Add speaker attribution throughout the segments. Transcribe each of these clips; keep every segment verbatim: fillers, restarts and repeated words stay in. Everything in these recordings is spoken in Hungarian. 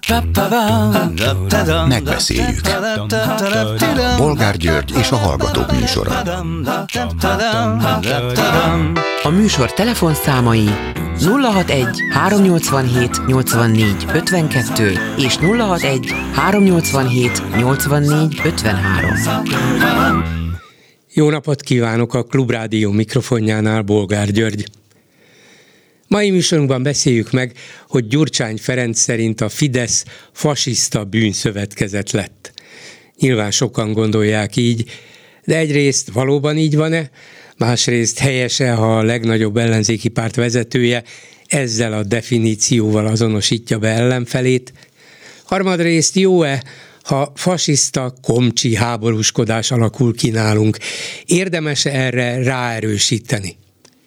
Speaker 1: Megbeszéljük. Bolgár György és a Hallgatók műsora.
Speaker 2: A műsor telefonszámai nulla hatvanegy háromnyolcvanhét nyolcvannégy ötvenkettő és nulla hatvanegy háromnyolcvanhét nyolcvannégy ötvenhárom.
Speaker 3: Jó napot kívánok, a Klubrádió mikrofonjánál Bolgár György. Mai műsorunkban beszéljük meg, hogy Gyurcsány Ferenc szerint a Fidesz fasiszta bűnszövetkezet lett. Nyilván sokan gondolják így, de egyrészt valóban így van-e, másrészt helyese, ha a legnagyobb ellenzéki párt vezetője ezzel a definícióval azonosítja be ellenfelét. Harmadrészt jó-e, ha fasiszta, komcsi háborúskodás alakul ki nálunk? Érdemes erre ráerősíteni?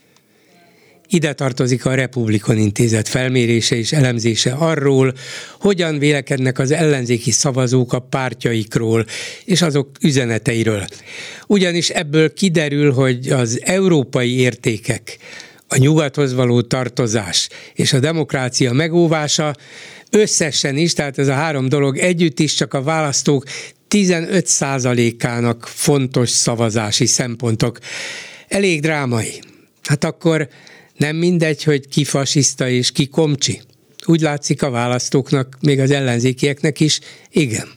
Speaker 3: Ide tartozik a Republikon Intézet felmérése és elemzése arról, hogyan vélekednek az ellenzéki szavazók a pártjaikról és azok üzeneteiről. Ugyanis ebből kiderül, hogy az európai értékek, a nyugathoz való tartozás és a demokrácia megóvása összesen is, tehát ez a három dolog együtt is csak a választók tizenöt százalékának fontos szavazási szempontok. Elég drámai. Hát akkor nem mindegy, hogy ki fasiszta és ki komcsi. Úgy látszik a választóknak, még az ellenzékieknek is, igen.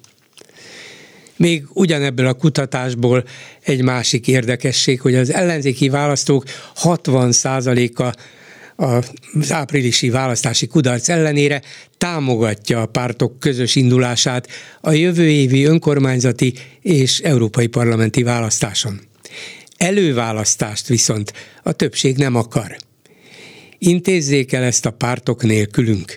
Speaker 3: Még ugyanebből a kutatásból egy másik érdekesség, hogy az ellenzéki választók hatvan százaléka az áprilisi választási kudarc ellenére támogatja a pártok közös indulását a jövő évi önkormányzati és európai parlamenti választáson. Előválasztást viszont a többség nem akar. Intézzék el ezt a pártok nélkülünk.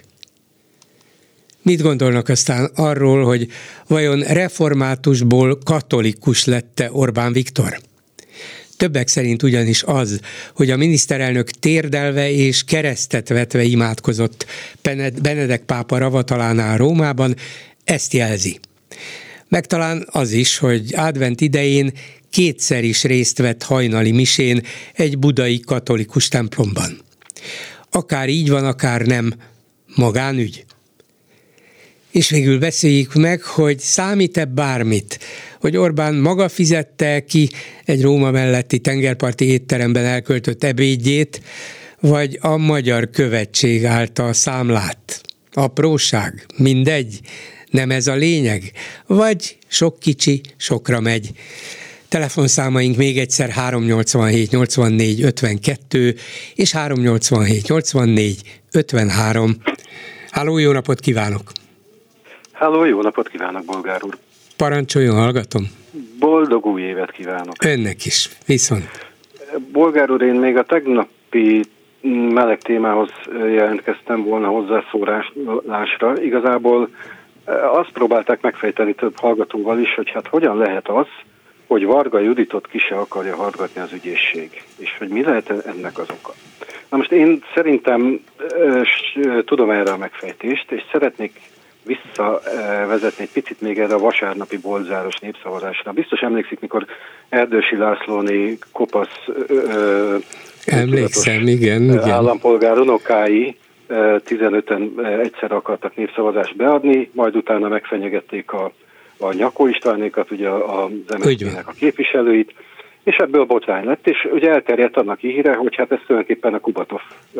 Speaker 3: Mit gondolnak aztán arról, hogy vajon reformátusból katolikus lett-e Orbán Viktor? Többek szerint ugyanis az, hogy a miniszterelnök térdelve és keresztet vetve imádkozott Benedek pápa ravatalánál Rómában, ezt jelzi. Meg talán az is, hogy advent idején kétszer is részt vett hajnali misén egy budai katolikus templomban. Akár így van, akár nem, magánügy. És végül beszéljük meg, hogy számít-e bármit, hogy Orbán maga fizette ki egy Róma melletti tengerparti étteremben elköltött ebédjét, vagy a magyar követség állta a számlát. Apróság, mindegy, nem ez a lényeg, vagy sok kicsi, sokra megy. Telefonszámaink még egyszer háromnyolcvanhét nyolcvannégy ötvenkettő és háromnyolcvanhét nyolcvannégy ötvenhárom. Halló, jó napot kívánok!
Speaker 4: Halló, jó napot kívánok, Bolgár úr!
Speaker 3: Parancsoljon, hallgatom!
Speaker 4: Boldog új évet kívánok!
Speaker 3: Önnek is, viszont!
Speaker 4: Bolgár úr, én még a tegnapi meleg témához jelentkeztem volna hozzászólásra. Igazából azt próbálták megfejteni több hallgatóval is, hogy hát hogyan lehet az, hogy Varga Juditot ki se akarja hallgatni az ügyészség, és hogy mi lehet ennek az oka. Na most én szerintem tudom erre a megfejtést, és szeretnék visszavezetni egy picit még erre a vasárnapi boltzáros népszavazásra. Biztos emlékszik, mikor Erdősi Lászlóné kopasz ö,
Speaker 3: Emlékszem, igen, igen.
Speaker 4: állampolgár unokái tizenöten egyszer akartak népszavazást beadni, majd utána megfenyegették a a Nyakó Istvánékat, ugye az em es zé pé-nek a képviselőit, és ebből botrány lett, és ugye elterjedt annak híre, hogy hát ezt tulajdonképpen a Kubatov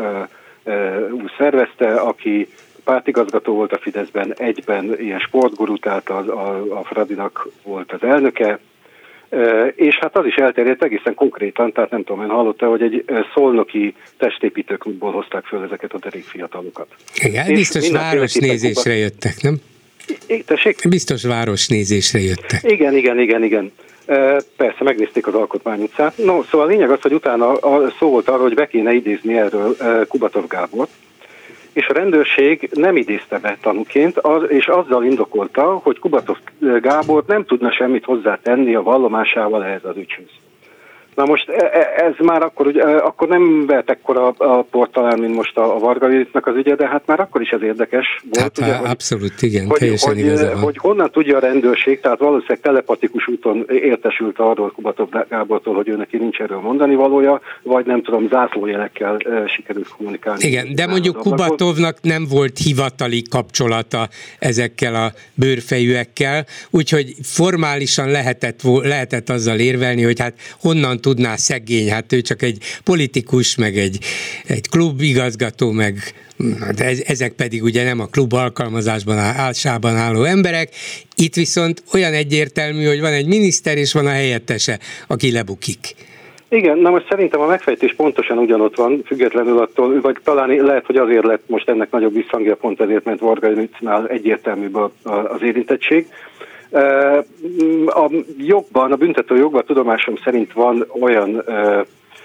Speaker 4: úr szervezte, aki pártigazgató volt a Fideszben, egyben ilyen sportgurú, tehát a, a, a Fradinak volt az elnöke, és hát az is elterjedt egészen konkrétan, tehát nem tudom, én hallotta, hogy egy szolnoki testépítőklubból hozták föl ezeket a derék fiatalokat.
Speaker 3: Igen, biztos városnézésre Kubat... jöttek, nem?
Speaker 4: Tessék?
Speaker 3: Biztos városnézésre jöttek.
Speaker 4: Igen, igen, igen, igen. Persze, megnézték az Alkotmány utcát. No, szóval a lényeg az, hogy utána szó volt arról, hogy be kéne idézni erről Kubatov Gábort, és a rendőrség nem idézte be tanúként, az, és azzal indokolta, hogy Kubatov Gábor nem tudna semmit hozzátenni a vallomásával ehhez az ügyhöz. Na most ez már akkor, ugye, akkor nem vett ekkora a port talán, mint most a Varga Juditnak az ügye, de hát már akkor is ez érdekes volt.
Speaker 3: Hát,
Speaker 4: ugye, hogy,
Speaker 3: abszolút, igen,
Speaker 4: hogy,
Speaker 3: teljesen
Speaker 4: hogy,
Speaker 3: igaza van.
Speaker 4: Hogy honnan tudja a rendőrség, tehát valószínűleg telepatikus úton értesült arról Kubatov Gábortól, hogy ő neki nincs erről mondani valója, vagy nem tudom, zászlójelekkel e, sikerült kommunikálni.
Speaker 3: Igen, de mondjuk Kubatovnak nem volt hivatali kapcsolata ezekkel a bőrfejűekkel, úgyhogy formálisan lehetett, lehetett azzal érvelni, hogy hát honnan tudná szegény, hát ő csak egy politikus, meg egy, egy klubigazgató, meg de ezek pedig ugye nem a klub alkalmazásban állásában álló emberek. Itt viszont olyan egyértelmű, hogy van egy miniszter és van a helyettese, aki lebukik.
Speaker 4: Igen, na most szerintem a megfejtés pontosan ugyanott van, függetlenül attól, vagy talán lehet, hogy azért lett most ennek nagyobb visszhangja, pont ezért, mert Varga Juditnál egyértelmű az érintettség. A jogban, a büntető jogban tudomásom szerint van olyan ö,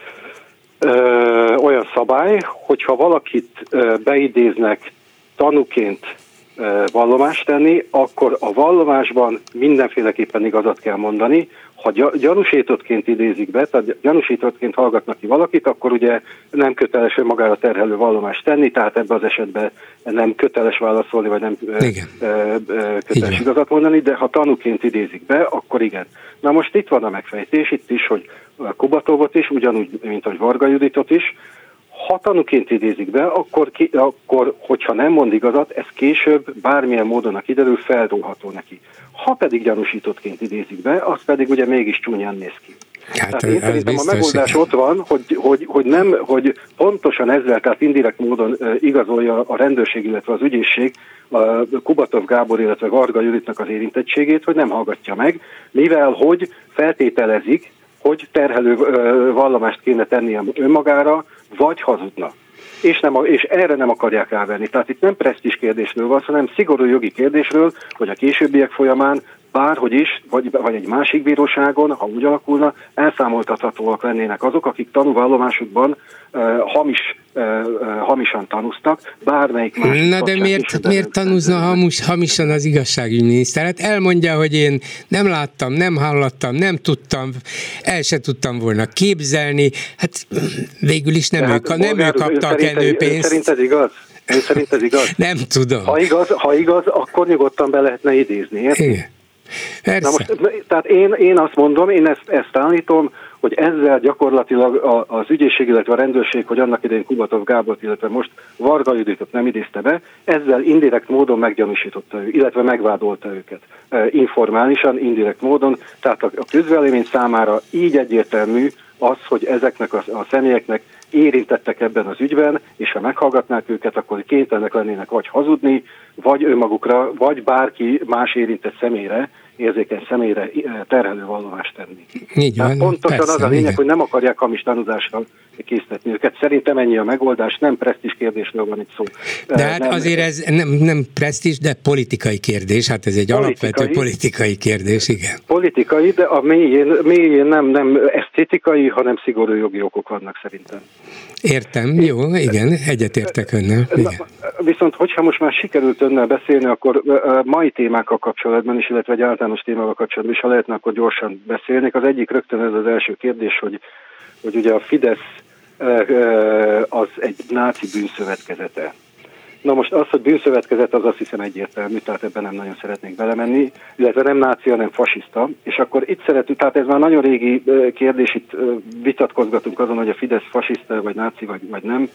Speaker 4: ö, olyan szabály, hogyha valakit ö, beidéznek tanúként ö, vallomást tenni, akkor a vallomásban mindenféleképpen igazat kell mondani. Ha gyanúsítottként idézik be, tehát gyanúsítottként hallgatnak ki valakit, akkor ugye nem köteles magára terhelő vallomást tenni, tehát ebben az esetben nem köteles válaszolni, vagy nem igen. köteles igen. igazat mondani, de ha tanúként idézik be, akkor igen. Na most itt van a megfejtés, itt is, hogy Kubatovot is, ugyanúgy, mint ahogy Varga Juditot is, ha tanúként idézik be, akkor, ki, akkor, hogyha nem mond igazat, ez később bármilyen módon a kiderül feldolható neki. Ha pedig gyanúsítottként idézik be, az pedig ugye mégis csúnyán néz ki. Hát, tehát én szerintem a megoldás ott van, hogy, hogy, hogy, nem, hogy pontosan ezzel, tehát indirekt módon igazolja a rendőrség, illetve az ügyészség a Kubatov Gábor, illetve Varga Juditnak az érintettségét, hogy nem hallgatja meg, mivel hogy feltételezik, hogy terhelő vallomást kéne tennie önmagára, vagy hazudna. És, nem, és erre nem akarják rávenni. Tehát itt nem presztízs kérdésről van, hanem szigorú jogi kérdésről, hogy a későbbiek folyamán bárhogy is, vagy, vagy egy másik bíróságon, ha úgy alakulna, elszámoltathatóak lennének azok, akik tanúvallomásukban uh, hamis, uh, uh, hamisan tanúztak, bármelyik másik.
Speaker 3: Na de miért, miért tanúzna hamus, hamisan az igazságügyminiszter? Hát elmondja, hogy én nem láttam, nem hallottam, nem tudtam, el se tudtam volna képzelni, hát végül is nem, hát, ő, nem ő kaptak előpénzt.
Speaker 4: Szerint ez igaz? Ön szerint ez igaz?
Speaker 3: Nem tudom.
Speaker 4: Ha igaz, ha igaz, akkor nyugodtan be lehetne idézni, érti?
Speaker 3: Igen. Persze.
Speaker 4: Na most, tehát én, én azt mondom, én ezt, ezt állítom, hogy ezzel gyakorlatilag az ügyészség, illetve a rendőrség, hogy annak idején Kubatov Gábort, illetve most Varga Juditot nem idézte be, ezzel indirekt módon meggyanúsította ő, illetve megvádolta őket. Informálisan, indirekt módon, tehát a közvélemény számára így egyértelmű az, hogy ezeknek a, a személyeknek érintettek ebben az ügyben, és ha meghallgatnák őket, akkor kénytelenek lennének vagy hazudni, vagy önmagukra, vagy bárki más érintett személyre, érzékeny személyre terhelő vallomást tenni.
Speaker 3: Így van,
Speaker 4: pontosan
Speaker 3: persze,
Speaker 4: az a lényeg,
Speaker 3: igen.
Speaker 4: hogy nem akarják hamis tanúzásra késztetni őket. Szerintem ennyi a megoldás, nem presztízs kérdésről van itt szó.
Speaker 3: De hát nem, azért ez nem, nem presztízs, de politikai kérdés, hát ez egy politikai, alapvető politikai kérdés, igen.
Speaker 4: Politikai, de a mélyén, mélyén nem, nem esztétikai, hanem szigorú jogi okok vannak szerintem.
Speaker 3: Értem, jó, igen, egyetértek önnel. Igen.
Speaker 4: Viszont, hogyha most már sikerült önnel beszélni, akkor mai témákkal kapcsolatban is, illetve egy általános témával kapcsolatban is, ha lehetne, akkor gyorsan beszélnék. Az egyik rögtön ez az első kérdés, hogy, hogy ugye a Fidesz az egy náci bűnszövetkezete. Na most az, hogy bűnszövetkezet, az azt hiszem egyértelmű, tehát ebben nem nagyon szeretnék belemenni, illetve nem náci, hanem fasiszta. És akkor itt szeretünk, tehát ez már nagyon régi kérdés, itt vitatkozgatunk azon, hogy a Fidesz fasiszta, vagy náci, vagy, vagy nem.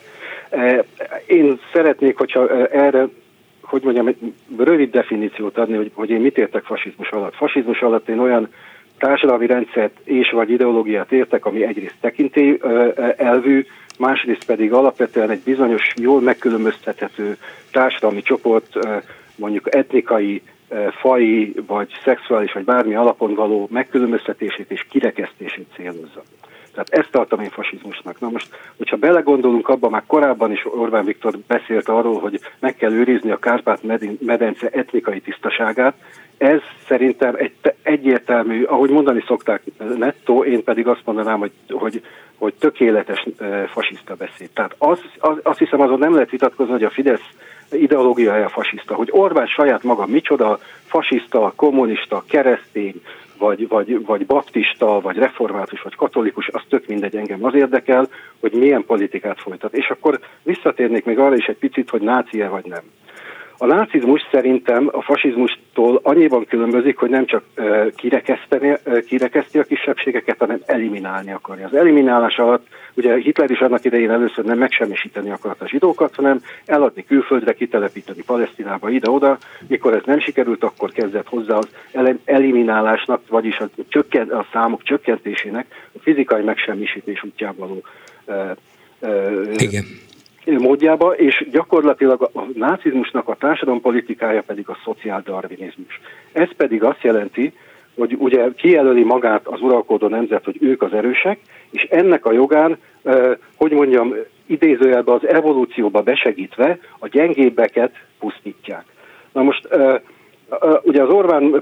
Speaker 4: Én szeretnék, hogyha erre, hogy mondjam, egy rövid definíciót adni, hogy, hogy én mit értek fasizmus alatt. Fasizmus alatt én olyan társadalmi rendszert és vagy ideológiát értek, ami egyrészt tekintély elvű, másrészt pedig alapvetően egy bizonyos, jól megkülönböztethető társadalmi csoport, mondjuk etnikai, faji, vagy szexuális, vagy bármi alapon való megkülönböztetését és kirekesztését célozza. Tehát ezt tartom én fasizmusnak. Na most, hogyha belegondolunk abba, már korábban is Orbán Viktor beszélt arról, hogy meg kell őrizni a Kárpát-medence etnikai tisztaságát, ez szerintem egy egyértelmű, ahogy mondani szokták, nettó, én pedig azt mondanám, hogy, hogy, hogy tökéletes e, fasiszta beszéd. Tehát az, az, azt hiszem, azon nem lehet vitatkozni, hogy a Fidesz ideológiája fasiszta, hogy Orbán saját maga micsoda, fasiszta, kommunista, keresztény, vagy, vagy, vagy baptista, vagy református, vagy katolikus, az tök mindegy, engem az érdekel, hogy milyen politikát folytat. És akkor visszatérnék még arra is egy picit, hogy náci-e vagy nem. A nácizmus szerintem a fasizmustól annyiban különbözik, hogy nem csak uh, kirekeszteni, uh, kirekeszti a kisebbségeket, hanem eliminálni akarja. Az eliminálás alatt, ugye Hitler is annak idején először nem megsemmisíteni akart a zsidókat, hanem eladni külföldre, kitelepíteni Palesztinába, ide-oda. Mikor ez nem sikerült, akkor kezdett hozzá az eliminálásnak, vagyis a, csökkent, a számok csökkentésének a fizikai megsemmisítés útján való uh, uh,
Speaker 3: Igen.
Speaker 4: módjába, és gyakorlatilag a nácizmusnak a társadalompolitikája pedig a szociáldarwinizmus. Ez pedig azt jelenti, hogy ugye kijelöli magát az uralkodó nemzet, hogy ők az erősek, és ennek a jogán, eh, hogy mondjam, idézőjelben az evolúcióba besegítve a gyengébbeket pusztítják. Na most eh, ugye az Orbán,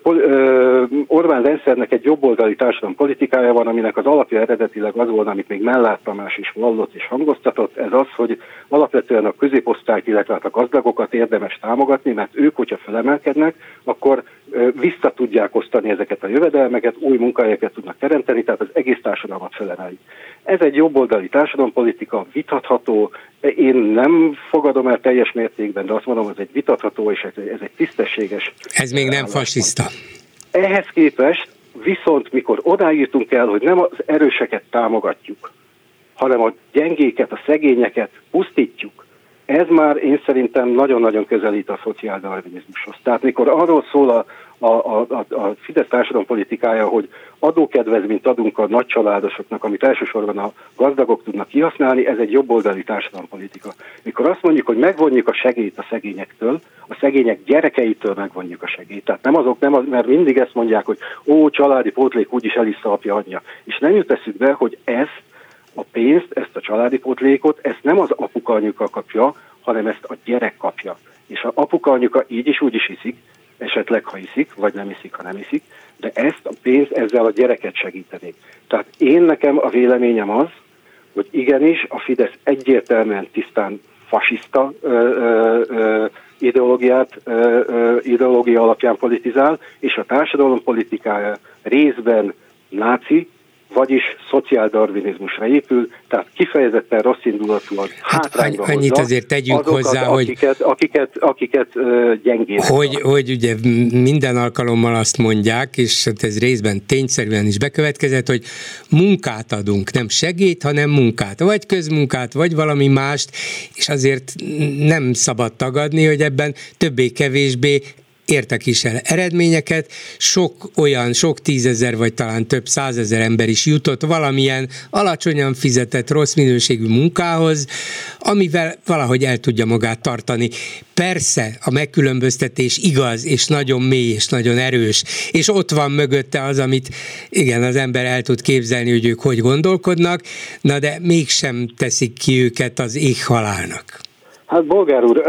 Speaker 4: Orbán rendszernek egy jobboldali társadalompolitikája van, aminek az alapja eredetileg az volt, amit még Mellár Tamás is vallott és hangoztatott, ez az, hogy alapvetően a középosztályt, illetve a gazdagokat érdemes támogatni, mert ők, hogyha felemelkednek, akkor vissza tudják osztani ezeket a jövedelmeket, új munkahelyeket tudnak teremteni, tehát az egész társadalmat felemelik. Ez egy jobboldali társadalompolitika, vitatható, én nem fogadom el teljes mértékben, de azt mondom, hogy ez egy vitatható, és ez egy tisztességes.
Speaker 3: Ez még nem fasiszta.
Speaker 4: Ehhez képest viszont, mikor odáírtunk el, hogy nem az erőseket támogatjuk, hanem a gyengéket, a szegényeket pusztítjuk, ez már én szerintem nagyon-nagyon közelít a szociáldarwinizmushoz. Tehát mikor arról szól a, a, a, a Fidesz társadalompolitikája, hogy adókedvezményt adunk a nagycsaládosoknak, amit elsősorban a gazdagok tudnak kihasználni, ez egy jobboldali társadalompolitika. Mikor azt mondjuk, hogy megvonjuk a segélyt a szegényektől, a szegények gyerekeitől megvonjuk a segélyt. Tehát nem azok, nem az, mert mindig ezt mondják, hogy ó, családi pótlék úgyis elissza apja, anyja. És nem jut eszükbe, hogy ezt a pénzt, ezt a családi pótlékot, ezt nem az apuka anyuka kapja, hanem ezt a gyerek kapja. És az apuka anyuka így is úgy is hiszik, esetleg ha hiszik, vagy nem hiszik, ha nem hiszik, de ezt a pénzt ezzel a gyereket segítenék. Tehát én nekem a véleményem az, hogy igenis a Fidesz egyértelműen tisztán fasiszta ö, ö, ö, ideológiát, ö, ö, ideológia alapján politizál, és a társadalom politikája részben náci, vagyis szociáldarwinizmusra épül, tehát kifejezetten rosszindulatúan
Speaker 3: hát
Speaker 4: hátrányba
Speaker 3: annyit
Speaker 4: hozza
Speaker 3: azért tegyünk
Speaker 4: azokat,
Speaker 3: hozzá,
Speaker 4: akiket,
Speaker 3: hogy,
Speaker 4: akiket, akiket uh, gyengének.
Speaker 3: Hogy, hogy ugye minden alkalommal azt mondják, és ez részben tényszerűen is bekövetkezett, hogy munkát adunk, nem segít, hanem munkát, vagy közmunkát, vagy valami mást, és azért nem szabad tagadni, hogy ebben többé-kevésbé értek is el eredményeket, sok olyan, sok tízezer, vagy talán több százezer ember is jutott valamilyen alacsonyan fizetett, rossz minőségű munkához, amivel valahogy el tudja magát tartani. Persze a megkülönböztetés igaz, és nagyon mély, és nagyon erős, és ott van mögötte az, amit igen, az ember el tud képzelni, hogy ők hogy gondolkodnak, na de mégsem teszik ki őket az éghalálnak.
Speaker 4: Hát Bolgár úr,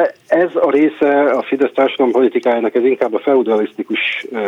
Speaker 4: ez a része a Fidesz társadalompolitikájának, ez inkább a feudalisztikus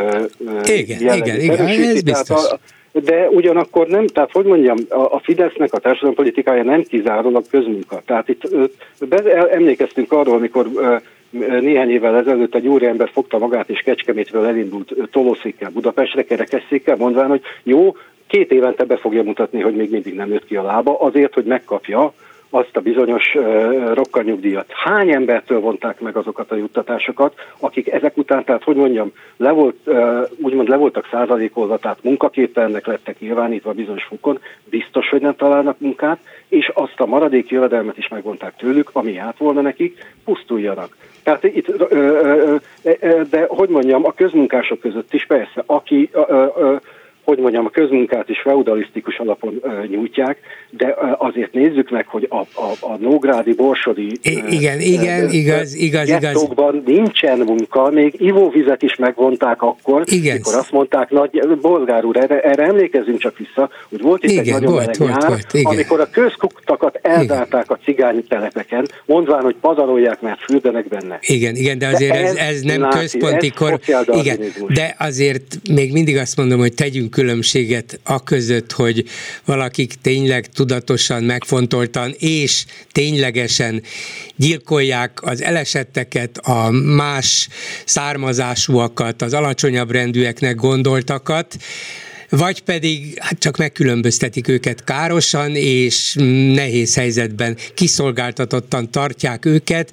Speaker 3: igen, igen, igen, ez biztos.
Speaker 4: A, de ugyanakkor nem, tehát hogy mondjam, a Fidesznek a társadalompolitikája nem kizárólag közmunka. Tehát itt emlékeztünk arról, amikor néhány évvel ezelőtt egy úriember fogta magát és Kecskemétről elindult tolószékkel Budapestre, kerekesszékkel, mondván, hogy jó, két évente be fogja mutatni, hogy még mindig nem nőtt ki a lába, azért, hogy megkapja azt a bizonyos uh, rokkanyugdíjat. Hány embertől vonták meg azokat a juttatásokat, akik ezek után, tehát hogy mondjam, le volt, uh, úgymond le voltak százalékolva, tehát munkaképtelennek lettek nyilvánítva bizonyos fokon, biztos, hogy nem találnak munkát, és azt a maradék jövedelmet is megvonták tőlük, ami át volna nekik, pusztuljanak. Tehát itt, uh, uh, uh, de hogy mondjam, a közmunkások között is persze, aki uh, uh, hogy mondjam, a közmunkát is feudalisztikus alapon uh, nyújtják, de uh, azért nézzük meg, hogy a, a, a nógrádi, borsodi
Speaker 3: uh, igen, igen, uh, igaz, igaz,
Speaker 4: gettókban nincsen munka, még ivóvizet is megvonták akkor,
Speaker 3: igen.
Speaker 4: Mikor azt mondták, nagy, Bolgár úr, erre, erre emlékezzünk csak vissza, hogy volt itt igen, egy nagyon meleg nyár, amikor a közkutakat eldálták a cigány telepeken, mondván, hogy pazarolják, mert fürdenek benne.
Speaker 3: Igen, igen, de azért de ez, ez nem náci, központi ez kor. Igen, de azért még mindig azt mondom, hogy tegyünk különbséget a között, hogy valakik tényleg tudatosan, megfontoltan és ténylegesen gyilkolják az elesetteket, a más származásúakat, az alacsonyabb rendűeknek gondoltakat, vagy pedig hát csak megkülönböztetik őket károsan, és nehéz helyzetben kiszolgáltatottan tartják őket.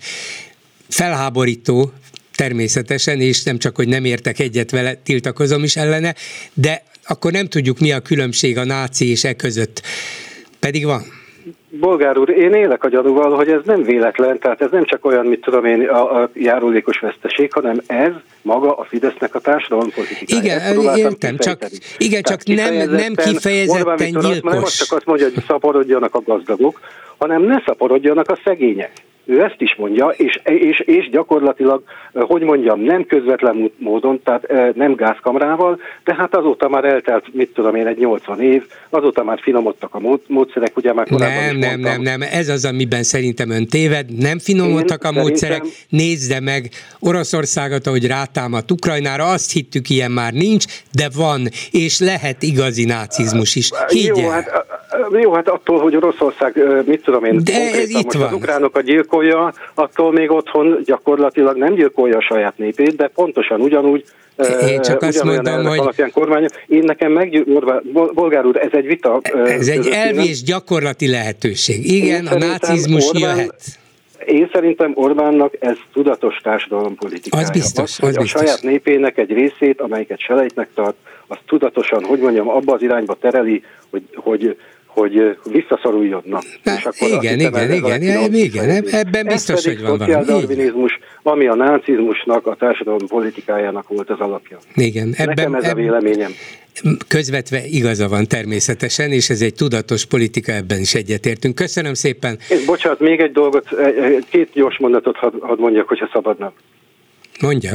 Speaker 3: Felháborító természetesen, és nem csak, hogy nem értek egyet vele, tiltakozom is ellene, de akkor nem tudjuk, mi a különbség a náci és e között. Pedig van.
Speaker 4: Bolgár úr, én élek a gyanúval, hogy ez nem véletlen, tehát ez nem csak olyan, mit tudom én, a, a járulékos veszteség, hanem ez maga a Fidesznek a társadalompolitikája.
Speaker 3: Igen, értem, csak, igen, csak nem, nem kifejezetten gyilkos.
Speaker 4: Nem azt csak azt mondja, hogy szaporodjanak a gazdagok, hanem ne szaporodjanak a szegények. Ő ezt is mondja, és, és, és gyakorlatilag, hogy mondjam, nem közvetlen módon, tehát nem gázkamrával, de hát azóta már eltelt, mit tudom én, egy nyolcvan év, azóta már finomodtak a módszerek, ugye már korábban
Speaker 3: Nem, nem, nem, nem, ez az, amiben szerintem ön téved, nem finomodtak a módszerek, nézze meg Oroszországot, ahogy rátámadt Ukrajnára, azt hittük, ilyen már nincs, de van, és lehet igazi nácizmus is. Higgyel.
Speaker 4: Jó, hát, jó, hát attól, hogy Oroszország, mit tudom én,
Speaker 3: de ez itt
Speaker 4: most
Speaker 3: van.
Speaker 4: Az ukránokat gyilkolja, attól még otthon gyakorlatilag nem gyilkolja a saját népét, de pontosan ugyanúgy
Speaker 3: Én csak azt mondom, hogy...
Speaker 4: alapján kormány. Én nekem meggyő... Bolgár úr, ez egy vita...
Speaker 3: Ez egy elvés gyakorlati lehetőség. Igen, a nácizmus Orbán, jöhet.
Speaker 4: Én szerintem Orbánnak ez tudatos társadalompolitikája.
Speaker 3: Az biztos,
Speaker 4: az,
Speaker 3: az
Speaker 4: a
Speaker 3: biztos.
Speaker 4: saját népének egy részét, amelyiket selejtnek tart, az tudatosan, hogy mondjam, abba az irányba tereli, hogy... hogy hogy visszaszoruljon. Na,
Speaker 3: Na,
Speaker 4: és akkor
Speaker 3: igen, igen, igen, igen, igen, ebben biztos, hogy van valami.
Speaker 4: Ez pedig szociáldarwinizmus, ami a nácizmusnak, a társadalom politikájának volt az alapja.
Speaker 3: Igen, ebben,
Speaker 4: Nekem ez ebben, a véleményem.
Speaker 3: Közvetve igaza van természetesen, és ez egy tudatos politika, ebben is egyetértünk. Köszönöm szépen.
Speaker 4: És bocsánat, még egy dolgot, két gyors mondatot hadd had mondjak, hogyha szabadna.
Speaker 3: Mondja.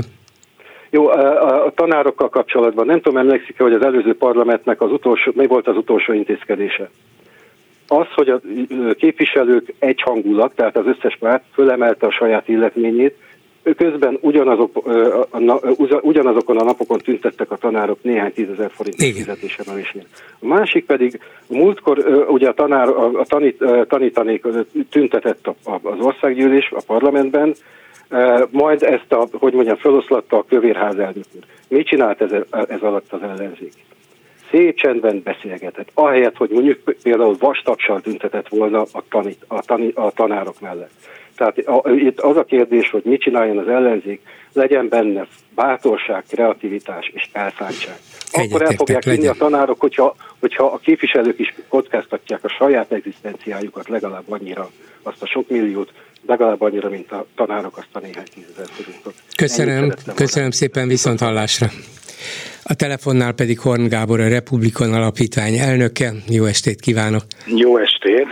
Speaker 4: Jó, a, a tanárokkal kapcsolatban nem tudom, emlékszik-e, hogy az előző parlamentnek az utolsó, mi volt az utolsó intézkedése? Az, hogy a képviselők egyhangulag, tehát az összes párt fölemelte a saját illetményét, közben ugyanazok, ugyanazokon a napokon tüntettek a tanárok néhány tízezer forint fizetésemelésnél. A másik pedig, múltkor ugye a, tanár, a tanít, tanítanék tüntetett az országgyűlés a parlamentben, majd ezt a, hogy mondjam, feloszlatta a Kövérház elnök úr. Mit csinált ez, ez alatt az ellenzék? Szép csendben beszélgetett. Ahelyett, hogy mondjuk például vastagssal tüntetett volna a, tanít, a, tanít, a tanárok mellett. Tehát a, itt az a kérdés, hogy mit csináljon az ellenzék, legyen benne bátorság, kreativitás és elszántság. Akkor el fogják vinni a tanárok, hogyha, hogyha a képviselők is kockáztatják a saját egzisztenciájukat legalább annyira, azt a sok milliót, legalább annyira, mint a tanárok azt a néhány tízezer forintot.
Speaker 3: Köszönöm, köszönöm szépen, viszont hallásra. A telefonnál pedig Horn Gábor, a Republikon Alapítvány elnöke. Jó estét kívánok!
Speaker 5: Jó estét!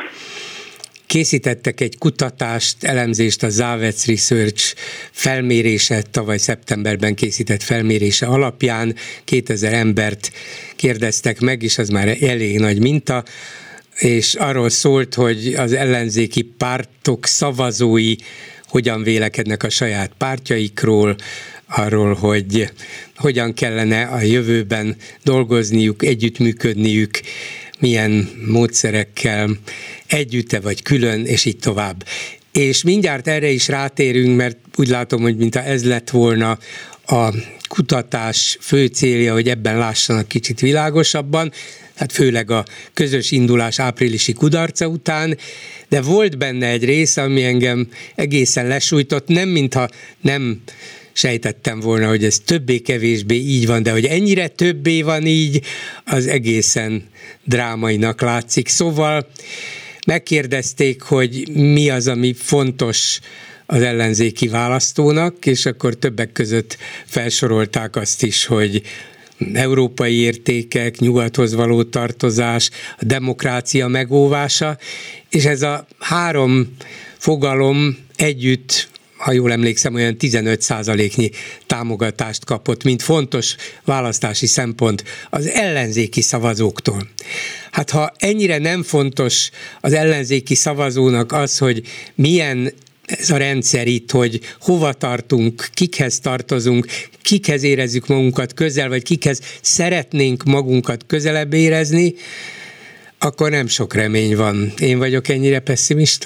Speaker 3: Készítettek egy kutatást, elemzést a Závec Research felmérése, tavaly szeptemberben készített felmérése alapján. kétezer embert kérdeztek meg, és az már elég nagy minta, és arról szólt, hogy az ellenzéki pártok szavazói hogyan vélekednek a saját pártjaikról, arról, hogy hogyan kellene a jövőben dolgozniuk, együttműködniük, milyen módszerekkel, együtte vagy külön, és így tovább. És mindjárt erre is rátérünk, mert úgy látom, hogy mintha ez lett volna a kutatás fő célja, hogy ebben lássanak kicsit világosabban, hát főleg a közös indulás áprilisi kudarca után, de volt benne egy rész, ami engem egészen lesújtott, nem mintha nem sejtettem volna, hogy ez többé-kevésbé így van, de hogy ennyire többé van így, az egészen drámainak látszik. Szóval megkérdezték, hogy mi az, ami fontos az ellenzéki választónak, és akkor többek között felsorolták azt is, hogy európai értékek, nyugathoz való tartozás, a demokrácia megóvása, és ez a három fogalom együtt, ha jól emlékszem, olyan tizenöt százaléknyi támogatást kapott, mint fontos választási szempont az ellenzéki szavazóktól. Hát ha ennyire nem fontos az ellenzéki szavazónak az, hogy milyen ez a rendszer itt, hogy hova tartunk, kikhez tartozunk, kikhez érezzük magunkat közel, vagy kikhez szeretnénk magunkat közelebb érezni, akkor nem sok remény van. Én vagyok ennyire pesszimista?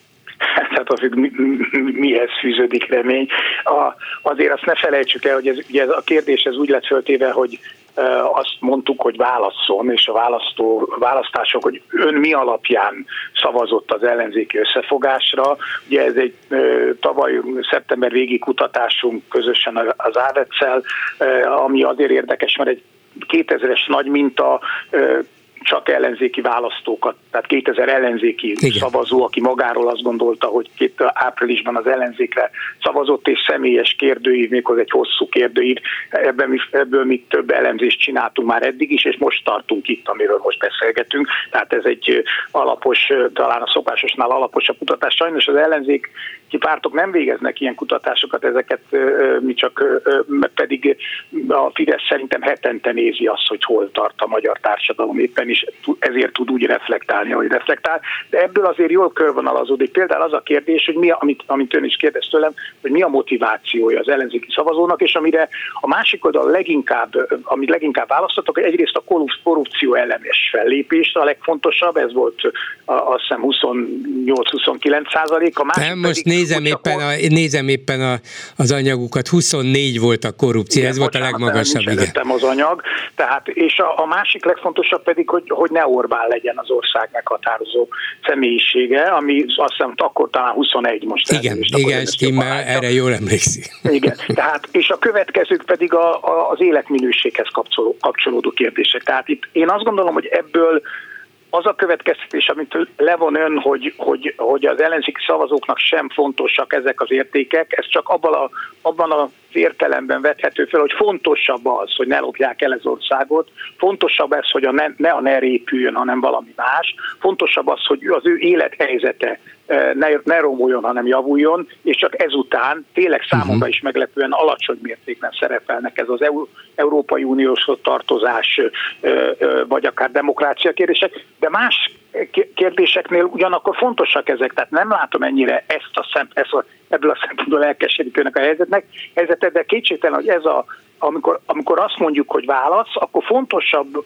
Speaker 5: Hát az, mi, mihez fűződik remény. A, azért azt ne felejtsük el, hogy ez, ugye ez a kérdés ez úgy lett föltéve, hogy e, azt mondtuk, hogy válasszon, és a választó, választások, hogy ön mi alapján szavazott az ellenzéki összefogásra. Ugye ez egy e, tavaly szeptember végi kutatásunk közösen az Ávetszel, e, ami azért érdekes, mert egy kétezres nagy minta, e, csak ellenzéki választókat, tehát kétezer ellenzéki Igen. szavazó, aki magáról azt gondolta, hogy két áprilisban az ellenzékre szavazott, és személyes kérdőív, méghozzá egy hosszú kérdőív. Ebben mi, ebből mi több elemzést csináltunk már eddig is, és most tartunk itt, amiről most beszélgetünk. Tehát ez egy alapos, talán a szokásosnál alaposabb kutatás. Sajnos az ellenzéki pártok nem végeznek ilyen kutatásokat, ezeket mi csak pedig a Fidesz szerintem hetente nézi azt, hogy hol tart a magyar társadalom éppen, és ezért tud úgy reflektálni, ahogy reflektál. De ebből azért jól körvonalazódik. Például az a kérdés, hogy mi, amit, amit ön is kérdez tőlem, hogy mi a motivációja az ellenzéki szavazónak, és amire a másik oldal leginkább, amit leginkább választottak, egyrészt a korrupció ellenes fellépés, a legfontosabb, ez volt azt hiszem huszonnyolc-huszonkilenc százalék. A másik
Speaker 3: Nem, most nézem éppen, a, nézem éppen a, az anyagukat, huszonnégy volt a korrupció, igen, ez volt a legmagasabb.
Speaker 5: Igen, az anyag. Tehát, és a, a másik legfontosabb pedig, hogy, hogy ne Orbán legyen az ország meghatározó személyisége, ami azt hiszem akkor talán huszonegy most.
Speaker 3: Igen, igen, stimmel, erre jól emlékszik.
Speaker 5: Igen, tehát, és a következők pedig a, a, az életminőséghez kapcsolódó, kapcsolódó kérdések. Tehát itt én azt gondolom, hogy ebből az a következtetés, amit levon ön, hogy, hogy, hogy az ellenzéki szavazóknak sem fontosak ezek az értékek, ez csak abban, a, abban az értelemben vethető fel, hogy fontosabb az, hogy ne lopják el az országot, fontosabb ez, hogy a ne, ne a NER épüljön, hanem valami más, fontosabb az, hogy az ő élethelyzete ne, ne romoljon, hanem javuljon, és csak ezután tényleg számomra is meglepően alacsony mértékben szerepelnek ez az EU, Európai Uniós tartozás, vagy akár demokrácia kérdések, de más kérdéseknél ugyanakkor fontosak ezek, tehát nem látom ennyire ezt a szem, ezt a, ebből a szempontból elkeserítőnek a helyzetnek, helyzetet, de kétségtelen, hogy ez a, amikor, amikor azt mondjuk, hogy válasz, akkor fontosabb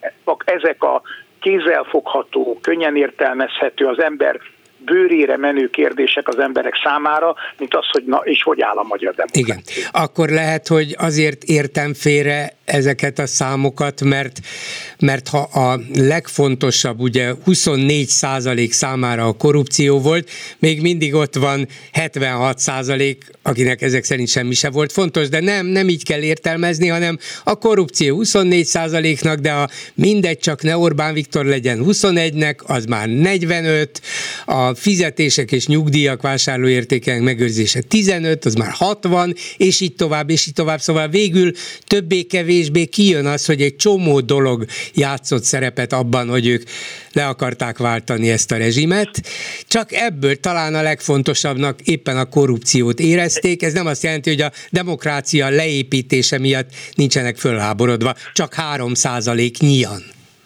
Speaker 5: ezek a kézzelfogható, könnyen értelmezhető, az ember bőrére menő kérdések az emberek számára, mint az, hogy na, és hogy áll a magyar demokrácia.
Speaker 3: Igen. Akkor lehet, hogy azért értem félre ezeket a számokat, mert, mert ha a legfontosabb, ugye huszonnégy százalék számára a korrupció volt, még mindig ott van hetvenhat százalék, akinek ezek szerint semmi se volt fontos, de nem, nem így kell értelmezni, hanem a korrupció huszonnégy százaléknak, de a mindegy, csak ne Orbán Viktor legyen huszonegynek, az már negyvenöt, a fizetések és nyugdíjak vásárlóértékének megőrzése tizenöt, az már hatvan, és így tovább, és így tovább, szóval végül többé-kevésbé kijön az, hogy egy csomó dolog játszott szerepet abban, hogy ők le akarták váltani ezt a rezsimet, csak ebből talán a legfontosabbnak éppen a korrupciót érezték. Ez nem azt jelenti, hogy a demokrácia leépítése miatt nincsenek fölháborodva, csak három százalék nyíjan.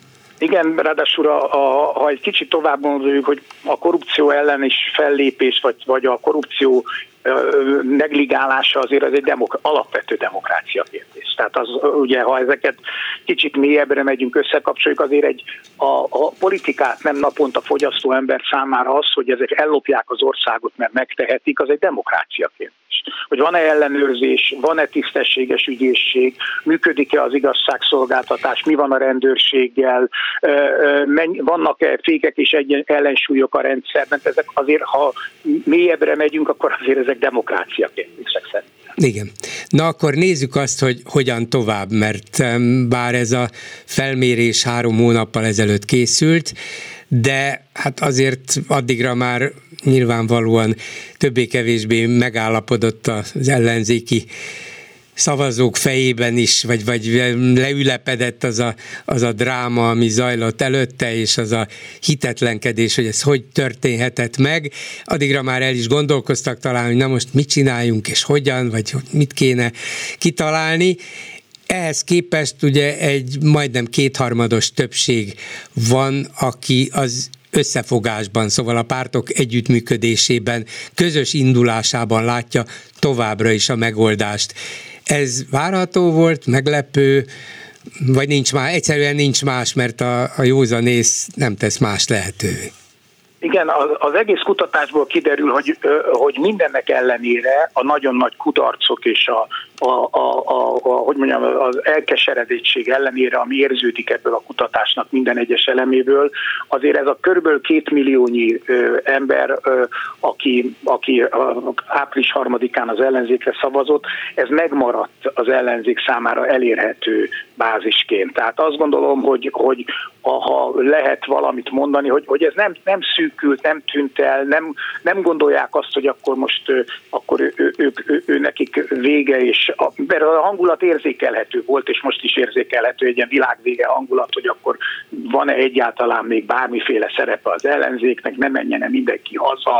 Speaker 5: Igen, ráadásul a, a, ha egy kicsit tovább gondoljuk, hogy a korrupció ellen is fellépés, vagy, vagy a korrupció negligálása azért az egy demok- alapvető demokrácia kérdés. Tehát az, ugye, ha ezeket kicsit mélyebbre megyünk, összekapcsoljuk, azért egy, a, a politikát nem naponta fogyasztó ember számára az, hogy ezek ellopják az országot, mert megtehetik, az egy demokrácia kérdés. Hogy van-e ellenőrzés, van-e tisztességes ügyészség, működik-e az igazságszolgáltatás, mi van a rendőrséggel, vannak-e fékek és ellensúlyok a rendszerben, ezek azért, ha mélyebbre megyünk, akkor azért ezek demokrácia kérdések szerintem.
Speaker 3: Igen. Na akkor nézzük azt, hogy hogyan tovább, mert bár ez a felmérés három hónappal ezelőtt készült, de hát azért addigra már nyilvánvalóan többé-kevésbé megállapodott az ellenzéki szavazók fejében is, vagy, vagy leülepedett az a, az a dráma, ami zajlott előtte, és az a hitetlenkedés, hogy ez hogy történhetett meg. Addigra már el is gondolkoztak talán, hogy na most mit csináljunk, és hogyan, vagy mit kéne kitalálni. Ehhez képest ugye egy majdnem kétharmados többség van, aki az összefogásban, szóval a pártok együttműködésében, közös indulásában látja továbbra is a megoldást. Ez várható volt, meglepő, vagy nincs más, egyszerűen nincs más, mert a, a józanész nem tesz más lehetővé?
Speaker 5: Igen, az, az egész kutatásból kiderül, hogy, hogy mindennek ellenére a nagyon nagy kudarcok és a, a, a, a, a, hogy mondjam, az elkeseredettség ellenére, ami érződik ebből a kutatásnak minden egyes eleméből, azért ez a körülbelül két milliónyi ö, ember, ö, aki, aki április harmadikán az ellenzékre szavazott, ez megmaradt az ellenzék számára elérhető bázisként. Tehát azt gondolom, hogy, hogy ha lehet valamit mondani, hogy, hogy ez nem, nem szűkült, nem tűnt el, nem, nem gondolják azt, hogy akkor most akkor ő, ő, ő, ő, ő nekik vége, és a, a hangulat érzékelhető volt, és most is érzékelhető egy ilyen világvége hangulat, hogy akkor van-e egyáltalán még bármiféle szerepe az ellenzéknek, ne menjen mindenki haza,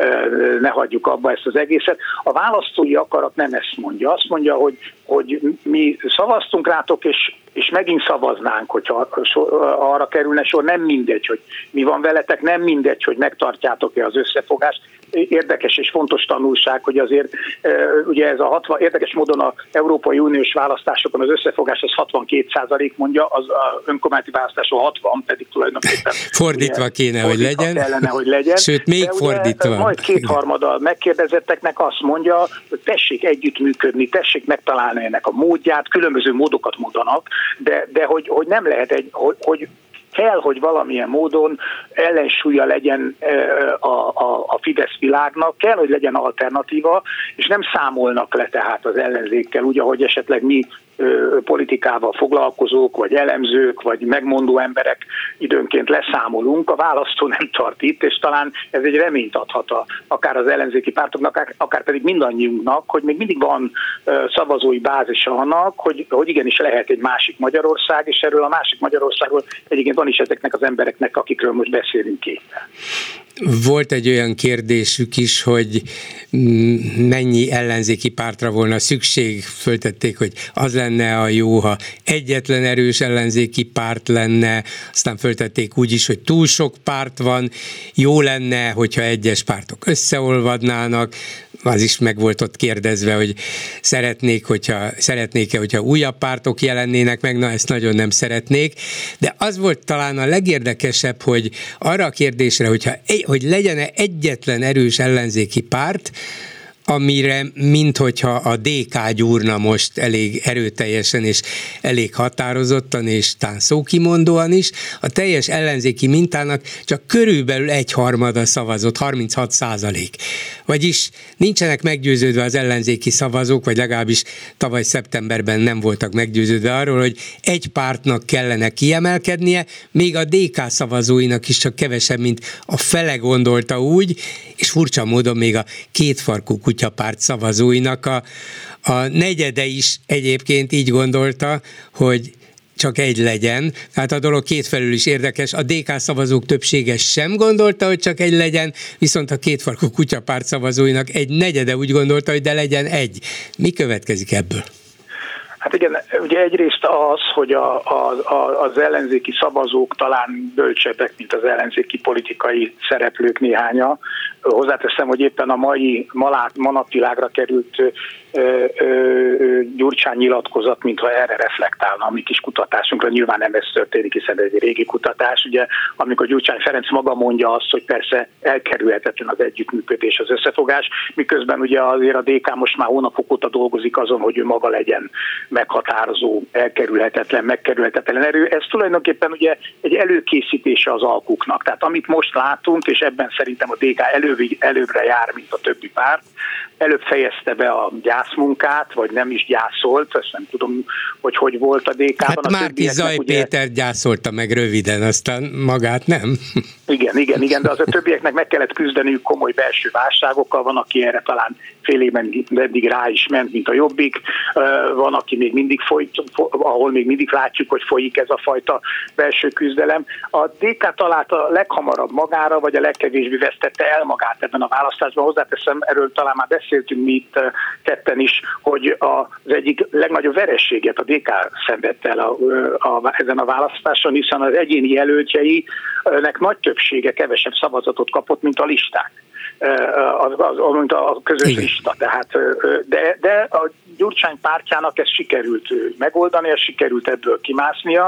Speaker 5: ne hagyjuk abba ezt az egészet. A választói akarat nem ezt mondja, azt mondja, hogy, hogy mi szavaztunk rátok, és és megint szavaznánk, hogyha arra kerülne sor, nem mindegy, hogy mi van veletek, nem mindegy, hogy megtartjátok-e az összefogást. Érdekes és fontos tanulság, hogy azért ugye ez a hatvan, érdekes módon az Európai Uniós választásokon az összefogás az hatvankét százalék mondja, az önkormányzati választáson hatvan, pedig tulajdonképpen
Speaker 3: fordítva ugye, kéne,
Speaker 5: fordítva
Speaker 3: hogy legyen.
Speaker 5: Kellene, hogy legyen.
Speaker 3: Sőt, még fordítva.
Speaker 5: Majd kétharmada megkérdezetteknek azt mondja, hogy tessék együttműködni, tessék megtalálni ennek a módját, különböző módokat mondanak, de, de hogy, hogy nem lehet egy, hogy, hogy kell, hogy valamilyen módon ellensúlya legyen a, a, a Fidesz világnak, kell, hogy legyen alternatíva, és nem számolnak le tehát az ellenzékkel, úgy, ahogy esetleg mi politikával foglalkozók, vagy elemzők, vagy megmondó emberek időnként leszámolunk, a választó nem tart itt, és talán ez egy reményt adhat a, akár az ellenzéki pártoknak, akár pedig mindannyiunknak, hogy még mindig van szavazói bázisa annak, hogy, hogy igenis lehet egy másik Magyarország, és erről a másik Magyarországról egyébként van is ezeknek az embereknek, akikről most beszélünk itt.
Speaker 3: Volt egy olyan kérdésük is, hogy mennyi ellenzéki pártra volna szükség, föltették, hogy az lenne a jó, ha egyetlen erős ellenzéki párt lenne, aztán föltették úgy is, hogy túl sok párt van, jó lenne, hogyha egyes pártok összeolvadnának, az is meg volt ott kérdezve, hogy szeretnék, hogyha, szeretnék-e, hogyha újabb pártok jelennének meg, na ezt nagyon nem szeretnék, de az volt talán a legérdekesebb, hogy arra a kérdésre, hogyha, hogy legyen-e egyetlen erős ellenzéki párt, amire minthogyha a dé ká gyúrna most elég erőteljesen és elég határozottan és tán szókimondóan is, a teljes ellenzéki mintának csak körülbelül egyharmada szavazott, harminchat százalék. Vagyis nincsenek meggyőződve az ellenzéki szavazók, vagy legalábbis tavaly szeptemberben nem voltak meggyőződve arról, hogy egy pártnak kellene kiemelkednie, még a dé ká szavazóinak is csak kevesebb, mint a fele gondolta úgy, és furcsa módon még a kétfarkú kutyapárt szavazóinak a, a negyede is egyébként így gondolta, hogy csak egy legyen. Tehát a dolog kétfelül is érdekes. A dé ká szavazók többsége sem gondolta, hogy csak egy legyen, viszont a kétfarkú kutyapárt szavazóinak egy negyede úgy gondolta, hogy de legyen egy. Mi következik ebből?
Speaker 5: Hát igen, ugye egyrészt az, hogy a, a, a, az ellenzéki szavazók talán bölcsebbek, mint az ellenzéki politikai szereplők néhánya. Hozzáteszem, hogy éppen a mai ma napvilágra került ö, ö, Gyurcsány nyilatkozat, mintha erre reflektálna a mi kis kutatásunkra. Nyilván nem ez történik, hiszen ez egy régi kutatás. Ugye, amikor Gyurcsány Ferenc maga mondja azt, hogy persze elkerülhetetlen az együttműködés, az összefogás, miközben ugye azért a dé ká most már hónapok óta dolgozik azon, hogy ő maga legyen meghatározó, elkerülhetetlen, megkerülhetetlen erő. Ez tulajdonképpen ugye egy előkészítése az alkuknak. Tehát amit most látunk, és ebben szerintem a dé ká elő, előbbre jár, mint a többi párt, előbb fejezte be a gyászmunkát, vagy nem is gyászolt, ezt nem tudom, hogy hogy volt a dé ká-ban.
Speaker 3: Hát Márki Zaj ugye... Péter gyászolta meg röviden, aztán magát nem.
Speaker 5: Igen, igen, igen, de az a többieknek meg kellett küzdeniük komoly belső válságokkal, van, aki erre talán fél évben eddig rá is ment, mint a Jobbik, van, aki még mindig folyt, ahol még mindig látjuk, hogy folyik ez a fajta belső küzdelem. A dé ká találta leghamarabb magára, vagy a legkevésbé vesztette el magát ebben a választásban. Hozzáteszem, erről talán már beszéltünk mi itt ketten is, hogy az egyik legnagyobb vereséget a dé ká szenvedte el a, a, ezen a választáson, hiszen az egyéni jelöltjeinek nagy többsége kevesebb szavazatot kapott, mint a listák. Az, az, az, a közös Igen. lista. Tehát, de, de a Gyurcsány pártjának ezt sikerült megoldani, ezt sikerült ebből kimásznia,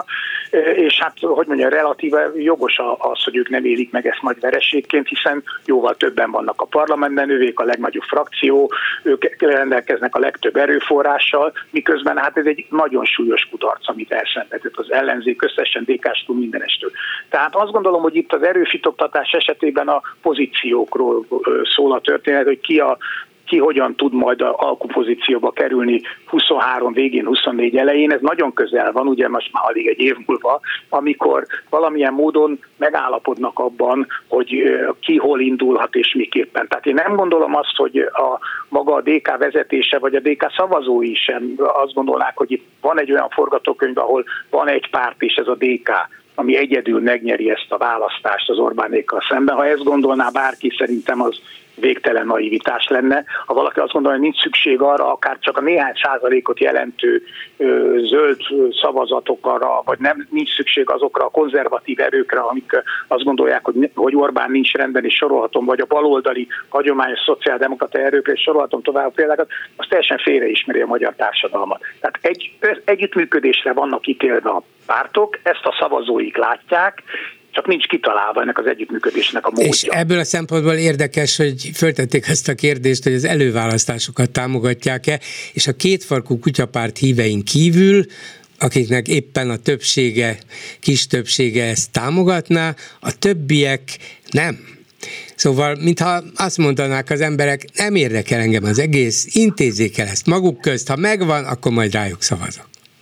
Speaker 5: és hát, hogy mondjam, relatíve jogos az, hogy ők nem élik meg ezt nagy vereségként, hiszen jóval többen vannak a parlamentben, ők a legnagyobb frakció, ők rendelkeznek a legtöbb erőforrással, miközben hát ez egy nagyon súlyos kudarc, amit elszenvedett az ellenzék összesen dé ká-stől mindenestől. Tehát azt gondolom, hogy itt az erőfitoktatás esetében a pozíciókról szól a történet, hogy ki a ki hogyan tud majd a alkupozícióba kerülni huszonhárom végén, huszonnégy elején. Ez nagyon közel van, ugye most már alig egy év múlva, amikor valamilyen módon megállapodnak abban, hogy ki hol indulhat és miképpen. Tehát én nem gondolom azt, hogy a maga a dé ká vezetése, vagy a dé ká szavazói sem azt gondolnák, hogy itt van egy olyan forgatókönyv, ahol van egy párt, és ez a dé ká, ami egyedül megnyeri ezt a választást az Orbánékkal szemben. Ha ezt gondolná bárki, szerintem az végtelen naivitás lenne. Ha valaki azt gondolja, hogy nincs szükség arra, akár csak a néhány százalékot jelentő ö, zöld szavazatokra, vagy nem nincs szükség azokra a konzervatív erőkre, amik azt gondolják, hogy, hogy Orbán nincs rendben, és sorolhatom, vagy a baloldali, hagyományos szociáldemokrata erőkre, és sorolhatom tovább példákat, az teljesen félreismeri a magyar társadalmat. Tehát egy, együttműködésre vannak ítélve a pártok, ezt a szavazóik látják, csak nincs kitalálva ennek az együttműködésnek a módja.
Speaker 3: És ebből a szempontból érdekes, hogy föltették ezt a kérdést, hogy az előválasztásokat támogatják-e, és a kétfarkú kutyapárt hívein kívül, akiknek éppen a többsége, kis többsége ezt támogatná, a többiek nem. Szóval, mintha azt mondanák az emberek, nem érdekel engem az egész, intézzék el ezt maguk közt, ha megvan, akkor majd rájuk szavazok.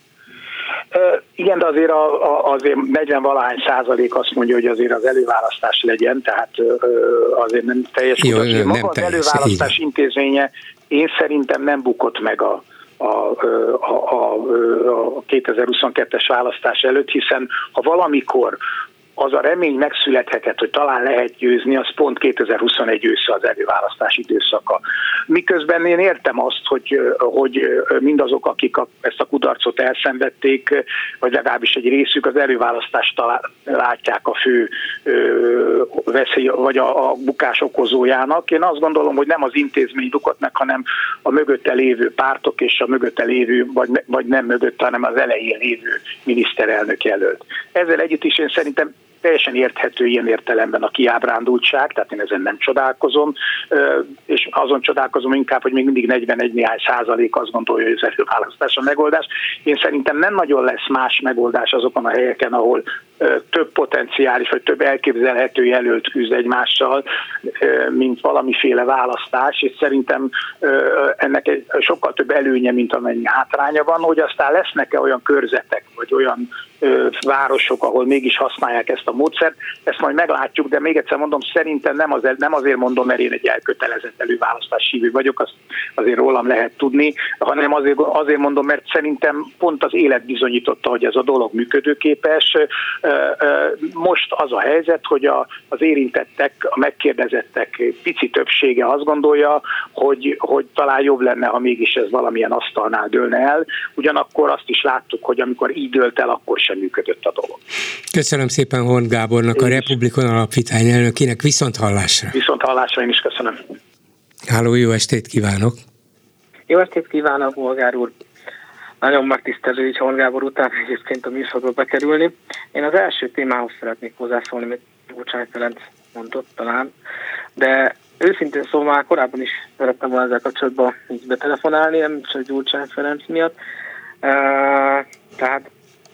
Speaker 5: Igen, de azért, a, a, azért negyven-valahány százalék azt mondja, hogy azért az előválasztás legyen, tehát azért nem teljes
Speaker 3: Jó,
Speaker 5: kutatás.
Speaker 3: nem,
Speaker 5: Maga
Speaker 3: nem
Speaker 5: az
Speaker 3: teljes,
Speaker 5: előválasztás
Speaker 3: igen.
Speaker 5: intézménye én szerintem nem bukott meg a, a, a, a, a kétezer-huszonkettes választás előtt, hiszen ha valamikor az a remény megszülethetett, hogy talán lehet győzni, az pont kétezer-huszonegy ősze az előválasztás időszaka. Miközben én értem azt, hogy, hogy mindazok, akik a, ezt a kudarcot elszenvedték, vagy legalábbis egy részük az előválasztást látják a fő ö, veszély, vagy a, a bukás okozójának. Én azt gondolom, hogy nem az intézmény bukott meg, hanem a mögötte lévő pártok és a mögötte lévő, vagy, vagy nem mögött, hanem az elején lévő miniszterelnök jelölt. Ezzel együtt is én szerintem teljesen érthető ilyen értelemben a kiábrándultság, tehát én ezen nem csodálkozom, és azon csodálkozom inkább, hogy még mindig negyvenegy néhány százalék azt gondolja, hogy az előválasztás a megoldás. Én szerintem nem nagyon lesz más megoldás azokon a helyeken, ahol több potenciális, vagy több elképzelhető jelölt küzd egymással, mint valamiféle választás, és szerintem ennek egy sokkal több előnye, mint amennyi hátránya van, hogy aztán lesznek-e olyan körzetek, vagy olyan városok, ahol mégis használják ezt a módszert, ezt majd meglátjuk, de még egyszer mondom, szerintem nem azért, nem azért mondom, mert én egy elkötelezett előválasztás hívő vagyok, azt azért rólam lehet tudni, hanem azért, azért mondom, mert szerintem pont az élet bizonyította, hogy ez a dolog működőképes. Most az a helyzet, hogy a, az érintettek, a megkérdezettek pici többsége azt gondolja, hogy, hogy talán jobb lenne, ha mégis ez valamilyen asztalnál dőlne el. Ugyanakkor azt is láttuk, hogy amikor így dőlt el, akkor sem működött a dolog.
Speaker 3: Köszönöm szépen Horn Gábornak, a Republikon Alapítvány elnökének, viszont hallásra.
Speaker 5: Viszont hallásra, én is köszönöm.
Speaker 3: Háló, jó estét kívánok!
Speaker 6: Jó estét kívánok, Bolgár úr! Nagyon megtisztelő így Horn Gábor után egyébként a műsorba bekerülni. Én az első témához szeretnék hozzászólni, amit Gyurcsány Ferenc mondott talán, de őszintén szóval már korábban is szerettem volna ezzel kapcsolatban így betelefonálni, nem csak Gyurcsány Ferenc miatt. Uh, tehát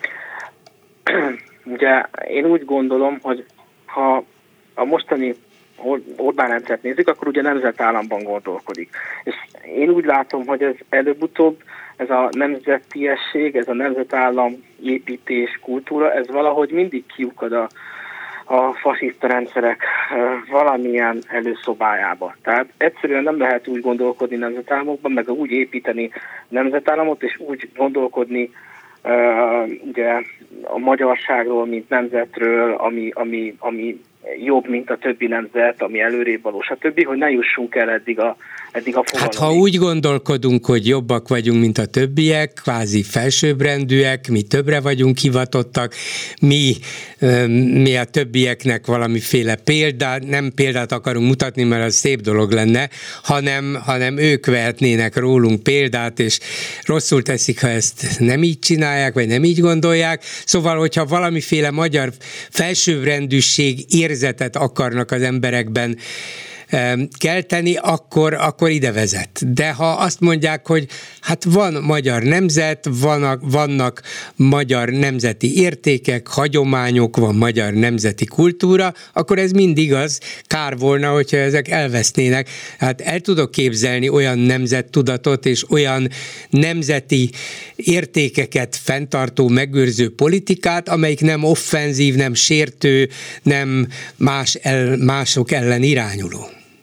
Speaker 6: ugye én úgy gondolom, hogy ha a mostani Orbán rendszert nézik, akkor ugye nemzetállamban gondolkodik. És én úgy látom, hogy ez előbb-utóbb, ez a nemzetiesség, ez a nemzetállam építés kultúra, ez valahogy mindig kiukad a, a fasiszta rendszerek valamilyen előszobájába. Tehát egyszerűen nem lehet úgy gondolkodni nemzetállamokban, meg úgy építeni nemzetállamot, és úgy gondolkodni uh, ugye a magyarságról, mint nemzetről, ami, ami, ami jobb, mint a többi nemzet, ami előrébb való, stb., hogy ne jussunk el eddig a, eddig a fogalomig.
Speaker 3: Hát ha úgy gondolkodunk, hogy jobbak vagyunk, mint a többiek, kvázi felsőbbrendűek, mi többre vagyunk hivatottak, mi, mi a többieknek valamiféle példát, nem példát akarunk mutatni, mert az szép dolog lenne, hanem, hanem ők vehetnének rólunk példát, és rosszul teszik, ha ezt nem így csinálják, vagy nem így gondolják. Szóval, hogyha valamiféle magyar felsőbbrendűség érzetet akarnak az emberekben kelteni, akkor, akkor ide vezet. De ha azt mondják, hogy hát van magyar nemzet, vannak, vannak magyar nemzeti értékek, hagyományok, van magyar nemzeti kultúra, akkor ez mind igaz. Kár volna, hogyha ezek elvesznének. Hát el tudok képzelni olyan nemzettudatot és olyan nemzeti értékeket fenntartó, megőrző politikát, amelyik nem offenzív, nem sértő, nem más el, mások ellen irányuló.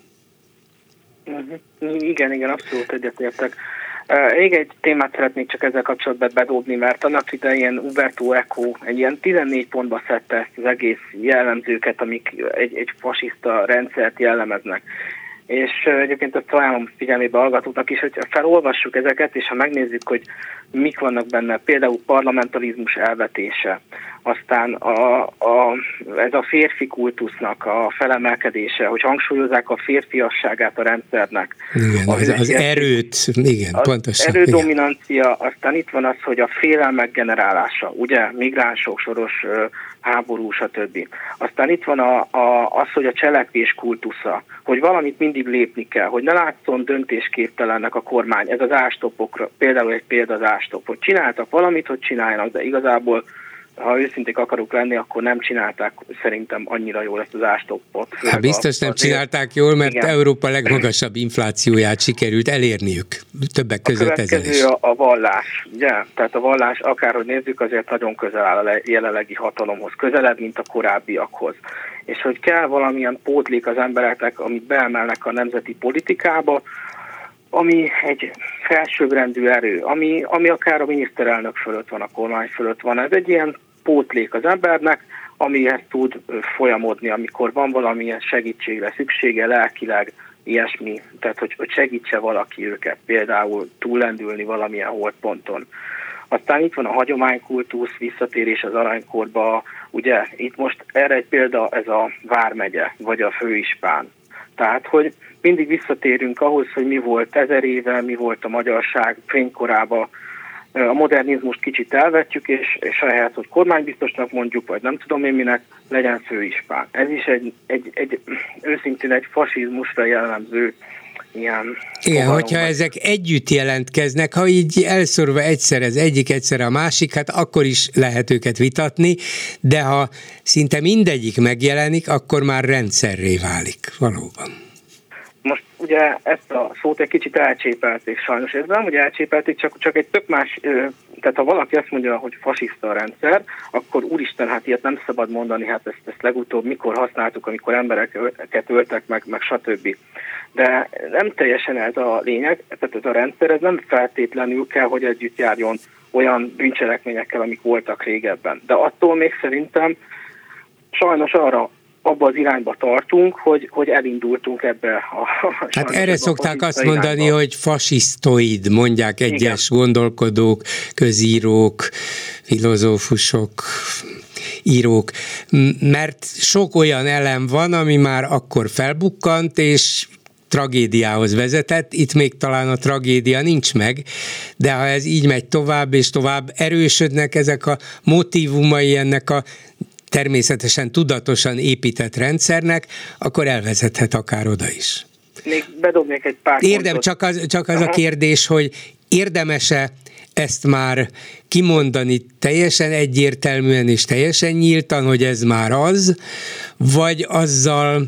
Speaker 6: Igen, igen, abszolút egyetértek. Még egy témát szeretnék csak ezzel kapcsolatban bedobni, mert annak idején Umberto Eco egy ilyen tizennégy pontba szedte ezt az egész jellemzőket, amik egy, egy fasiszta rendszert jellemeznek. És egyébként ezt ajánlom figyelmébe hallgatóknak is, hogy felolvassuk ezeket, és ha megnézzük, hogy mik vannak benne, például parlamentarizmus elvetése, aztán a, a, ez a férfi kultusznak a felemelkedése, hogy hangsúlyozzák a férfiasságát a rendszernek.
Speaker 3: Igen, az, az erőt, igen,
Speaker 6: az
Speaker 3: pontosan.
Speaker 6: Erődominancia, aztán itt van az, hogy a félelmek generálása, ugye, migránsok, soros háború, stb. Aztán itt van a, a, az, hogy a cselekvés kultusza, hogy valamit mindig lépni kell, hogy ne látszon döntésképtelennek a kormány. Ez az ástopokra, például egy példa az ástop, hogy csináltak valamit, hogy csináljanak, de igazából, ha őszinték akarok lenni, akkor nem csinálták szerintem annyira jól ezt az ástoppot.
Speaker 3: Hát biztos nem csinálták jól, mert igen. Európa legmagasabb inflációját sikerült elérniük. Többek között ezen is.
Speaker 6: A, a vallás, ugye? Tehát a vallás, akárhogy nézzük, azért nagyon közel áll a jelenlegi hatalomhoz, közelebb, mint a korábbiakhoz. És hogy kell valamilyen pótlék az embereknek, amit beemelnek a nemzeti politikába, ami egy felsőbbrendű erő, ami, ami akár a miniszterelnök fölött van, a kormány fölött van. Ez egy ilyen pótlék az embernek, amihez tud folyamodni, amikor van valamilyen segítségre szüksége, lelkileg, ilyesmi, tehát hogy, hogy segítse valaki őket, például túllendülni valamilyen holdponton. Aztán itt van a hagyománykultusz, visszatérés az aranykorba, ugye itt most erre egy példa ez a vármegye, vagy a főispán. Tehát, hogy mindig visszatérünk ahhoz, hogy mi volt ezer éve, mi volt a magyarság fénykorában. A modernizmust kicsit elvetjük, és, és ahelyett, hogy kormánybiztosnak mondjuk, vagy nem tudom én minek, legyen főispán. Ez is egy, egy, egy őszintén egy fasizmusra jellemző ilyen...
Speaker 3: Igen, hogyha ezek együtt jelentkeznek, ha így elszorva egyszer az egyik, egyszer a másik, hát akkor is lehet őket vitatni, de ha szinte mindegyik megjelenik, akkor már rendszerré válik, valóban.
Speaker 6: Most ugye ezt a szót egy kicsit elcsépelték sajnos. Ez nem, hogy elcsépelték, csak, csak egy tök más, tehát ha valaki azt mondja, hogy fasiszta a rendszer, akkor úristen, hát ilyet nem szabad mondani, hát ezt, ezt legutóbb mikor használtuk, amikor embereket öltek meg, meg stb. De nem teljesen ez a lényeg, tehát ez a rendszer, ez nem feltétlenül kell, hogy együtt járjon olyan bűncselekményekkel, amik voltak régebben. De attól még szerintem sajnos arra abba az irányba tartunk, hogy, hogy elindultunk ebbe a...
Speaker 3: Hát erre szokták azt mondani, irányba. Hogy fasisztoid, mondják egyes igen. gondolkodók, közírók, filozófusok, írók, mert sok olyan elem van, ami már akkor felbukkant, és tragédiához vezetett, itt még talán a tragédia nincs meg, de ha ez így megy tovább és tovább, erősödnek ezek a motívumai ennek a természetesen tudatosan épített rendszernek, akkor elvezethet akár oda is.
Speaker 6: Még bedobnék egy pár
Speaker 3: Érdem, csak az, csak az a kérdés, hogy érdemes-e ezt már kimondani teljesen egyértelműen és teljesen nyíltan, hogy ez már az, vagy azzal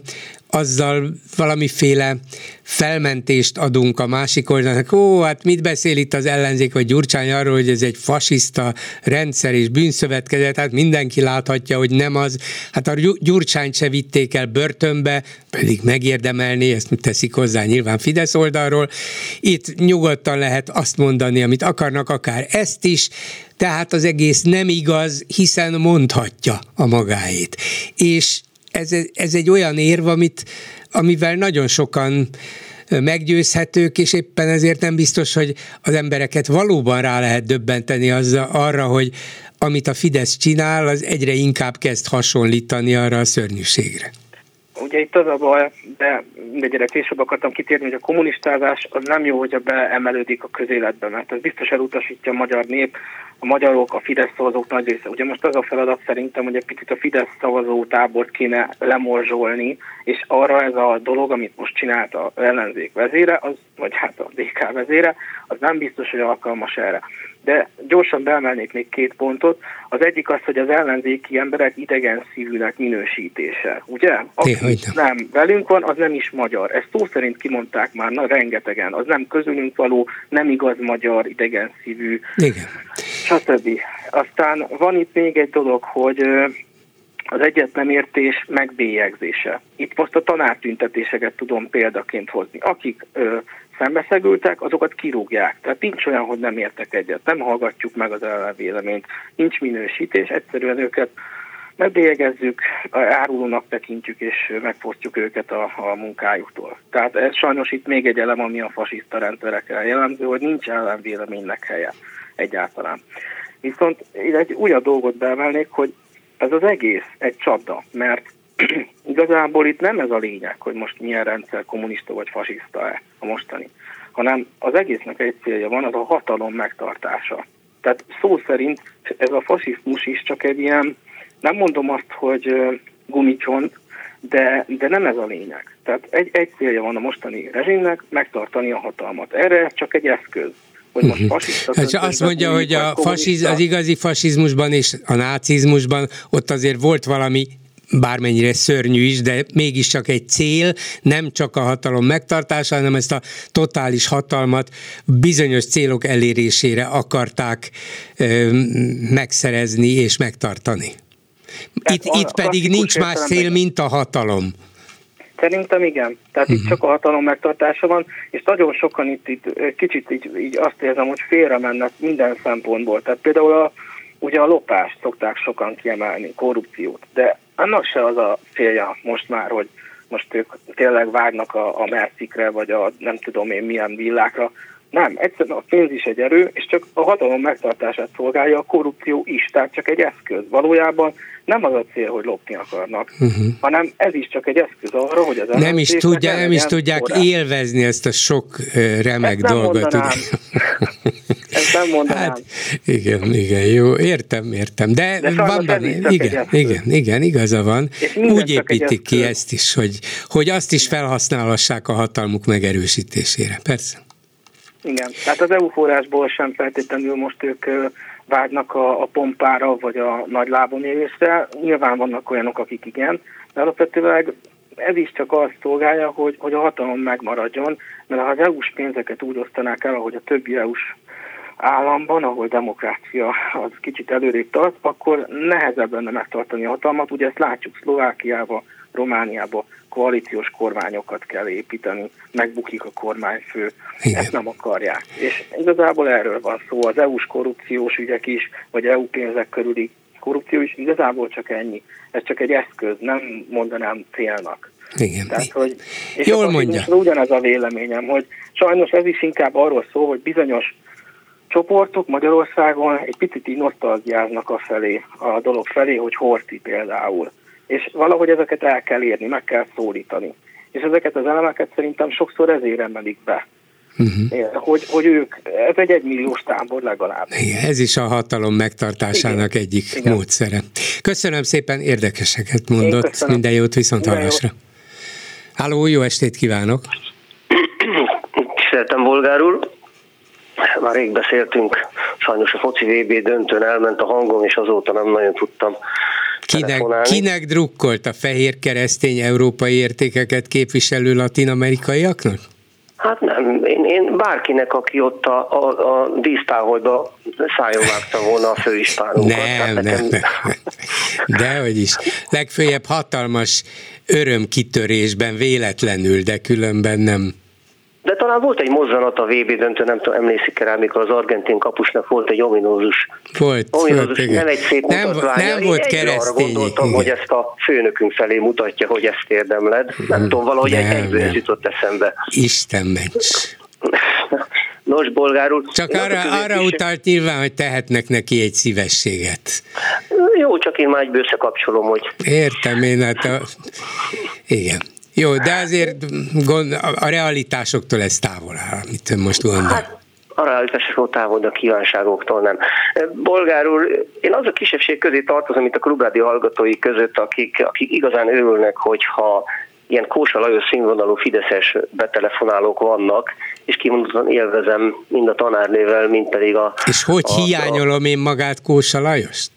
Speaker 3: azzal valamiféle felmentést adunk a másik oldalnak. Ó, hát mit beszél itt az ellenzék vagy Gyurcsány arról, hogy ez egy fasiszta rendszer és bűnszövetkezet, hát mindenki láthatja, hogy nem az. Hát a Gyurcsányt se vitték el börtönbe, pedig megérdemelné, ezt teszik hozzá nyilván Fidesz oldalról. Itt nyugodtan lehet azt mondani, amit akarnak, akár ezt is, tehát az egész nem igaz, hiszen mondhatja a magáét. És ez, ez egy olyan érv, amit, amivel nagyon sokan meggyőzhetők, és éppen ezért nem biztos, hogy az embereket valóban rá lehet döbbenteni azzal, arra, hogy amit a Fidesz csinál, az egyre inkább kezd hasonlítani arra a szörnyűségre.
Speaker 6: Ugye itt az a baj, de egyre később akartam kitérni, hogy a kommunistázás az nem jó, hogyha beemelődik a közéletbe, mert ez biztos elutasítja a magyar nép, a magyarok, a Fidesz szavazók nagy része. Ugye most az a feladat szerintem, hogy egy picit a Fidesz szavazó tábort kéne lemorzsolni, és arra ez a dolog, amit most csinált az ellenzék vezére, az, vagy hát a dé ká vezére, az nem biztos, hogy alkalmas erre. De gyorsan beemelnék még két pontot. Az egyik az, hogy az ellenzéki emberek idegen szívűnek minősítése. Ugye? Aki nem velünk van, az nem is magyar. Ezt szó szerint kimondták már na, rengetegen. Az nem közülünk való, nem igaz magyar, idegen szívű.
Speaker 3: Igen.
Speaker 6: Stb. Aztán van itt még egy dolog, hogy az egyet nem értés megbélyegzése. Itt most a tanártüntetéseket tudom példaként hozni. Akik ö, szembeszegültek, azokat kirúgják. Tehát nincs olyan, hogy nem értek egyet. Nem hallgatjuk meg az ellenvéleményt. Nincs minősítés, egyszerűen őket megbélyegezzük, árulónak tekintjük, és megfosztjuk őket a, a munkájuktól. Tehát ez sajnos itt még egy elem, ami a fasiszta rendszerekre jellemző, hogy nincs ellenvéleménynek helye egyáltalán. Viszont egy újabb dolgot beemelnék, hogy ez az egész egy csapda, mert igazából itt nem ez a lényeg, hogy most milyen rendszer, kommunista vagy fasiszta-e a mostani, hanem az egésznek egy célja van, az a hatalom megtartása. Tehát szó szerint ez a fasizmus is csak egy ilyen, nem mondom azt, hogy gumicsont, de, de nem ez a lényeg. Tehát egy, egy célja van a mostani rezsimnek, megtartani a hatalmat. Erre csak egy eszköz. Hogy most fasiszta,
Speaker 3: hát azt mondja, hogy a fasiz, az igazi fasizmusban és a nácizmusban ott azért volt valami, bármennyire szörnyű is, de mégiscsak egy cél, nem csak a hatalom megtartása, hanem ezt a totális hatalmat bizonyos célok elérésére akarták ö, megszerezni és megtartani. Itt, a, itt pedig nincs más cél, mint a hatalom.
Speaker 6: Szerintem igen. Tehát uh-huh. itt csak a hatalom megtartása van, és nagyon sokan itt, itt kicsit így, így azt érzem, hogy félre mennek minden szempontból. Tehát például a, ugye a lopást szokták sokan kiemelni, korrupciót, de annak se az a célja most már, hogy most ők tényleg vágnak a, a Mercikre, vagy a nem tudom én milyen villákra. Nem, egyszerűen a pénz is egy erő, és csak a hatalom megtartását szolgálja, a korrupció is, tehát csak egy eszköz. Valójában nem az a cél, hogy lopni akarnak, uh-huh. hanem ez is csak egy eszköz arra, hogy az
Speaker 3: nem is tudja, nem is tudják forrás. Élvezni ezt a sok uh, remek ezt dolgot.
Speaker 6: Ezt nem mondanám. Hát,
Speaker 3: igen, igen, jó, értem, értem. De, De van benne, igen, igen, igen, igaza van. Úgy építik ki ezt is, hogy, hogy azt is felhasználhassák a hatalmuk megerősítésére. Persze.
Speaker 6: Igen, tehát az é u forrásból sem feltétlenül most ők vágynak a, a pompára, vagy a nagy lábonérésre. Nyilván vannak olyanok, akik igen, de alapvetően ez is csak azt szolgálja, hogy, hogy a hatalom megmaradjon, mert ha az é u-s pénzeket úgy osztanák el, ahogy a többi é u-s államban, ahol demokrácia az kicsit előrébb tart, akkor nehezebb lenne megtartani a hatalmat. Ugye ezt látjuk Szlovákiába, Romániába, koalíciós kormányokat kell építeni, megbukik a kormányfő, igen. Ezt nem akarják. És igazából erről van szó, az é u-s korrupciós ügyek is, vagy é u pénzek körüli korrupció is, igazából csak ennyi. Ez csak egy eszköz, nem mondanám célnak.
Speaker 3: Igen.
Speaker 6: Tehát, hogy, és
Speaker 3: jól mondja.
Speaker 6: Ugyanez a véleményem, hogy sajnos ez is inkább arról szól, hogy bizonyos csoportok Magyarországon egy picit így nosztalgiáznak a felé, a dolog felé, hogy Horthy például. És valahogy ezeket el kell érni, meg kell szólítani. És ezeket az elemeket szerintem sokszor ezért emelik be. Uh-huh. Hogy, hogy ők, ez egy egymilliós tábor legalább.
Speaker 3: Igen, ez is a hatalom megtartásának igen. egyik igen. módszere. Köszönöm szépen, érdekeseket mondott, minden jót, viszont hallásra. Halló, jó estét kívánok!
Speaker 7: Tiszteltem, Bolgár úr! Már rég beszéltünk, sajnos a foci vé bé döntőn elment a hangom, és azóta nem nagyon tudtam
Speaker 3: kinek, kinek drukkolt? A fehér keresztény európai értékeket képviselő latin-amerikaiaknak?
Speaker 7: Hát nem, én, én bárkinek, aki ott a, a, a dísztávolba szájon vágta volna a főispánunkat.
Speaker 3: Nem, nem, nekem... nem. Dehogy is. Legfőjebb hatalmas örömkitörésben véletlenül, de különben nem.
Speaker 7: De talán volt egy mozzanat a vé bé döntő, nem tudom, emlékszik rá, amikor az argentin kapusnak volt egy ominózus.
Speaker 3: Volt,
Speaker 7: ominózus,
Speaker 3: volt,
Speaker 7: nem egy szép
Speaker 3: nem,
Speaker 7: mutatványa.
Speaker 3: nem volt keresztény.
Speaker 7: Arra gondoltam, igen, hogy ezt a főnökünk felé mutatja, hogy ezt érdemled. Nem tudom, valahogy nem, egyből ez jutott eszembe.
Speaker 3: Isten ments.
Speaker 7: Nos, bolgár úr.
Speaker 3: Csak arra, arra utalt nyilván, hogy tehetnek neki egy szívességet.
Speaker 7: Jó, csak én már egyből összekapcsolom, hogy...
Speaker 3: Értem én, hát a... igen. Jó, de azért gond, a realitásoktól ez távol áll, amit ön most gondol. Hát,
Speaker 7: a realitásoktól távol, de a kívánságoktól nem. Bolgár úr, én az a kisebbség közé tartozom, mint a Klubrádió hallgatói között, akik, akik igazán örülnek, hogyha ilyen Kósa Lajos színvonalú fideszes betelefonálók vannak, és kimondottan élvezem mind a tanárnővel, mind pedig a...
Speaker 3: És hogy
Speaker 7: a,
Speaker 3: hiányolom a... én magát Kósa Lajost?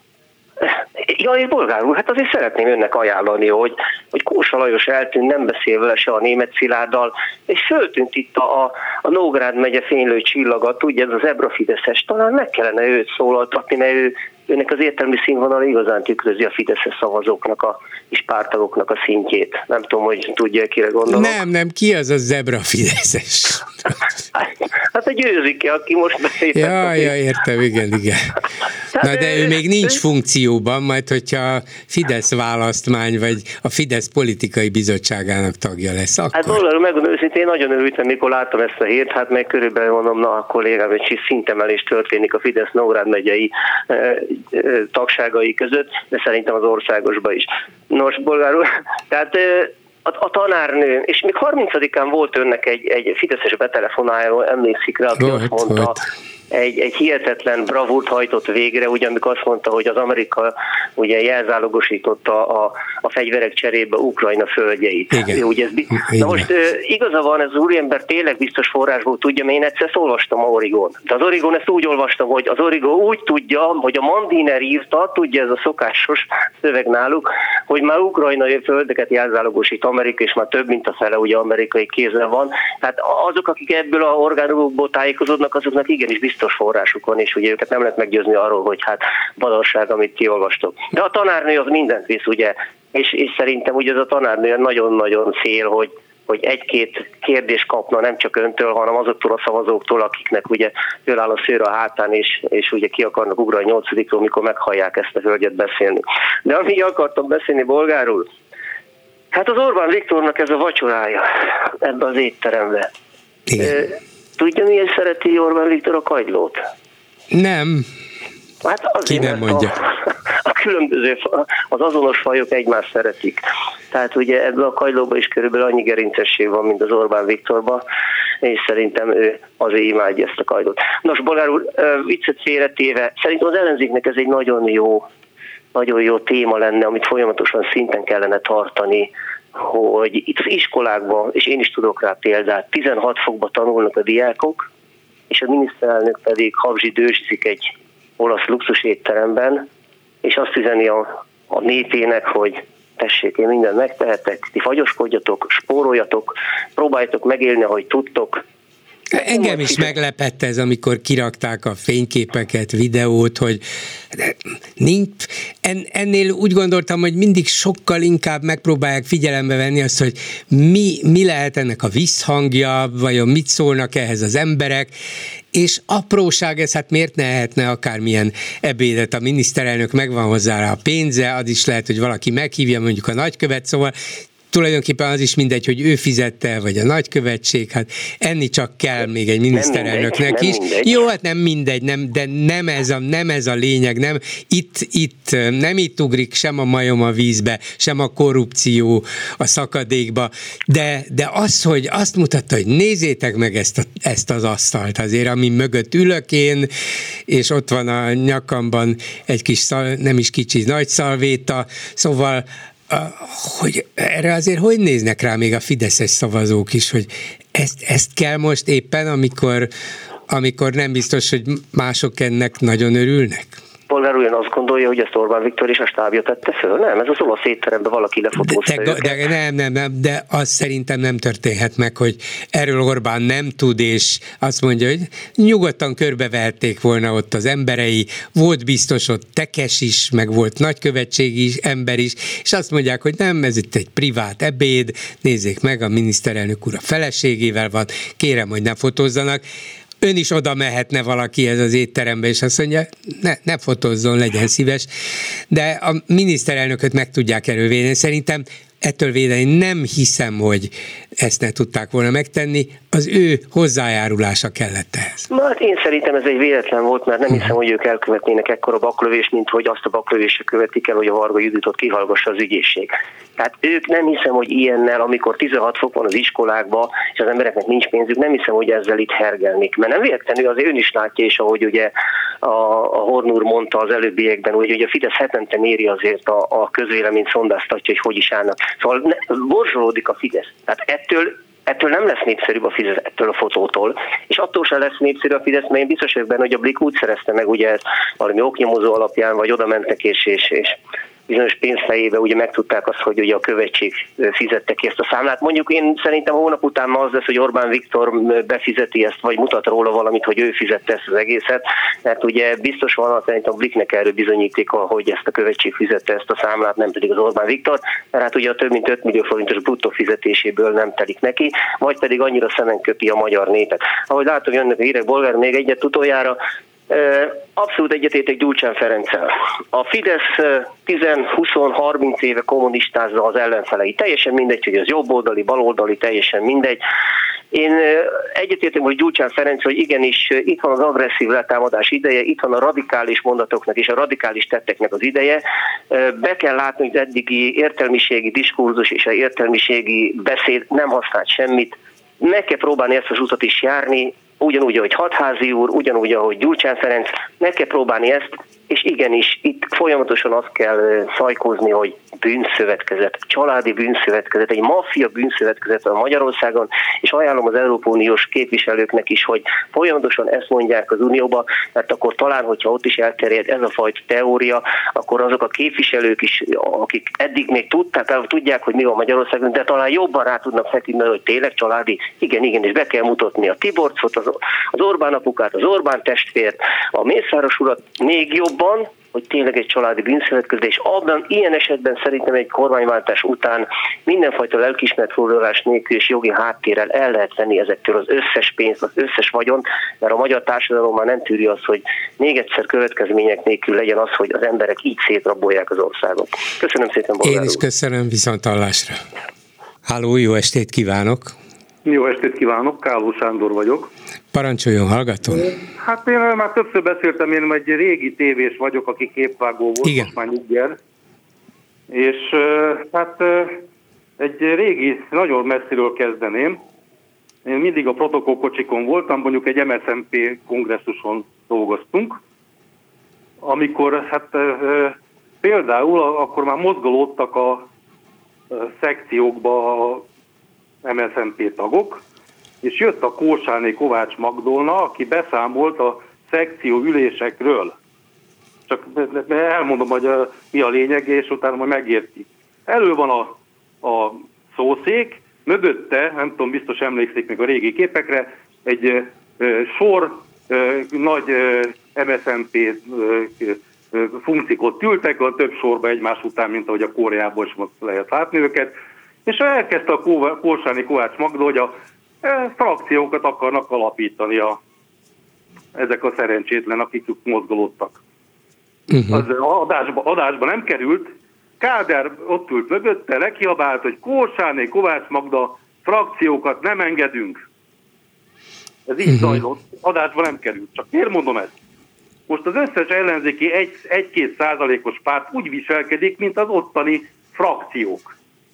Speaker 7: Ja, és bolgár úr, hát azért szeretném önnek ajánlani, hogy, hogy Kósa Lajos eltűnt, nem beszél vele se a Németh Szilárddal, és föltűnt itt a, a, a Nógrád megye fénylő csillaga, tudja, ez az Ebra Fideszes, talán meg kellene őt szólaltatni, mert ő, őnek az értelmi színvonal igazán tükrözi a fideszes szavazóknak a, és pártagoknak a szintjét. Nem tudom, hogy tudja, kire gondolok.
Speaker 3: Nem, nem, ki az a Zebra Fideszes?
Speaker 7: Hát a Győzike, aki most beszélt.
Speaker 3: Ja, ja, értem, igen, igen. Na, de ő még nincs funkcióban, majd hogyha a Fidesz választmány, vagy a Fidesz politikai bizottságának tagja lesz, akkor...
Speaker 7: Hát valóban megmondom őszintén, én nagyon örültem, mikor láttam ezt a hírt, hát meg körülbelül mondom, na a kollégám, egy szintemelés történik a Fidesz Nógrád megyei e, e, tagságai között, de szerintem az országosban is. Nos, bolgár úr, tehát... E, A, a tanárnő, és még harmincadikán volt önnek egy, egy fideszes betelefonáló, emlékszik rá, aki
Speaker 3: volt,
Speaker 7: azt mondta,
Speaker 3: volt.
Speaker 7: Egy, egy hihetetlen bravúrt hajtott végre, ugye amikor azt mondta, hogy az Amerika ugye jelzálogosította a, a fegyverek cserébe Ukrajna földjeit.
Speaker 3: Igen.
Speaker 7: Ugye ez, na most igaza van, ez az úriember tényleg biztos forrásból tudja, mert én egyszer ezt olvastam a Origon. De az Origon ezt úgy olvastam, hogy az Origon úgy tudja, hogy a Mandiner írta, tudja, ez a szokásos szöveg náluk, hogy már ukrajnai földeket jelzálogosít Amerika, és már több mint a fele ugye amerikai kézben van. Tehát azok, akik ebből a orgánumokból tájékozódnak, azoknak igenis biztos forrásuk van, és ugye őket nem lehet meggyőzni arról, hogy hát badarság, amit ti olvastok. De a tanárnő az mindent visz, ugye, és, és szerintem ugye ez a tanárnő nagyon-nagyon fél, hogy, hogy egy-két kérdést kapna nem csak öntől, hanem azoktól a szavazóktól, akiknek ugye föláll a szőr a hátán, és, és ugye ki akarnak ugrani nyolcadikról, mikor meghallják ezt a hölgyet beszélni. De amíg akartam beszélni, bolgárul, hát az Orbán Viktornak ez a vacsorája ebbe az étterembe. Igen. Tudja, miért szereti Orbán Viktor a kagylót?
Speaker 3: Nem.
Speaker 7: Hát azért,
Speaker 3: ki nem mondja.
Speaker 7: A, a különböző, az azonos fajok egymást szeretik. Tehát ugye ebben a kagylóban is körülbelül annyi gerincesség van, mint az Orbán Viktorban, és szerintem ő azért imádja ezt a kagylót. Nos, bolgár úr, viccet félretéve, szerintem az ellenzéknek ez egy nagyon jó, nagyon jó téma lenne, amit folyamatosan szinten kellene tartani, hogy itt az iskolákban, és én is tudok rá példát, tizenhat fokba tanulnak a diákok, és a miniszterelnök pedig habzsidőszik egy olasz luxus étteremben, és azt üzeni a, a népének, hogy tessék, én mindent megtehetek, ti fagyoskodjatok, spóroljatok, próbáljatok megélni, ahogy tudtok.
Speaker 3: Engem is meglepett ez, amikor kirakták a fényképeket, videót, hogy nincs, en, ennél úgy gondoltam, hogy mindig sokkal inkább megpróbálják figyelembe venni azt, hogy mi, mi lehet ennek a visszhangja, vajon mit szólnak ehhez az emberek, és apróság ez, hát miért ne lehetne akármilyen ebédet, a miniszterelnök megvan hozzá rá a pénze, az is lehet, hogy valaki meghívja mondjuk a nagykövet, szóval tulajdonképpen az is mindegy, hogy ő fizette, vagy a nagykövetség, hát enni csak kell még egy miniszterelnöknek is.
Speaker 7: Mindegy.
Speaker 3: Jó, hát nem mindegy, nem, de nem ez, a, nem ez a lényeg, nem itt, itt, nem itt ugrik sem a majom a vízbe, sem a korrupció a szakadékba, de, de az, hogy azt mutatta, hogy nézzétek meg ezt, a, ezt az asztalt azért, ami mögött ülök én, és ott van a nyakamban egy kis, szal, nem is kicsi, nagy szalvéta, szóval hogy erre azért hogy néznek rá még a fideszes szavazók is, hogy ezt, ezt kell most éppen, amikor, amikor nem biztos, hogy mások ennek nagyon örülnek?
Speaker 7: Polgár úr ön azt gondolja, hogy ezt Orbán Viktor és a stábja tette föl? Nem, ez az olasz étteremben valaki lefotózta
Speaker 3: de, de, de, nem, nem, nem, de azt szerintem nem történhet meg, hogy erről Orbán nem tud, és azt mondja, hogy nyugodtan körbeverték volna ott az emberei, volt biztos ott tekes is, meg volt nagykövetségi is, ember is, és azt mondják, hogy nem, ez itt egy privát ebéd, nézzék meg, a miniszterelnök úr a feleségével van, kérem, hogy ne fotózzanak. Ön is oda mehetne valaki ez az étterembe, és azt mondja, ne, ne fotózzon, legyen szíves, de a miniszterelnököt meg tudják erről védeni. Szerintem ettől védeni nem hiszem, hogy ezt ne tudták volna megtenni, az ő hozzájárulása kellett ehhez.
Speaker 7: Na hát én szerintem ez egy véletlen volt, mert nem hiszem, hogy ők elkövetnének ekkora baklövést, mint hogy azt a baklövésre követik el, hogy a Varga Juditot kihallgassa az ügyészség. Tehát ők nem hiszem, hogy ilyennel, amikor tizenhat fok van az iskolákban, és az embereknek nincs pénzük, nem hiszem, hogy ezzel itt hergelnik. Mert nem véletlenül azért ön is látja, és ahogy ugye a, a Horn úr mondta az előbbiekben, hogy ugye a Fidesz hetente méri azért a, a közvéleményt, szondáztatja, hogy hogy is állnak. Szóval ne, borzsolódik a Fidesz. Tehát ettől Ettől nem lesz népszerűbb a Fidesz, ettől a fotótól, és attól sem lesz népszerű a Fidesz, mert én biztos vagyok benne, hogy a Blik úgy szerezte meg, ugye valami oknyomozó alapján, vagy oda mentek és, és, és bizonyos pénzfejébe ugye megtudták azt, hogy ugye a követség fizette ki ezt a számlát. Mondjuk én szerintem hónap után ma az lesz, hogy Orbán Viktor befizeti ezt, vagy mutat róla valamit, hogy ő fizette ezt az egészet, mert ugye biztos van, szerintem a Bliknek erről bizonyítéka, hogy ezt a követség fizette ezt a számlát, nem pedig az Orbán Viktor, mert hát ugye a több mint öt millió forintos bruttó fizetéséből nem telik neki, vagy pedig annyira szemen köpi a magyar népet. Ahogy látom, jönnek a hírek, Bolgár, még egyet utoljára, abszolút egyetértek Gyurcsány Ferenccel. A Fidesz tíz, húsz, harminc éve kommunistázza az ellenfelei. Teljesen mindegy, hogy az jobboldali, baloldali, teljesen mindegy. Én egyetértem, hogy Gyurcsány Ferenc, hogy igenis itt van az agresszív letámadás ideje, itt van a radikális mondatoknak és a radikális tetteknek az ideje. Be kell látni, hogy az eddigi értelmiségi diskurzus és az értelmiségi beszéd nem használt semmit. Meg kell próbálni ezt az utat is járni, ugyanúgy, ahogy Hatházi úr, ugyanúgy, ahogy Gyurcsány Ferenc, meg kell próbálni ezt, és igenis, itt folyamatosan azt kell szajkózni, hogy bűnszövetkezet, családi bűnszövetkezet, egy maffia bűnszövetkezet a Magyarországon, és ajánlom az Európai Uniós képviselőknek is, hogy folyamatosan ezt mondják az Unióba, mert akkor talán, hogyha ott is elterjed ez a fajta teória, akkor azok a képviselők is, akik eddig még tudták, tudják, hogy mi van Magyarországon, de talán jobban rá tudnak feküdni, hogy tényleg családi, igen, igen, és be kell mutatni a Tiborcot, az, az Orbán apukát, az Orbán testvért, a Mészáros urat még jobban, hogy tényleg egy családi bűnszövetkezés. Abban, ilyen esetben szerintem egy kormányváltás után mindenfajta lelkiismeretfordulás nélkül és jogi háttérrel el lehet venni ezektől az összes pénzt, az összes vagyont, mert a magyar társadalom már nem tűri azt, hogy még egyszer következmények nélkül legyen az, hogy az emberek így szétrabolják az országot. Köszönöm szépen, Bolgár úr.
Speaker 3: Én is köszönöm, viszonthallásra. Háló, jó estét kívánok!
Speaker 8: Jó estét kívánok, Káló Sándor vagyok.
Speaker 3: Parancsoljon, hallgatom.
Speaker 8: Hát én már többször beszéltem, én egy régi tévés vagyok, aki képvágó volt,
Speaker 3: igen.
Speaker 8: Most már nyugger. És hát egy régi, nagyon messziről kezdeném. Én mindig a protokollkocsikon voltam, mondjuk egy em es zé em pé kongresszuson dolgoztunk, amikor hát például akkor már mozgolódtak a szekciókba a em es zé em pé tagok, és jött a Kósáné Kovács Magdolna, aki beszámolt a szekció ülésekről. Csak elmondom, hogy a, mi a lényeg, és utána majd megértik. Elő van a, a szószék, mögötte, nem tudom, biztos emlékszik még a régi képekre, egy ö, sor ö, nagy ö, em es zé em pé ö, ö, funkciók ültek, a több sorba egymás után, mint ahogy a Koreában is most lehet látni őket, és elkezdte a Kósáné Kovács Magda, hogy a e, frakciókat akarnak alapítani a, ezek a szerencsétlen, akik mozgolódtak. Uh-huh. Az adásba, adásba nem került, Kádár ott ült mögötte, lekiabált, hogy Kósáné Kovács Magda, frakciókat nem engedünk. Ez így uh-huh. zajlott, adásba nem került. Csak miért mondom ezt? Most az összes ellenzéki egy, egy-két százalékos párt úgy viselkedik, mint az ottani frakciók.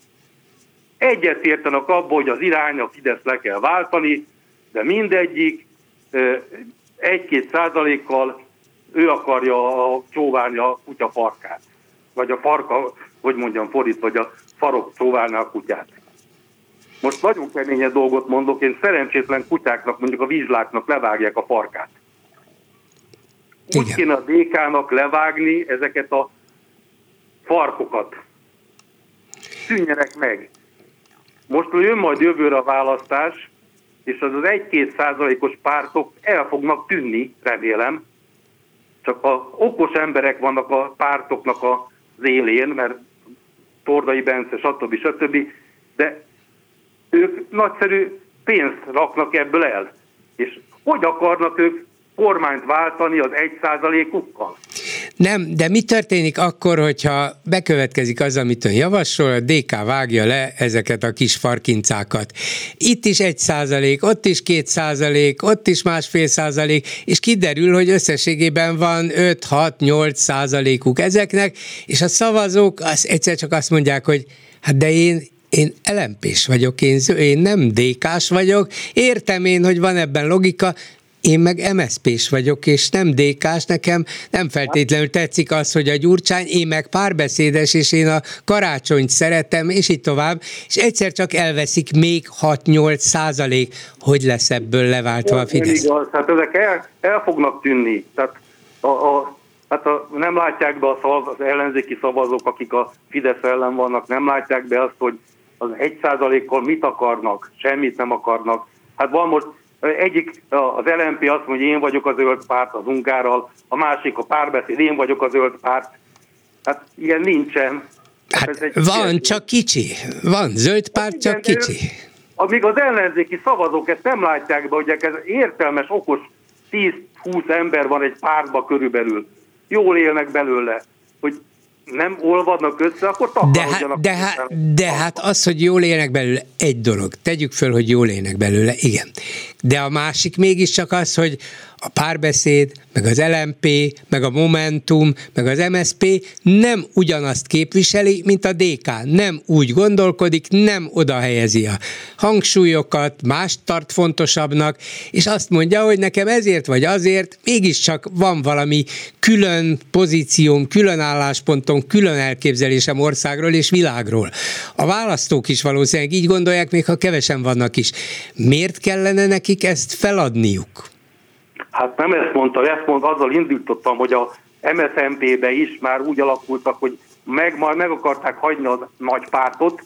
Speaker 8: Egyet értenek abban, hogy az irány, a Fidesz le kell váltani, de mindegyik egy-két százalékkal ő akarja csóválni a kutya farkát. Vagy a farka, hogy mondjam fordítva, vagy a farok csóválni a kutyát. Most nagyon keményen dolgot mondok, én szerencsétlen kutyáknak, mondjuk a vizsláknak levágják a farkát. Úgy kéne a dé ká-nak levágni ezeket a farkokat. Szűnjenek meg. Most jön majd jövőre a választás, és az az egy-két százalékos pártok el fognak tűnni, remélem. Csak a okos emberek vannak a pártoknak az élén, mert Tordai Bence, stb. stb. De ők nagyszerű pénzt raknak ebből el. És hogy akarnak ők kormányt váltani az egy százalékukkal?
Speaker 3: Nem, de mi történik akkor, hogyha bekövetkezik az, amit ön javasol, a dé ká vágja le ezeket a kis farkincákat. Itt is egy százalék, ott is két százalék, ott is másfél százalék, és kiderül, hogy összességében van öt, hat, nyolc százalékuk ezeknek, és a szavazók az egyszer csak azt mondják, hogy hát de én Én el em pés vagyok, én, én nem dé ká-s vagyok, értem én, hogy van ebben logika, én meg em es zé pés vagyok, és nem dé ká-s, nekem nem feltétlenül tetszik az, hogy a Gyurcsány, én meg párbeszédes, és én a Karácsonyt szeretem, és így tovább, és egyszer csak elveszik még hat-nyolc százalék, hogy lesz ebből leváltva a Fidesz.
Speaker 8: Igaz, hát ezek el, el fognak tűnni, tehát a, a, hát a, nem látják be a szav, az ellenzéki szavazók, akik a Fidesz ellen vannak, nem látják be azt, hogy az egy százalékkal mit akarnak, semmit nem akarnak. Hát van most egyik, az el em pé azt mondja, én vagyok a zöld párt az Ungárral, a másik a Párbeszéd, én vagyok a zöld párt. Hát ilyen nincsen.
Speaker 3: Hát van, kérdés. Csak kicsi. Van zöld párt, hát csak igen, kicsi.
Speaker 8: Amíg az ellenzéki szavazók ezt nem látják be, hogy ez értelmes, okos tíz-húsz ember van egy pártba körülbelül. Jól élnek belőle, hogy nem olvadnak össze, akkor takarodjanak.
Speaker 3: De, hát, de, de hát az, hogy jól élnek belőle, egy dolog. Tegyük föl, hogy jól élnek belőle, igen. De a másik mégiscsak az, hogy a Párbeszéd, meg az el em pé, meg a Momentum, meg az em es zé pé nem ugyanazt képviseli, mint a dé ká. Nem úgy gondolkodik, nem oda helyezi a hangsúlyokat, mást tart fontosabbnak, és azt mondja, hogy nekem ezért vagy azért mégiscsak van valami külön pozícióm, külön álláspontom, külön elképzelésem országról és világról. A választók is valószínűleg így gondolják, még ha kevesen vannak is. Miért kellene nekik ezt feladniuk?
Speaker 8: Hát nem ezt mondta, ezt mondta, azzal indítottam, hogy a em es zé em pé-be is már úgy alakultak, hogy meg, majd meg akarták hagyni a nagy pártot,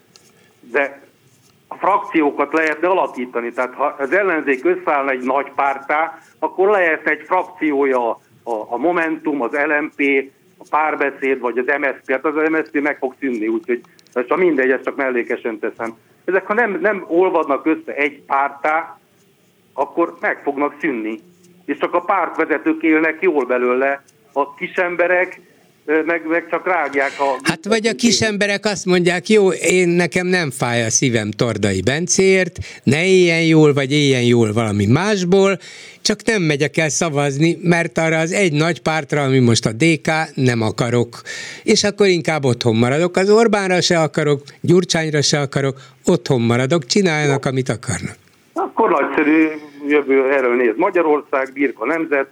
Speaker 8: de a frakciókat lehetne alakítani. Tehát ha az ellenzék összeállna egy nagy párttá, akkor lehetne egy frakciója a, a Momentum, az el em pé, a Párbeszéd, vagy az em es zé pé. Hát az em es zé pé meg fog szűnni, úgyhogy csak mindegy, ezt csak mellékesen teszem. Ezek, ha nem, nem olvadnak össze egy párttá, akkor meg fognak szűnni. És csak a pártvezetők élnek jól belőle, a kisemberek meg, meg csak rágják a...
Speaker 3: Hát vagy a kisemberek azt mondják, jó, én nekem nem fáj a szívem Tordai Bencéért, ne éljen jól, vagy éljen jól valami másból, csak nem megyek el szavazni, mert arra az egy nagy pártra, ami most a dé ká, nem akarok. És akkor inkább otthon maradok. Az Orbánra se akarok, Gyurcsányra se akarok, otthon maradok, csináljanak, amit akarnak.
Speaker 8: Akkor nagyszerű, jövő erről néz Magyarország, birka nemzet.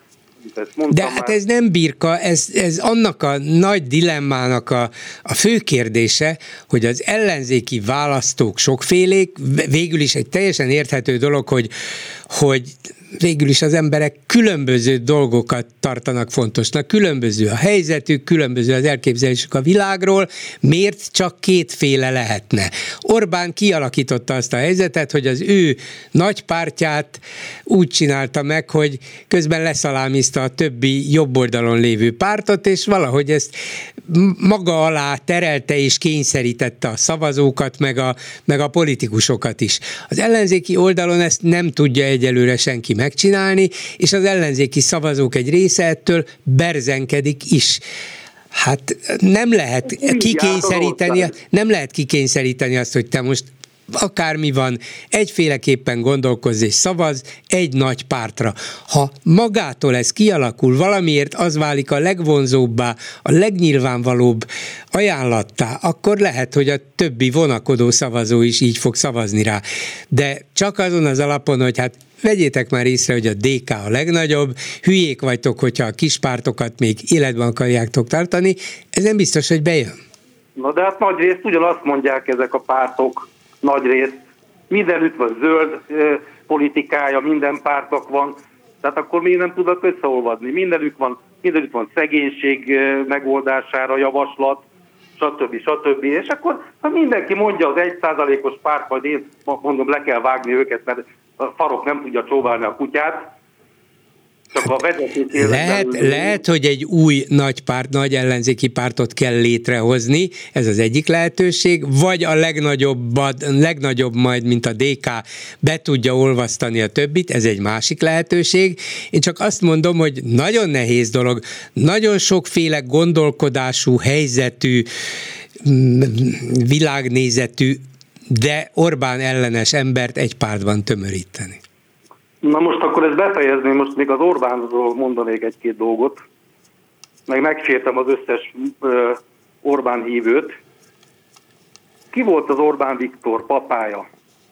Speaker 3: De hát ez nem birka, ez, ez annak a nagy dilemmának a, a fő kérdése, hogy az ellenzéki választók sokfélék, végül is egy teljesen érthető dolog, hogy, hogy végül is az emberek különböző dolgokat tartanak fontosnak, különböző a helyzetük, különböző az elképzelésük a világról, miért csak kétféle lehetne? Orbán kialakította azt a helyzetet, hogy az ő nagy pártját úgy csinálta meg, hogy közben leszalámizta a többi jobb oldalon lévő pártot, és valahogy ezt maga alá terelte és kényszerítette a szavazókat, meg a, meg a politikusokat is. Az ellenzéki oldalon ezt nem tudja egyelőre senki megcsinálni, és az ellenzéki szavazók egy része ettől berzenkedik is. Hát nem lehet kikényszeríteni, nem lehet kikényszeríteni azt, hogy te most akármi van, egyféleképpen gondolkozz és szavaz egy nagy pártra. Ha magától ez kialakul, valamiért az válik a legvonzóbbá, a legnyilvánvalóbb ajánlattá, akkor lehet, hogy a többi vonakodó szavazó is így fog szavazni rá. De csak azon az alapon, hogy hát vegyétek már észre, hogy a dé ká a legnagyobb, hülyék vagytok, hogyha a kis pártokat még életben akarjátok tartani, ez nem biztos, hogy bejön.
Speaker 8: Na de hát nagy részt ugyanazt mondják ezek a pártok, nagy részt. Mindenütt van zöld politikája, minden pártnak van. Tehát akkor még nem tudnak összeolvadni. Mindenük van, mindenük van szegénység megoldására javaslat, stb. stb. És akkor, ha mindenki mondja az egy százalékos párt, majd én mondom, le kell vágni őket, mert a farok nem tudja csóválni a kutyát, csak a vezető
Speaker 3: lehet, lehet, hogy egy új nagy párt, nagy ellenzéki pártot kell létrehozni, ez az egyik lehetőség, vagy a legnagyobb, legnagyobb majd, mint a dé ká, be tudja olvasztani a többit, ez egy másik lehetőség. Én csak azt mondom, hogy nagyon nehéz dolog, nagyon sokféle gondolkodású, helyzetű, világnézetű, de Orbán ellenes embert egy pártban tömöríteni.
Speaker 8: Na most akkor ezt befejezném, most még az Orbánról mondanék egy-két dolgot, meg megsértem az összes uh, Orbán hívőt. Ki volt az Orbán Viktor papája?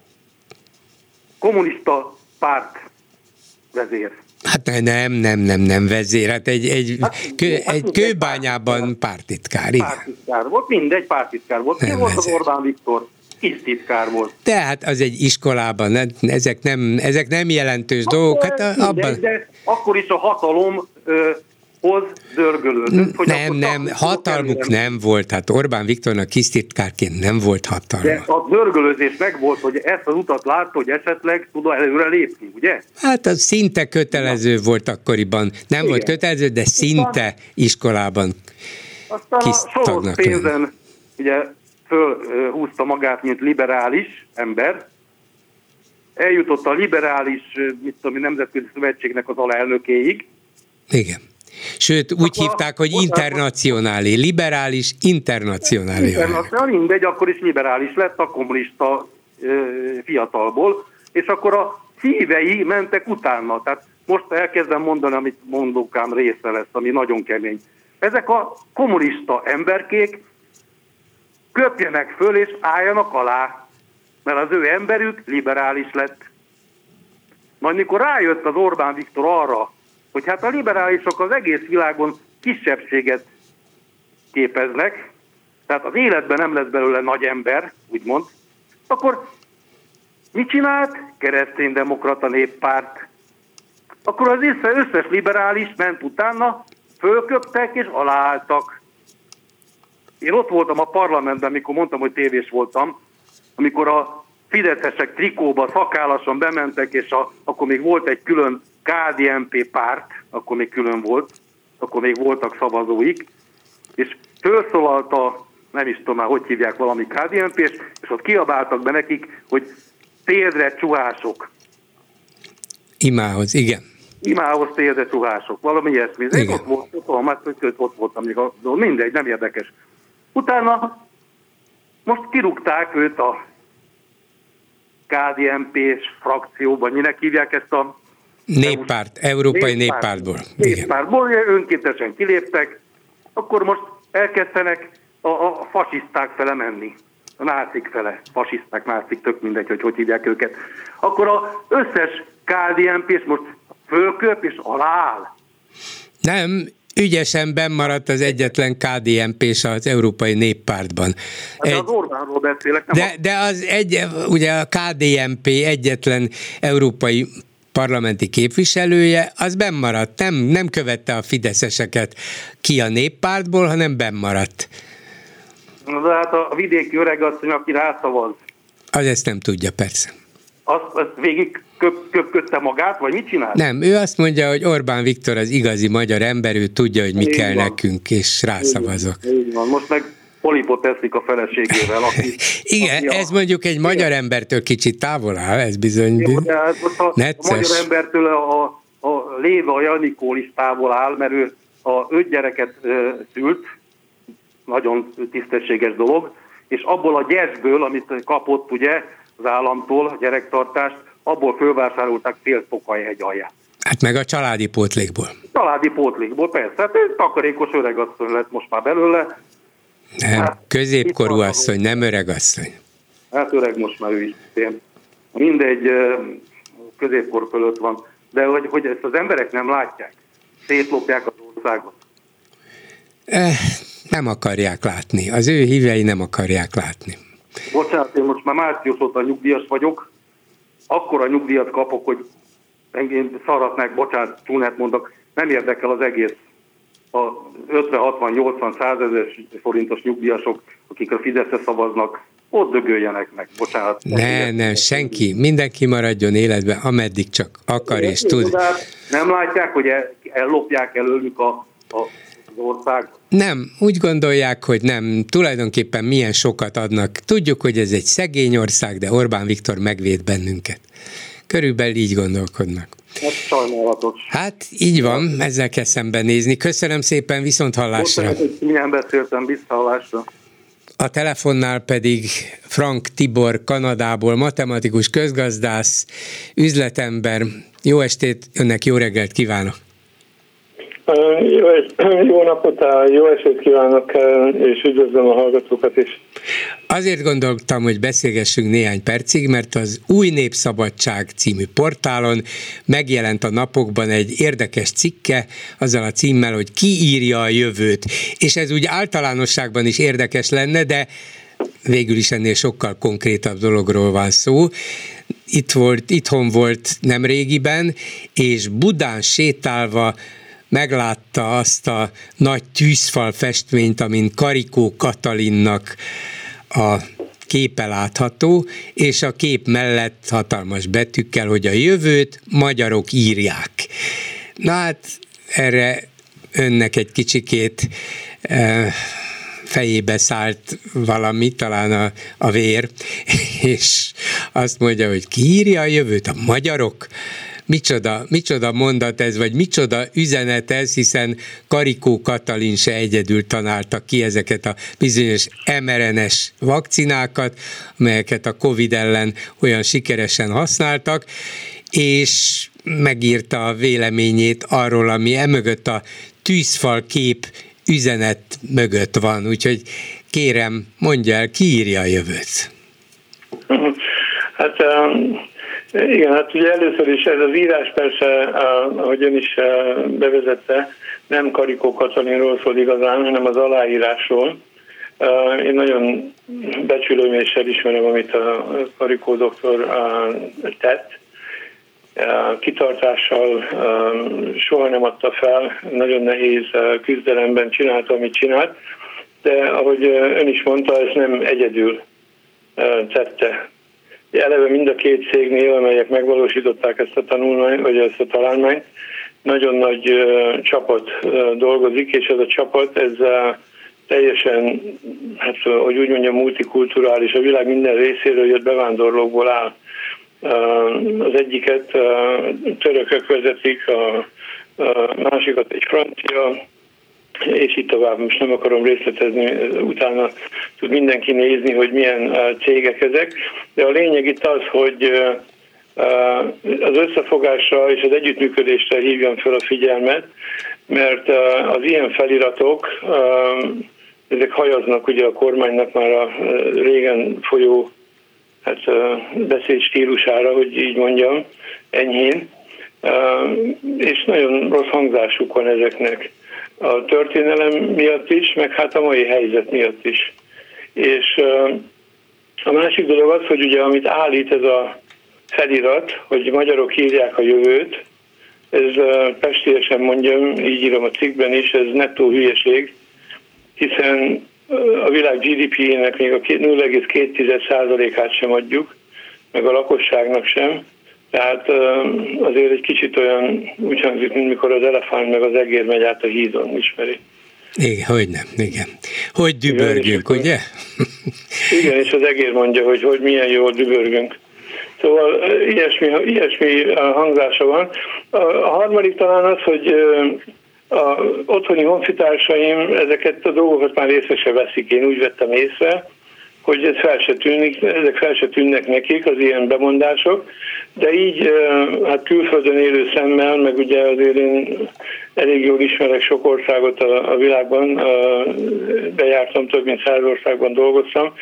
Speaker 8: Kommunista párt vezér.
Speaker 3: Hát nem, nem, nem, nem vezér, hát egy, egy, hát, kő, hát egy kőbányában pártitkár.
Speaker 8: Pártitkár volt, mindegy pártitkár volt. Ki volt az Orbán Viktor? Kis titkár volt.
Speaker 3: Tehát az egy iskolában, ezek nem, ezek nem jelentős akkor dolgok. Hát a, abban...
Speaker 8: De akkor is a hatalom ö, hoz dörgölődött. Hogy
Speaker 3: nem, nem, hatalmuk nem volt. Hát Orbán Viktornak kis titkárként nem volt hatalma.
Speaker 8: De a dörgölőzés meg volt, hogy ezt az utat látta, hogy esetleg tud előre lépni, ugye?
Speaker 3: Hát az szinte kötelező Na. volt akkoriban. Nem Igen. volt kötelező, de szinte iskolában
Speaker 8: aztán kis a soros pénzen, ugye, fölhúzta magát, mint liberális ember, eljutott a liberális, mit tudom, nemzetközi szövetségnek az alelnökéig.
Speaker 3: Igen. Sőt, úgy akkor hívták, hogy internacionálé, liberális internacionálé.
Speaker 8: Internacionálé, mindegy, akkor is liberális lett a kommunista ö, fiatalból, és akkor a hívei mentek utána. Tehát most elkezdem mondani, amit mondókám része lesz, ami nagyon kemény. Ezek a kommunista emberkék köpjenek föl és álljanak alá, mert az ő emberük liberális lett. Majd mikor rájött az Orbán Viktor arra, hogy hát a liberálisok az egész világon kisebbséget képeznek, tehát az életben nem lesz belőle nagy ember, úgymond, akkor mit csinált? Kereszténydemokrata néppárt. Akkor az összes liberális ment utána, fölköptek és aláálltak. Én ott voltam a parlamentben, amikor mondtam, hogy tévés voltam, amikor a fideszesek trikóba szakállasan bementek, és a, akkor még volt egy külön ká dé en pé párt, akkor még külön volt, akkor még voltak szavazóik, és felszólalt a, nem is tudom már, hogy hívják, valami ká dé en pés, és ott kiabáltak be nekik, hogy térdre csuhások.
Speaker 3: Imához, igen.
Speaker 8: Imához térdre csuhások, valami ilyesmi. Én ott voltam, ott, ott voltam még, a, mindegy, nem érdekes. Utána most kirúgták őt a ká dé en pés frakcióban, minek hívják ezt a...
Speaker 3: Néppárt, Európai Néppárt, Néppártból.
Speaker 8: Néppártból, önkéntesen kiléptek, akkor most elkezdenek a, a fasiszták fele menni. A nácik fele, fasiszták, nácik, tök mindegy, hogy hogy hívják őket. Akkor az összes ká dé en pés most fölköp és alááll.
Speaker 3: Nem, ügyesen bennmaradt az egyetlen ká dé en pés az Európai Néppártban.
Speaker 8: Egy, az Orbánról beszélek. Nem
Speaker 3: de, de az egy, ugye a ká dé en pé egyetlen európai parlamenti képviselője, az bennmaradt. Nem, nem követte a fideszeseket ki a Néppártból, hanem bennmaradt.
Speaker 8: De hát a vidéki öregasszony, aki rászavaz.
Speaker 3: Az ezt nem tudja, persze.
Speaker 8: Azt, azt végig köp, köpködte magát, vagy mit csinál?
Speaker 3: Nem, ő azt mondja, hogy Orbán Viktor az igazi magyar ember, ő tudja, hogy mi Így kell van. nekünk, és rászavazok.
Speaker 8: Így van. Így van. Most meg polipot teszik a feleségével. Aki,
Speaker 3: Igen, aki ez a... mondjuk egy magyar Igen. embertől kicsit távol áll, ez bizony
Speaker 8: Igen, de hát most a, a magyar embertől a, a Léva Janikó is távol áll, mert ő a öt gyereket ö, szült, nagyon tisztességes dolog, és abból a gyesből, amit kapott ugye az államtól, a gyerektartást, abból fölvásárolták fél Tokaj-hegy alját.
Speaker 3: Hát meg a családi pótlékból.
Speaker 8: Családi pótlékból, persze. Hát egy takarékos öregasszony lett most már belőle.
Speaker 3: Nem, hát, középkorú asszony, nem öregasszony.
Speaker 8: Hát öreg most már ő is. Mindegy, középkor fölött van. De hogy, hogy ezt az emberek nem látják. Szétlopják az országot.
Speaker 3: Eh, nem akarják látni. Az ő hívei nem akarják látni.
Speaker 8: Bocsánat, én most már március óta nyugdíjas vagyok. Akkora nyugdíjat kapok, hogy engem szaratnak, bocsánat, csúnyát mondok, nem érdekel az egész. A ötven, hatvan, nyolcvan, százezer forintos nyugdíjasok, akik a Fideszre szavaznak, ott dögöljenek meg, bocsánat.
Speaker 3: Ne, nem, senki, mindenki maradjon életben, ameddig csak akar és tud.
Speaker 8: Nem látják, hogy el, ellopják előlük a, a, az ország?
Speaker 3: Nem, úgy gondolják, hogy nem, tulajdonképpen milyen sokat adnak. Tudjuk, hogy ez egy szegény ország, de Orbán Viktor megvéd bennünket. Körülbelül így gondolkodnak.
Speaker 8: Ez sajnálatos.
Speaker 3: Hát így van, ezzel kell szembenézni. Köszönöm szépen, viszont hallásra.
Speaker 8: Köszönöm, hogy milyen beszéltem, vissza hallásra.
Speaker 3: A telefonnál pedig Frank Tibor Kanadából, matematikus, közgazdász, üzletember. Jó estét, önnek jó reggelt kívánok!
Speaker 9: Jó, jó napot, jó estét kívánok, és üdvözlöm a hallgatókat is.
Speaker 3: Azért gondoltam, hogy beszélgessünk néhány percig, mert az Új Népszabadság című portálon megjelent a napokban egy érdekes cikke, azzal a címmel, hogy ki írja a jövőt. És ez úgy általánosságban is érdekes lenne, de végül is ennél sokkal konkrétabb dologról van szó. Itt volt, itthon volt nemrégiben, és Budán sétálva meglátta azt a nagy tűzfal festményt, amin Karikó Katalinnak a képe látható, és a kép mellett hatalmas betűkkel, hogy a jövőt magyarok írják. Na hát erre önnek egy kicsikét eh, fejébe szállt valami, talán a, a vér, és azt mondja, hogy ki írja a jövőt? A magyarok? Micsoda, micsoda mondat ez, vagy micsoda üzenet ez, hiszen Karikó Katalin se egyedül találta ki ezeket a bizonyos em er en es vakcinákat, amelyeket a Covid ellen olyan sikeresen használtak, és megírta a véleményét arról, ami emögött a tűzfal kép üzenet mögött van. Úgyhogy kérem, mondja el, ki írja a jövőt?
Speaker 9: Hát... Um... Igen, hát ugye először is ez az írás persze, ahogy ön is bevezette, nem Karikó Katalinról szól igazán, hanem az aláírásról. Én nagyon becsülöm és elismerem, amit a Karikó doktor tett. Kitartással soha nem adta fel, nagyon nehéz küzdelemben csinálta, amit csinált, de ahogy ön is mondta, ez nem egyedül tette. Eleve mind a két cégnél, amelyek megvalósították ezt a tanulmányt, vagy ezt a találmányt, nagyon nagy uh, csapat uh, dolgozik, és ez a csapat, ez uh, teljesen, hát hogy úgy mondjam, multikulturális, a világ minden részéről jött bevándorlókból áll. Uh, az egyiket uh, törökök vezetik, a, a másikat egy francia, és így tovább, most nem akarom részletezni, utána tud mindenki nézni, hogy milyen cégek ezek, de a lényeg itt az, hogy az összefogásra és az együttműködésre hívjam fel a figyelmet, mert az ilyen feliratok, ezek hajaznak ugye a kormánynak már a régen folyó hát, beszéd stílusára, hogy így mondjam, enyhén, és nagyon rossz hangzásuk van ezeknek. A történelem miatt is, meg hát a mai helyzet miatt is. És a másik dolog az, hogy ugye amit állít ez a felirat, hogy magyarok írják a jövőt, ez pestélyesen mondjam, így írom a cikkben is, ez nettó hülyeség, hiszen a világ gé dé pé-jének még a nulla egész két százalékát sem adjuk, meg a lakosságnak sem. Tehát azért egy kicsit olyan úgy hangzik, mint mikor az elefánt meg az egér megy át a hídon, ismeri.
Speaker 3: Igen, hogy nem, igen. Hogy dübörgünk, igen, ugye?
Speaker 9: Igen, és az egér mondja, hogy, hogy milyen jól dübörgünk. Szóval ilyesmi, ilyesmi hangzása van. A harmadik talán az, hogy a otthoni honfitársaim ezeket a dolgokat már észre se veszik, én úgy vettem észre, hogy ez fel se tűnik, ezek fel se tűnnek nekik, az ilyen bemondások, de így hát külföldön élő szemmel, meg ugye azért én elég jól ismerek sok országot a, a világban, bejártam, több mint száz országban dolgoztam.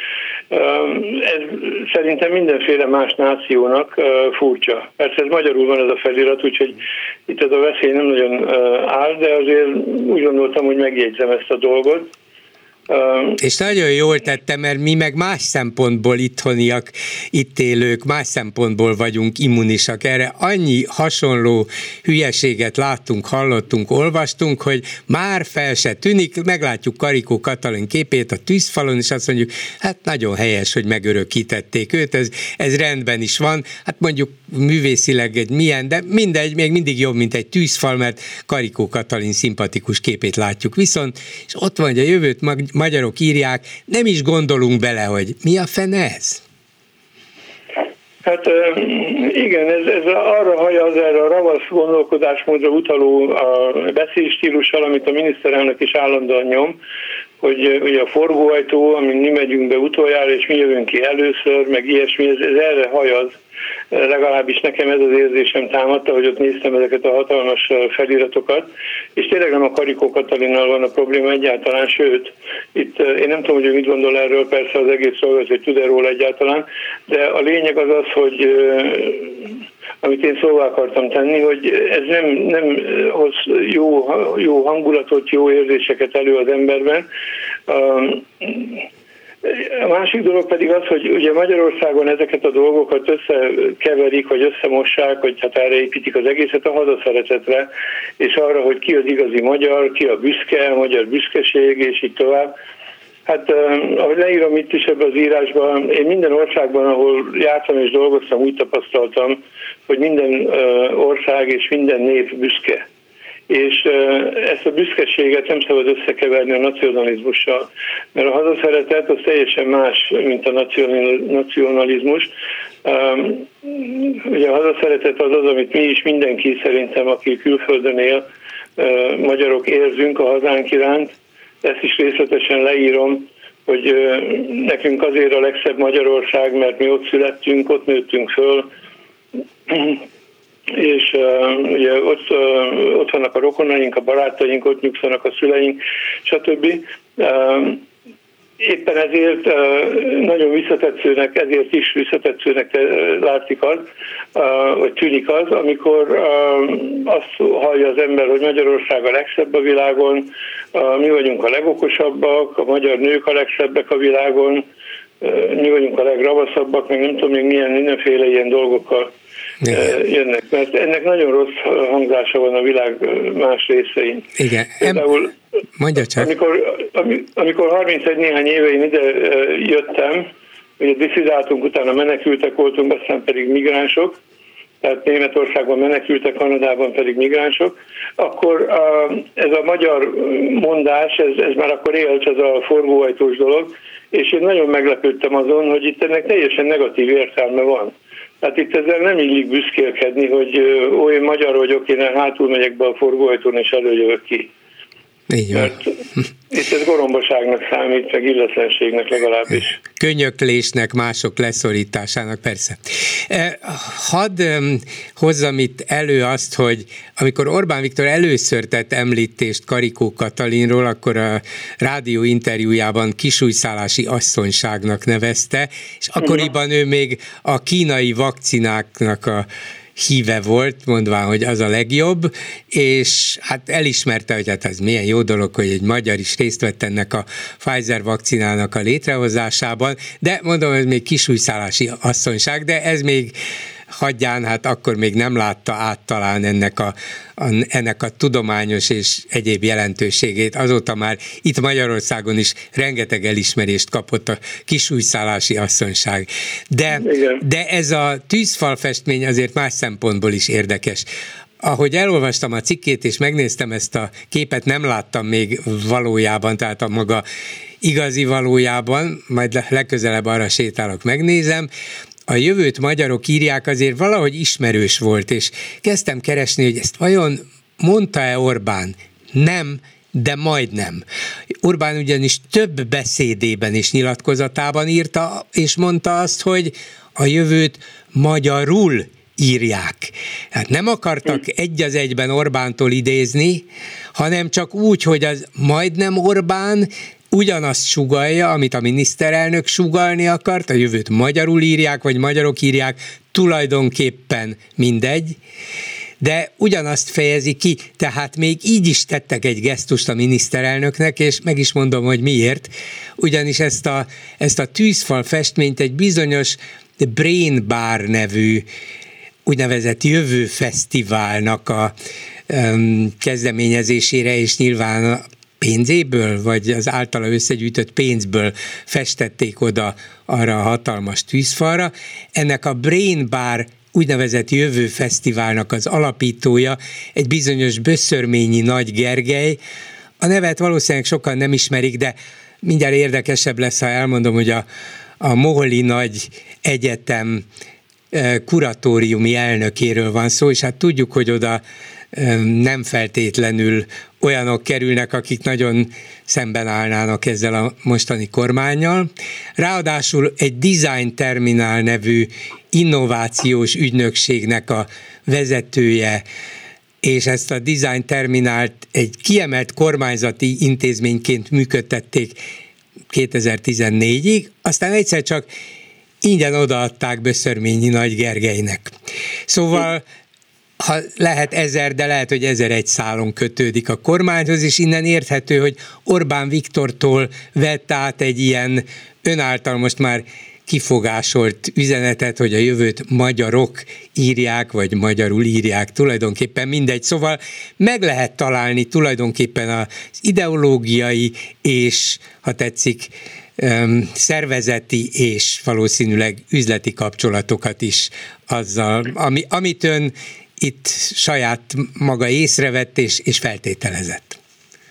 Speaker 9: Ez szerintem mindenféle más nációnak furcsa. Persze ez magyarul van ez a felirat, úgyhogy itt ez a veszély nem nagyon áll, de azért úgy gondoltam, hogy megjegyzem ezt a dolgot.
Speaker 3: És nagyon jól tettem, mert mi meg más szempontból itthoniak, itt élők, más szempontból vagyunk immunisak erre. Annyi hasonló hülyeséget láttunk, hallottunk, olvastunk, hogy már fel se tűnik, meglátjuk Karikó Katalin képét a tűzfalon, és azt mondjuk, hát nagyon helyes, hogy megörökítették őt, ez, ez rendben is van, hát mondjuk művészileg egy milyen, de mindegy, még mindig jobb, mint egy tűzfal, mert Karikó Katalin szimpatikus képét látjuk viszont, és ott van, hogy a jövőt magyarok írják, nem is gondolunk bele, hogy mi a fene ez?
Speaker 9: Hát igen, ez, ez arra hajaz, erre a ravasz gondolkodásmódra utaló a beszédstílussal, amit a miniszterelnök is állandóan nyom, hogy ugye a forgóajtó, amin mi megyünk be utoljára, és mi jövünk ki először, meg ilyesmi, ez, ez erre hajaz. Legalábbis nekem ez az érzésem támadta, hogy ott néztem ezeket a hatalmas feliratokat, és tényleg nem a Karikó Katalinnal van a probléma egyáltalán, sőt, itt én nem tudom, hogy ő mit gondol erről, persze az egész szolgálat, hogy tud-e róla egyáltalán, de a lényeg az az, hogy amit én szóvá akartam tenni, hogy ez nem, nem hoz jó, jó hangulatot, jó érzéseket elő az emberben. A másik dolog pedig az, hogy ugye Magyarországon ezeket a dolgokat összekeverik, vagy összemossák, hogy hát erre építik az egészet a hazaszeretetre, és arra, hogy ki az igazi magyar, ki a büszke, a magyar büszkeség, és így tovább. Hát ahogy leírom itt is ebben az írásban, én minden országban, ahol jártam és dolgoztam, úgy tapasztaltam, hogy minden ország és minden nép büszke. És ezt a büszkeséget nem szabad összekeverni a nacionalizmussal, mert a hazaszeretet az teljesen más, mint a nacionalizmus. Ugye a hazaszeretet az az, amit mi is mindenki szerintem, aki külföldön él, magyarok érzünk a hazánk iránt. Ezt is részletesen leírom, hogy nekünk azért a legszebb Magyarország, mert mi ott születtünk, ott nőttünk föl, és uh, ugye ott, uh, ott vannak a rokonaink, a barátaink, ott nyugszanak a szüleink, stb. Uh, éppen ezért uh, nagyon visszatetszőnek, ezért is visszatetszőnek látszik az, uh, vagy tűnik az, amikor uh, azt hallja az ember, hogy Magyarország a legszebb a világon, uh, mi vagyunk a legokosabbak, a magyar nők a legszebbek a világon, uh, mi vagyunk a legravaszabbak, meg nem tudom még milyen mindenféle ilyen dolgokkal igen. jönnek, mert ennek nagyon rossz hangzása van a világ más részein.
Speaker 3: Igen.
Speaker 9: Például,
Speaker 3: mondja csak.
Speaker 9: Amikor, amikor harmincegy néhány éve én ide jöttem, ugye diszidáltunk, utána menekültek voltunk, aztán pedig migránsok, tehát Németországban menekültek, Kanadában pedig migránsok, akkor ez a magyar mondás, ez, ez már akkor élt, ez a forgóajtós dolog, és én nagyon meglepődtem azon, hogy itt ennek teljesen negatív értelme van. Hát itt ezzel nem illik büszkélkedni, hogy ó, én magyar vagyok, én hátul megyek be a forgóajtón és előjövök ki.
Speaker 3: Így van. Mert
Speaker 9: itt ez gorombaságnak számít, meg illetlenségnek legalábbis.
Speaker 3: Könyöklésnek, mások leszorításának, persze. Hadd hozzam itt elő azt, hogy amikor Orbán Viktor először tett említést Karikó Katalinról, akkor a rádió interjújában kisújszállási asszonyságnak nevezte, és akkoriban ő még a kínai vakcináknak a híve volt, mondván, hogy az a legjobb, és hát elismerte, hogy hát ez milyen jó dolog, hogy egy magyar is részt vett ennek a Pfizer vakcinának a létrehozásában, de mondom, ez még kisújszállási asszonyság, de ez még hagyján, hát akkor még nem látta át talán ennek a, a, ennek a tudományos és egyéb jelentőségét. Azóta már itt Magyarországon is rengeteg elismerést kapott a kisújszállási asszonyság. De, de ez a tűzfalfestmény azért más szempontból is érdekes. Ahogy elolvastam a cikkét és megnéztem ezt a képet, nem láttam még valójában, tehát a maga igazi valójában, majd legközelebb arra sétálok, megnézem. A jövőt magyarok írják azért valahogy ismerős volt, és kezdtem keresni, hogy ezt vajon mondta-e Orbán? Nem, de majdnem. Orbán ugyanis több beszédében és nyilatkozatában írta, és mondta azt, hogy a jövőt magyarul írják. Hát nem akartak egy az egyben Orbántól idézni, hanem csak úgy, hogy az majdnem Orbán ugyanazt sugallja, amit a miniszterelnök sugallni akart, a jövőt magyarul írják, vagy magyarok írják, tulajdonképpen mindegy, de ugyanazt fejezi ki, tehát még így is tettek egy gesztust a miniszterelnöknek, és meg is mondom, hogy miért, ugyanis ezt a, ezt a tűzfal festményt egy bizonyos Brain Bar nevű úgynevezett Jövő Fesztiválnak a um, kezdeményezésére, és nyilván pénzéből, vagy az általa összegyűjtött pénzből festették oda arra a hatalmas tűzfalra. Ennek a Brain Bar úgynevezett Jövő Fesztiválnak az alapítója egy bizonyos Böszörményi Nagy Gergely. A nevet valószínűleg sokan nem ismerik, de mindjárt érdekesebb lesz, ha elmondom, hogy a, a Moholi Nagy Egyetem kuratóriumi elnökéről van szó, és hát tudjuk, hogy oda nem feltétlenül olyanok kerülnek, akik nagyon szemben állnának ezzel a mostani kormánnyal. Ráadásul egy Design Terminál nevű innovációs ügynökségnek a vezetője, és ezt a Design Terminált egy kiemelt kormányzati intézményként működtették kétezer-tizennégyig, aztán egyszer csak ingyen odaadták Böszörményi Nagy Gergelynek. Szóval ha lehet ezer, de lehet, hogy ezeregy szálon kötődik a kormányhoz, és innen érthető, hogy Orbán Viktortól vett át egy ilyen önáltal most már kifogásolt üzenetet, hogy a jövőt magyarok írják, vagy magyarul írják, tulajdonképpen mindegy. Szóval meg lehet találni tulajdonképpen az ideológiai és, ha tetszik, szervezeti és valószínűleg üzleti kapcsolatokat is azzal, ami, amit ön itt saját maga észrevett és, és feltételezett.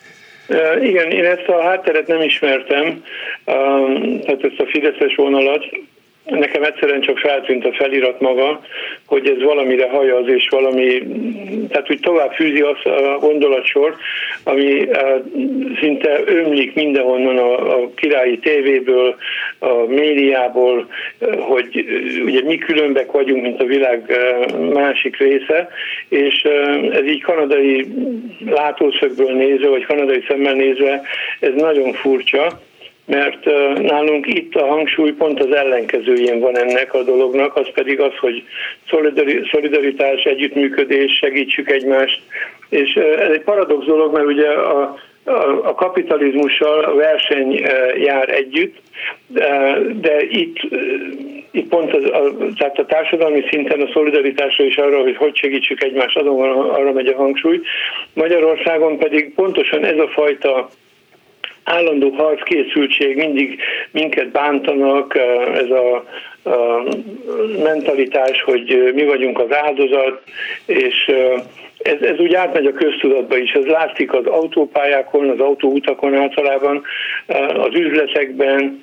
Speaker 9: Igen, én ezt a hátteret nem ismertem, tehát ezt a fideszes vonalat. Nekem egyszerűen csak feltűnt a felirat maga, hogy ez valamire hajaz, és valami, tehát úgy tovább fűzi azt a gondolatsor, ami szinte ömlik mindenhonnan a, a királyi tévéből, a médiából, hogy ugye mi különbek vagyunk, mint a világ másik része, és ez így kanadai látószögből nézve, vagy kanadai szemmel nézve, ez nagyon furcsa, mert nálunk itt a hangsúly pont az ellenkezőjén van ennek a dolognak, az pedig az, hogy szolidaritás, együttműködés, segítsük egymást, és ez egy paradox dolog, mert ugye a, a, a kapitalizmussal a verseny jár együtt, de, de itt, itt pont az, a, tehát a társadalmi szinten a szolidaritásra is arra, hogy hogy segítsük egymást, azon arra megy a hangsúly. Magyarországon pedig pontosan ez a fajta állandó harckészültség, mindig minket bántanak, ez a, a mentalitás, hogy mi vagyunk az áldozat, és ez, ez úgy átmegy a köztudatba is. Ez látszik az autópályákon, az autóutakon általában, az üzletekben.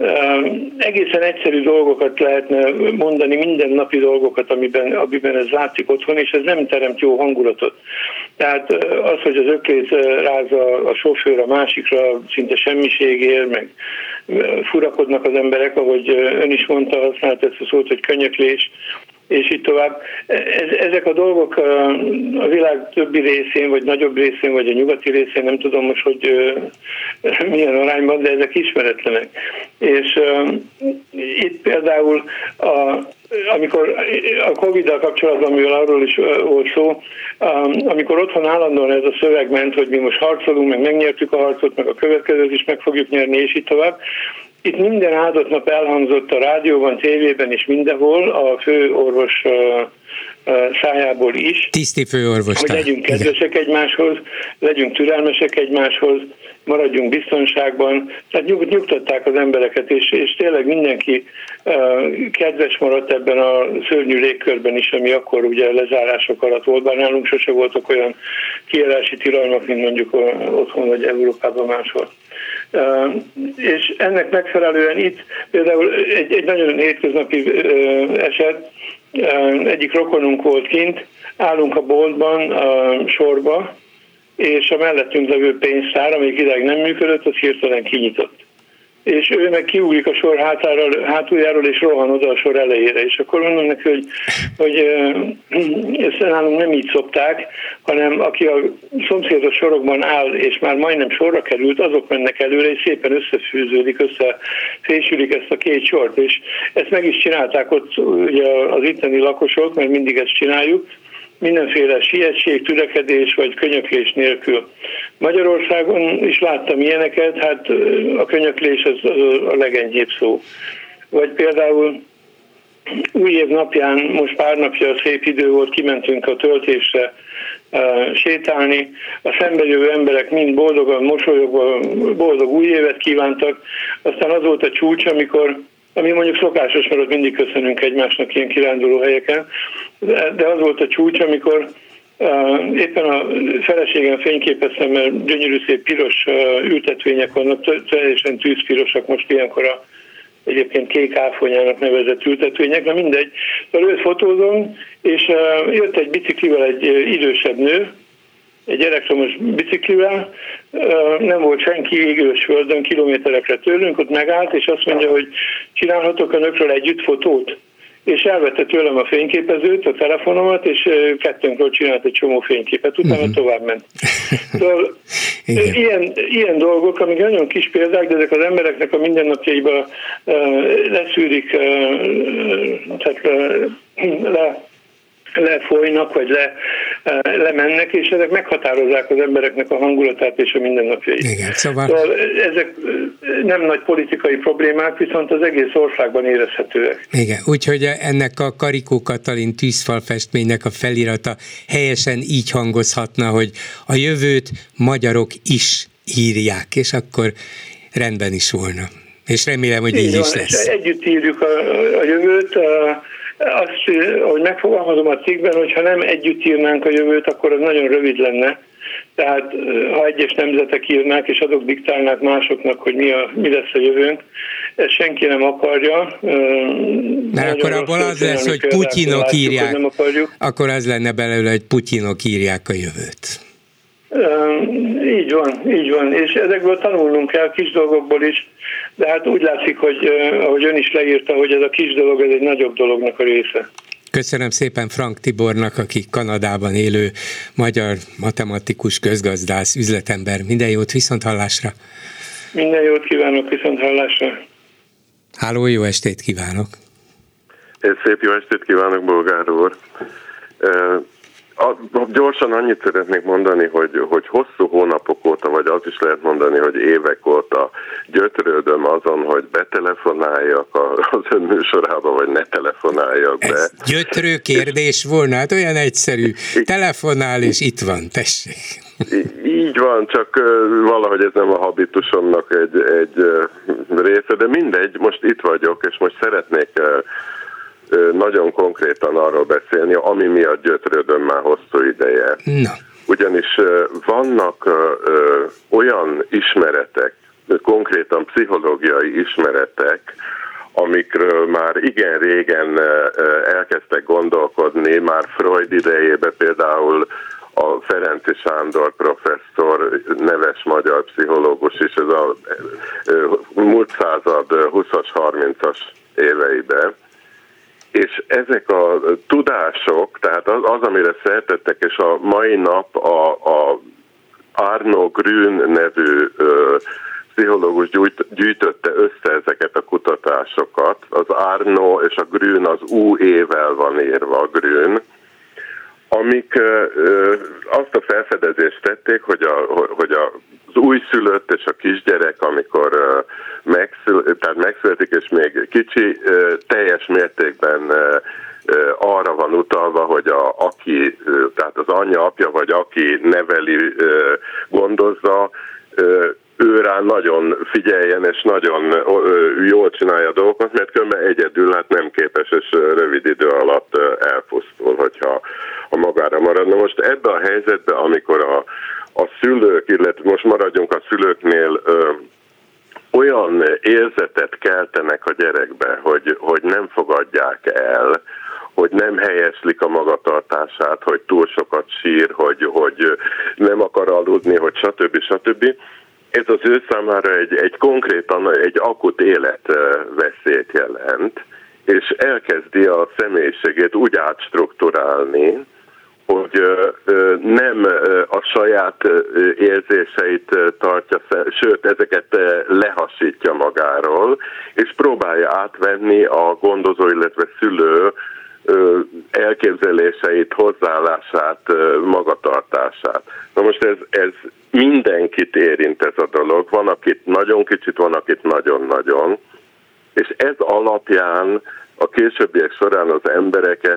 Speaker 9: Egészen egyszerű dolgokat lehetne mondani, mindennapi dolgokat, amiben, amiben ez látszik otthon, és ez nem teremt jó hangulatot. Tehát az, hogy az öklét rázza a sofőr a másikra szinte semmiségért, meg furakodnak az emberek, ahogy ön is mondta, használt ezt a szót, hogy könyöklés, és így tovább. Ezek a dolgok a világ többi részén, vagy nagyobb részén, vagy a nyugati részén, nem tudom most, hogy milyen arányban, de ezek ismeretlenek. És itt például a amikor a Covid-dal kapcsolatban, mivel arról is volt szó, amikor otthon állandóan ez a szöveg ment, hogy mi most harcolunk, meg megnyertük a harcot, meg a következőt is meg fogjuk nyerni, és így tovább. Itt minden áldott nap elhangzott a rádióban, tévében és mindenhol, a főorvos szájából is.
Speaker 3: Tiszti főorvos.
Speaker 9: Hogy legyünk kedvesek egymáshoz, legyünk türelmesek egymáshoz, maradjunk biztonságban. Tehát nyug, nyugtatták az embereket, és, és tényleg mindenki uh, kedves maradt ebben a szörnyű légkörben is, ami akkor ugye lezárások alatt volt, bár nálunk sose voltak olyan kijárási tilalmak, mint mondjuk otthon vagy Európában máshol. Uh, és ennek megfelelően itt például egy, egy nagyon hétköznapi uh, eset, uh, egyik rokonunk volt kint, állunk a boltban, a sorba, és a mellettünk levő pénztár, amelyik ideig nem működött, az hirtelen kinyitott. És ő meg kiugrik a sor hátáról, hátuljáról, és rohan oda a sor elejére. És akkor mondom neki, hogy, hogy ezt nálunk nem így szokták, hanem aki a szomszédos sorokban áll, és már majdnem sorra került, azok mennek előre, és szépen összefűződik, összefésülik ezt a két sort. És ezt meg is csinálták ott ugye az itteni lakosok, mert mindig ezt csináljuk, mindenféle sietség, tülekedés vagy könyöklés nélkül. Magyarországon is láttam ilyeneket, hát a könyöklés az, az a legenyhébb szó. Vagy például új év napján, most pár napja szép idő volt, kimentünk a töltésre uh, sétálni, a szembejövő emberek mind boldogan, mosolyogva, boldog új évet kívántak, aztán az volt a csúcs, amikor, ami mondjuk szokásos, mert ott mindig köszönünk egymásnak ilyen kiránduló helyeken, de, de az volt a csúcs, amikor uh, éppen a feleségem fényképeztem, mert gyönyörű szép piros uh, ültetvények vannak, teljesen tűzpirosak most ilyenkor a egyébként kék áfonyának nevezett ültetvények, na mindegy. Szóval őt fotózom, és uh, jött egy biciklivel egy uh, idősebb nő, egy elektromos biciklivel, uh, nem volt senki égős földön, kilométerekre tőlünk, ott megállt, és azt mondja, hogy csinálhatok önökről együtt fotót? És elvette tőlem a fényképezőt, a telefonomat, és kettőnkről csinált egy csomó fényképet, utána uh-huh. tovább ment. Szóval ilyen, ilyen dolgok, amik nagyon kis példák, de ezek az embereknek a mindennapjaiba uh, leszűrik, uh, tehát uh, le, lefolynak, vagy le, uh, lemennek, és ezek meghatározzák az embereknek a hangulatát és a mindennapjait.
Speaker 3: Igen, szóval...
Speaker 9: szóval ezek nem nagy politikai problémák, viszont az egész országban érezhetőek.
Speaker 3: Igen, úgyhogy ennek a Karikó Katalin tűzfalfestménynek a felirata helyesen így hangozhatna, hogy a jövőt magyarok is írják, és akkor rendben is volna. És remélem, hogy így, így is lesz.
Speaker 9: Együtt írjuk a, a jövőt. A, azt, ahogy megfogalmazom a cikkben, hogyha nem együtt írnánk a jövőt, akkor az nagyon rövid lenne. Tehát ha egyes nemzetek írnák, és azok diktálnák másoknak, hogy mi, a, mi lesz a jövőnk, ezt senki nem akarja.
Speaker 3: Mert akkor abból az lesz, hogy Putyinok írják, akkor az lenne belőle, hogy Putyinok írják a jövőt.
Speaker 9: Így van, így van, és ezekből tanulnunk kell, kis dolgokból is, de hát úgy látszik, hogy ahogy ön is leírta, hogy ez a kis dolog, ez egy nagyobb dolognak a része.
Speaker 3: Köszönöm szépen Frank Tibornak, aki Kanadában élő magyar matematikus, közgazdász, üzletember. Minden jót, viszont hallásra!
Speaker 9: Minden jót kívánok, viszont hallásra!
Speaker 3: Háló, jó estét kívánok!
Speaker 10: Én szép jó estét kívánok, Bolgár úr! A, gyorsan annyit szeretnék mondani, hogy, hogy hosszú hónapok óta, vagy azt is lehet mondani, hogy évek óta gyötrődöm azon, hogy betelefonáljak az ön műsorába, vagy ne telefonáljak be.
Speaker 3: Ez gyötrő kérdés volna, hát olyan egyszerű. Telefonál, és itt van, tessék.
Speaker 10: Így van, csak valahogy ez nem a habitusomnak egy, egy része, de mindegy, most itt vagyok, és most szeretnék nagyon konkrétan arról beszélni, ami miatt gyötrődöm már hosszú ideje.
Speaker 3: Na.
Speaker 10: Ugyanis vannak ö, olyan ismeretek, konkrétan pszichológiai ismeretek, amikről már igen régen elkezdtek gondolkodni, már Freud idejében például a Ferenczy Sándor professzor, neves magyar pszichológus is, ez a múlt század huszas, harmincas éveiben. És ezek a tudások, tehát az, az amire szertettek, és a mai nap a, a Arno Grün nevű ö, pszichológus gyűjt, gyűjtötte össze ezeket a kutatásokat. Az Arno és a Grün az U E-vel van írva, a Grün, amik ö, ö, azt a felfedezést tették, hogy, a, hogy a, az újszülött és a kisgyerek, amikor ö, megszül, tehát megszületik és még kicsi, ö, teljes mértékben ö, ö, arra van utalva, hogy a, aki, ö, tehát az anyja, apja vagy aki neveli, ö, gondozza, ö, ő rá nagyon figyeljen, és nagyon ö, jól csinálja a dolgokat, mert különben egyedül hát nem képes, és rövid idő alatt elpusztul, hogyha ha magára marad. Na most ebben a helyzetben, amikor a, a szülők, illetve most maradjunk a szülőknél, ö, olyan érzetet keltenek a gyerekbe, hogy, hogy nem fogadják el, hogy nem helyeslik a magatartását, hogy túl sokat sír, hogy, hogy nem akar aludni, hogy stb. stb. Ez az ő számára egy, egy konkrétan egy akut életveszélyt jelent, és elkezdi a személyiségét úgy átstrukturálni, hogy nem a saját érzéseit tartja, sőt, ezeket lehasítja magáról, és próbálja átvenni a gondozó, illetve szülő elképzeléseit, hozzáállását, magatartását. Na most ez, ez mindenkit érint ez a dolog. Van, akit nagyon kicsit, van, akit nagyon-nagyon. És ez alapján a későbbiek során az embereket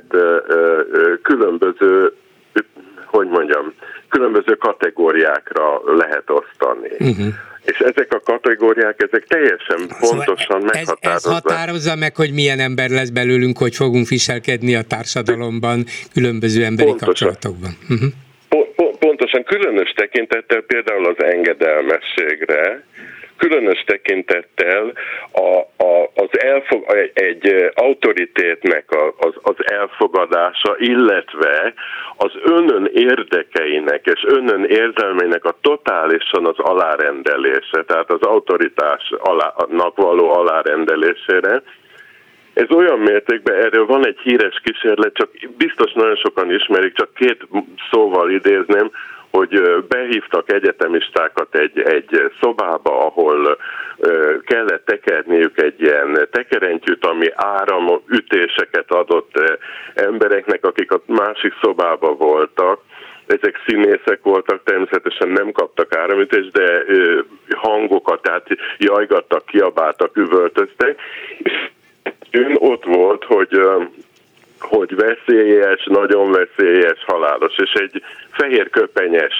Speaker 10: különböző, hogy mondjam, különböző kategóriákra lehet osztani. Uh-huh. És ezek a kategóriák, ezek teljesen szóval pontosan meghatározzák. Ez, ez határozza meg, hogy milyen ember lesz belőlünk, hogy fogunk viselkedni a társadalomban, különböző emberi pontosan. kapcsolatokban. Uh-huh. Pontosan, különös tekintettel például az engedelmességre, különös tekintettel a, a, az elfog, egy autoritétnek az, az elfogadása, illetve az önön érdekeinek és önön érzelmének a totálisan az alárendelése, tehát az autoritásnak való alárendelésére. Ez olyan mértékben, erről van egy híres kísérlet, csak biztos nagyon sokan ismerik, csak két szóval idézném, hogy behívtak egyetemistákat egy, egy szobába, ahol kellett tekerniük egy ilyen tekerentyűt, ami áramütéseket adott embereknek, akik a másik szobában voltak. Ezek színészek voltak, természetesen nem kaptak áramütést, de hangokat, tehát jajgattak, kiabáltak, üvöltöztek. És ön ott volt, hogy... hogy veszélyes, nagyon veszélyes, halálos. És egy fehér köpenyes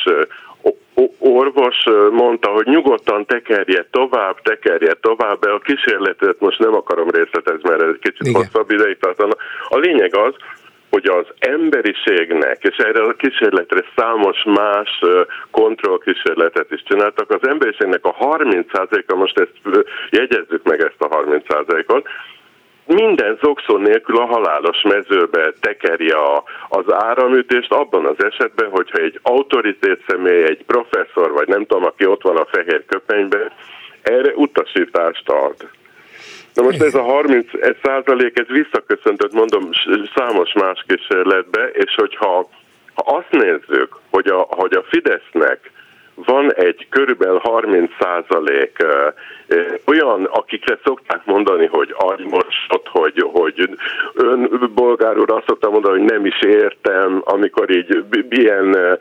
Speaker 10: orvos mondta, hogy nyugodtan tekerje tovább, tekerje tovább, de a kísérletet most nem akarom részletezni, mert ez egy kicsit Igen. hosszabb ideig tartana. A lényeg az, hogy az emberiségnek, és erre a kísérletre számos más kontrollkísérletet is csináltak, az emberiségnek a harminc százaléka, most ezt jegyezzük meg ezt a harminc százalékot, minden zokszó nélkül a halálos mezőbe tekeri a, az áramütést abban az esetben, hogyha egy autoritét személy, egy professzor, vagy nem tudom, aki ott van a fehér köpenyben, erre utasítást ad. Na most ez a harminc százalék, ez visszaköszöntött, mondom, számos más kísérletbe, és hogyha ha azt nézzük, hogy a, hogy a Fidesznek van egy körülbelül harminc százalék olyan, akikre szokták mondani, hogy agymosott, hogy, hogy ön, bolgár úr, azt szokta mondani, hogy nem is értem, amikor így milyen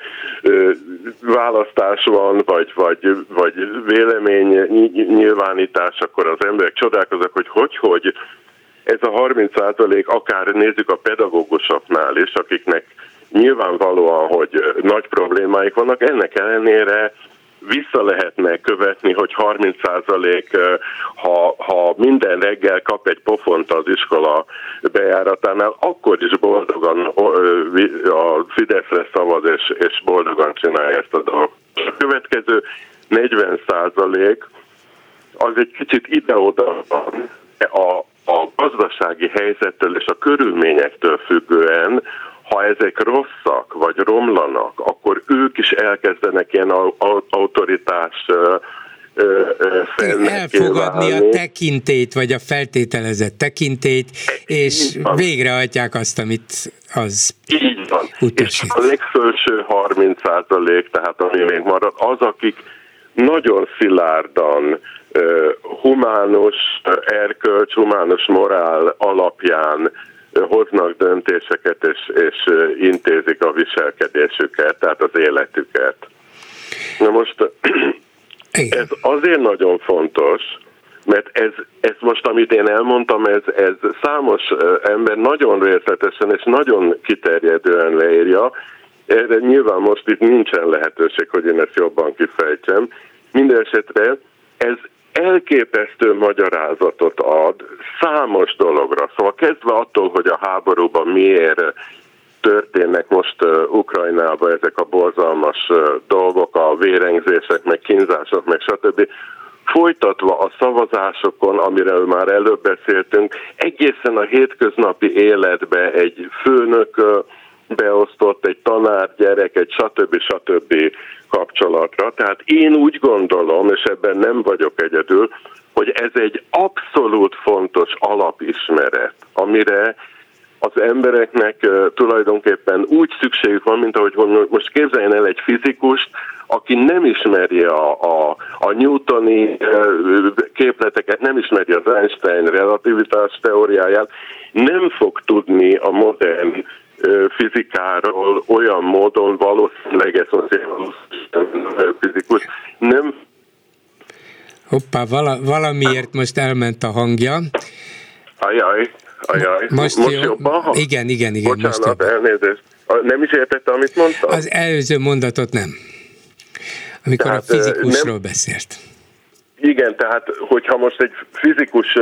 Speaker 10: választás van, vagy, vagy, vagy vélemény nyilvánítás, akkor az emberek csodálkoznak, hogy hogy, hogy ez a harminc százalék, akár nézzük a pedagógusoknál is, akiknek nyilvánvalóan, hogy nagy problémáik vannak, ennek ellenére vissza lehetne követni, hogy harminc százalék, ha, ha minden reggel kap egy pofont az iskola bejáratánál, akkor is boldogan a Fideszre szavaz, és, és boldogan csinálja ezt a dolgot. A következő negyven százalék az egy kicsit ide-oda van a, a gazdasági helyzettől és a körülményektől függően. Ha ezek rosszak, vagy romlanak, akkor ők is elkezdenek ilyen autoritás
Speaker 3: elfogadni a tekintét, vagy a feltételezett tekintét, és végrehajtják azt, amit az
Speaker 10: Így van.
Speaker 3: utasít.
Speaker 10: És a legfelső harminc százalék, tehát ami még marad, az, akik nagyon szilárdan, humánus erkölcs, humánus morál alapján hoznak döntéseket, és, és intézik a viselkedésüket, tehát az életüket. Na most ez azért nagyon fontos, mert ez, ez most, amit én elmondtam, ez, ez számos ember nagyon részletesen és nagyon kiterjedően leírja. Erre nyilván most itt nincsen lehetőség, hogy én ezt jobban kifejtsem. Minden esetre ez elképesztő magyarázatot ad számos dologra. Szóval kezdve attól, hogy a háborúban miért történnek most uh, Ukrajnában ezek a borzalmas uh, dolgok, a vérengzések, meg kínzások, meg stb. Folytatva a szavazásokon, amiről már előbb beszéltünk, egészen a hétköznapi életbe egy főnök uh, beosztott, egy tanár, gyerek, egy stb. stb. Kapcsolatra. Tehát én úgy gondolom, és ebben nem vagyok egyedül, hogy ez egy abszolút fontos alapismeret, amire az embereknek uh, tulajdonképpen úgy szükségük van, mint ahogy most képzeljen el egy fizikust, aki nem ismeri a, a, a newtoni uh, képleteket, nem ismeri az Einstein relativitás teóriáját, nem fog tudni a modern fizikáról olyan módon valószínűleg ez az fizikus nem.
Speaker 3: Hoppá, vala, valamiért most elment a hangja.
Speaker 10: Ajaj, ajaj.
Speaker 3: Most,
Speaker 10: most
Speaker 3: jó,
Speaker 10: jobban?
Speaker 3: Igen, igen, igen.
Speaker 10: Bocsánat, most elnézést. Nem is értette, amit mondtam?
Speaker 3: Az előző mondatot nem. Amikor tehát, a fizikusról nem, beszélt.
Speaker 10: Igen, tehát hogyha most egy fizikus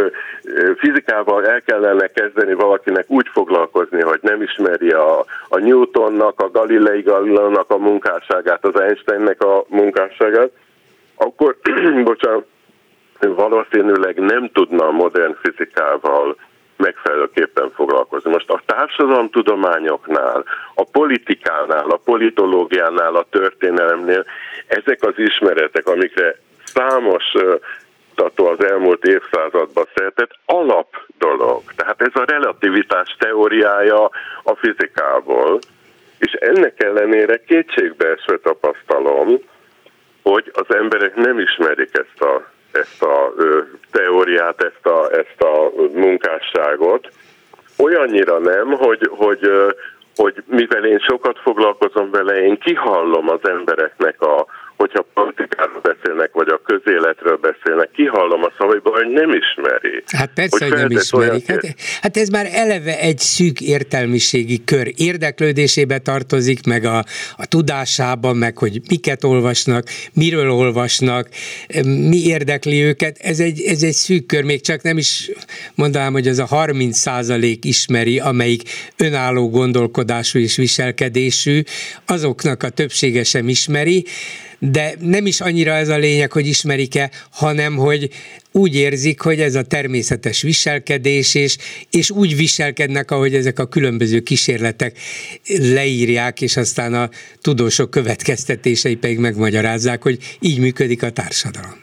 Speaker 10: fizikával el kellene kezdeni valakinek úgy foglalkozni, hogy nem ismeri a, a Newtonnak, a Galilei Galileinak a munkásságát, az Einsteinnek a munkásságát, akkor bocsánat, valószínűleg nem tudna a modern fizikával megfelelőképpen foglalkozni. Most a társadalomtudományoknál, a politikánál, a politológiánál, a történelemnél ezek az ismeretek, amikre számos kutató az elmúlt évszázadban szeretett, alap dolog. Tehát ez a relativitás teóriája a fizikából, és ennek ellenére kétségbeesve tapasztalom, hogy az emberek nem ismerik ezt a ezt a ö, teóriát, ezt a, ezt a munkásságot. Olyannyira nem, hogy, hogy, ö, hogy mivel én sokat foglalkozom vele, én kihallom az embereknek, a, hogyha politikáról beszélnek, vagy a közéletről beszélnek, kihallom a szavaiból, hogy nem ismeri.
Speaker 3: Hát persze, hogy, hogy nem ismerik. Hát, hát ez már eleve egy szűk értelmiségi kör. Érdeklődésébe tartozik, meg a, a tudásában, meg hogy miket olvasnak, miről olvasnak, mi érdekli őket. Ez egy, ez egy szűk kör, még csak nem is mondanám, hogy az a harminc százalék ismeri, amelyik önálló gondolkodású és viselkedésű, azoknak a többsége sem ismeri, de nem is annyira ez a lényeg, hogy ismerik-e, hanem hogy úgy érzik, hogy ez a természetes viselkedés, és, és úgy viselkednek, ahogy ezek a különböző kísérletek leírják, és aztán a tudósok következtetései pedig megmagyarázzák, hogy így működik a társadalom.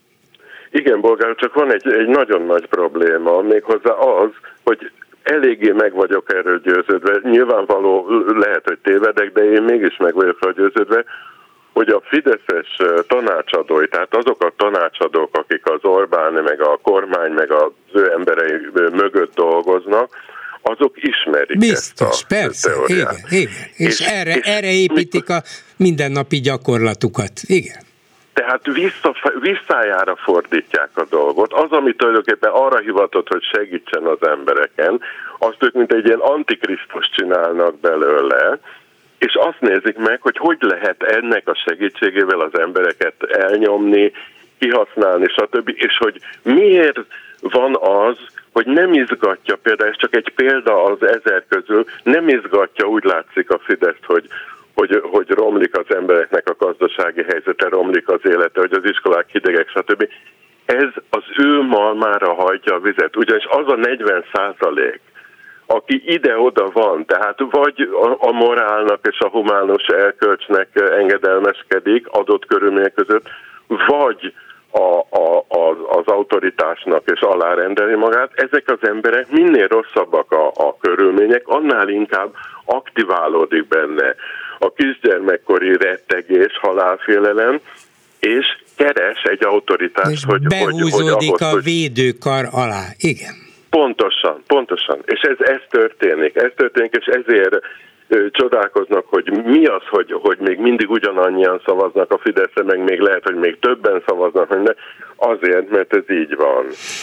Speaker 10: Igen, Bolgár, csak van egy, egy nagyon nagy probléma, méghozzá az, hogy eléggé meg vagyok erről győződve, nyilvánvaló lehet, hogy tévedek, de én mégis meg vagyok rá győződve, hogy a fideszes tanácsadói, tehát azok a tanácsadók, akik az Orbán, meg a kormány, meg az ő emberei mögött dolgoznak, azok ismerik
Speaker 3: biztos,
Speaker 10: ezt a
Speaker 3: persze,
Speaker 10: teóriát.
Speaker 3: Igen, igen. És, és, erre, és erre építik a mindennapi gyakorlatukat. Igen.
Speaker 10: Tehát vissza, visszájára fordítják a dolgot. Az, ami tulajdonképpen arra hivatott, hogy segítsen az embereken, azt ők mint egy ilyen antikrisztus csinálnak belőle, és azt nézik meg, hogy hogy lehet ennek a segítségével az embereket elnyomni, kihasználni, stb. És hogy miért van az, hogy nem izgatja, például ez csak egy példa az ezer közül, nem izgatja, úgy látszik a Fideszt, hogy, hogy, hogy romlik az embereknek a gazdasági helyzete, romlik az élete, hogy az iskolák hidegek, stb. Ez az ő malmára hajtja a vizet, ugyanis az a negyven százalék, aki ide-oda van, tehát vagy a morálnak és a humánus elkölcsnek engedelmeskedik adott körülmények között, vagy a, a, az, az autoritásnak és alárendeli magát, ezek az emberek minél rosszabbak a, a körülmények, annál inkább aktiválódik benne a kisgyermekkori rettegés, halálfélelem, és keres egy autoritást, és hogy...
Speaker 3: behúzódik
Speaker 10: hogy, hogy ahhoz,
Speaker 3: a védőkar alá, igen.
Speaker 10: Pontosan, pontosan. És ez, ez történik. Ez történik, és ezért ö, csodálkoznak, hogy mi az, hogy, hogy még mindig ugyanannyian szavaznak a Fideszre, meg még lehet, hogy még többen szavaznak, de azért, mert ez így van.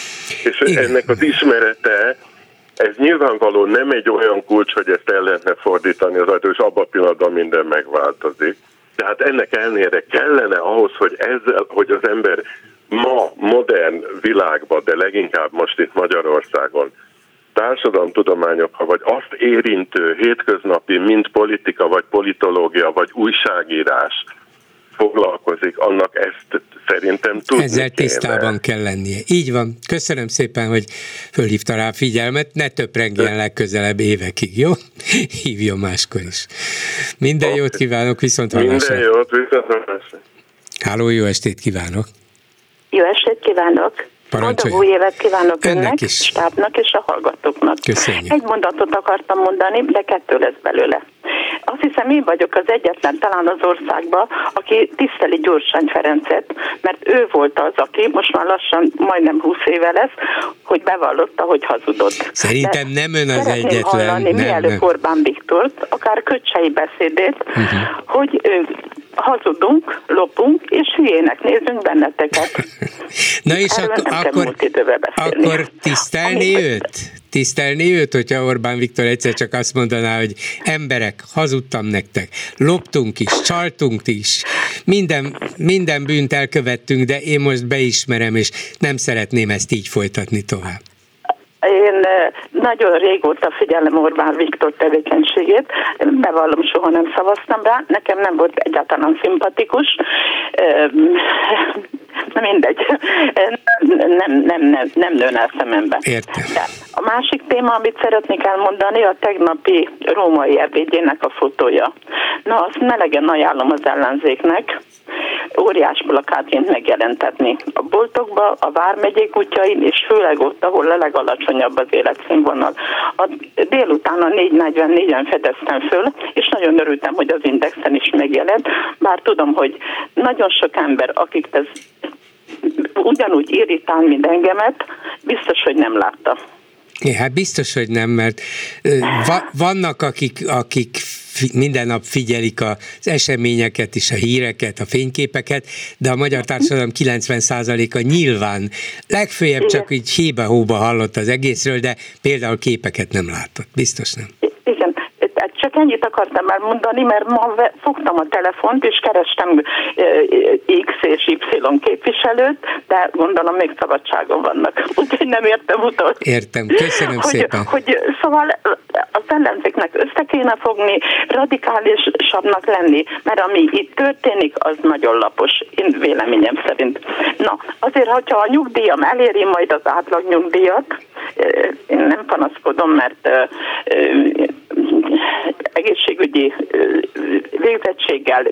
Speaker 10: És igen. Ennek az ismerete, ez nyilvánvaló nem egy olyan kulcs, hogy ezt el lehetne fordítani az ajtó, és abban a pillanatban minden megváltozik. Tehát ennek ellenére kellene ahhoz, hogy, ezzel, hogy az ember ma modern világban, de leginkább most itt Magyarországon társadalomtudományokkal, vagy azt érintő hétköznapi, mint politika, vagy politológia, vagy újságírás foglalkozik, annak ezt szerintem tudni
Speaker 3: Ezzel
Speaker 10: kéne.
Speaker 3: Tisztában kell lennie. Így van. Köszönöm szépen, hogy fölhívta rá figyelmet. Ne töprengjen legközelebb évekig, jó? Hívjon máskor is. Minden okay. Jót kívánok, viszont hallásra.
Speaker 10: Minden jót, viszont hallásra.
Speaker 3: Háló, jó estét kívánok.
Speaker 11: Jó estét kívánok! Boldog új évet kívánok önnek, önnek
Speaker 3: is.
Speaker 11: Stábnak és a hallgatóknak.
Speaker 3: Köszönjük.
Speaker 11: Egy mondatot akartam mondani, de kettő lesz belőle. A azt hiszem én vagyok az egyetlen talán az országban, aki tiszteli Gyurcsány Ferencet, mert ő volt az, aki most már lassan majdnem húsz éve lesz, hogy bevallotta, hogy hazudott.
Speaker 3: Szerintem
Speaker 11: De
Speaker 3: nem ön az
Speaker 11: szeretném
Speaker 3: egyetlen.
Speaker 11: hallani,
Speaker 3: nem,
Speaker 11: mielőtt
Speaker 3: nem.
Speaker 11: Orbán Viktort, akár Köcsei beszédét, uh-huh. hogy ő, hazudunk, lopunk, és hülyének nézünk benneteket.
Speaker 3: Na és ak- akkor, akkor tisztelni Ami... őt? Tisztelni őt, hogyha Orbán Viktor egyszer csak azt mondaná, hogy emberek, hazudtam nektek, loptunk is, csaltunk is, minden, minden bűnt elkövettünk, de én most beismerem, és nem szeretném ezt így folytatni tovább.
Speaker 11: Én nagyon régóta figyelem Orbán Viktor tevékenységét, bevallom, soha nem szavaztam rá, nekem nem volt egyáltalán szimpatikus, na mindegy, nem, nem, nem, nem nőn el szemembe.
Speaker 3: Értem.
Speaker 11: De a másik téma, amit szeretnék elmondani, a tegnapi római ebédjének a fotója. Na, azt melegen ajánlom az ellenzéknek, óriás plakátként megjelentetni a boltokba, a vármegyék útjain, és főleg ott, ahol a legalacsonyabb az életszínvonal. A délután a négy negyvennégyen fedeztem föl, és nagyon örültem, hogy az Indexen is megjelent, bár tudom, hogy nagyon sok ember, akik ez ugyanúgy irritál, mint engemet, biztos, hogy nem látta.
Speaker 3: É, hát biztos, hogy nem, mert va- vannak, akik, akik minden nap figyelik az eseményeket és a híreket, a fényképeket, de a magyar társadalom kilencven százaléka nyilván legfőjebb Igen. csak így hébe-hóba hallott az egészről, de például képeket nem látott. Biztos nem.
Speaker 11: Igen. Csak ennyit akartam elmondani, mert ma fogtam a telefont, és kerestem X és Y képviselőt, de gondolom még szabadságon vannak. Úgyhogy nem értem utol.
Speaker 3: Értem, köszönöm
Speaker 11: hogy,
Speaker 3: szépen.
Speaker 11: Hogy, szóval az ellenzéknek össze kéne fogni, radikálisabbnak lenni, mert ami itt történik, az nagyon lapos, én véleményem szerint. Na, azért, hogyha a nyugdíjam eléri majd az átlag nyugdíjat, én nem panaszkodom, mert egészségügyi végzettséggel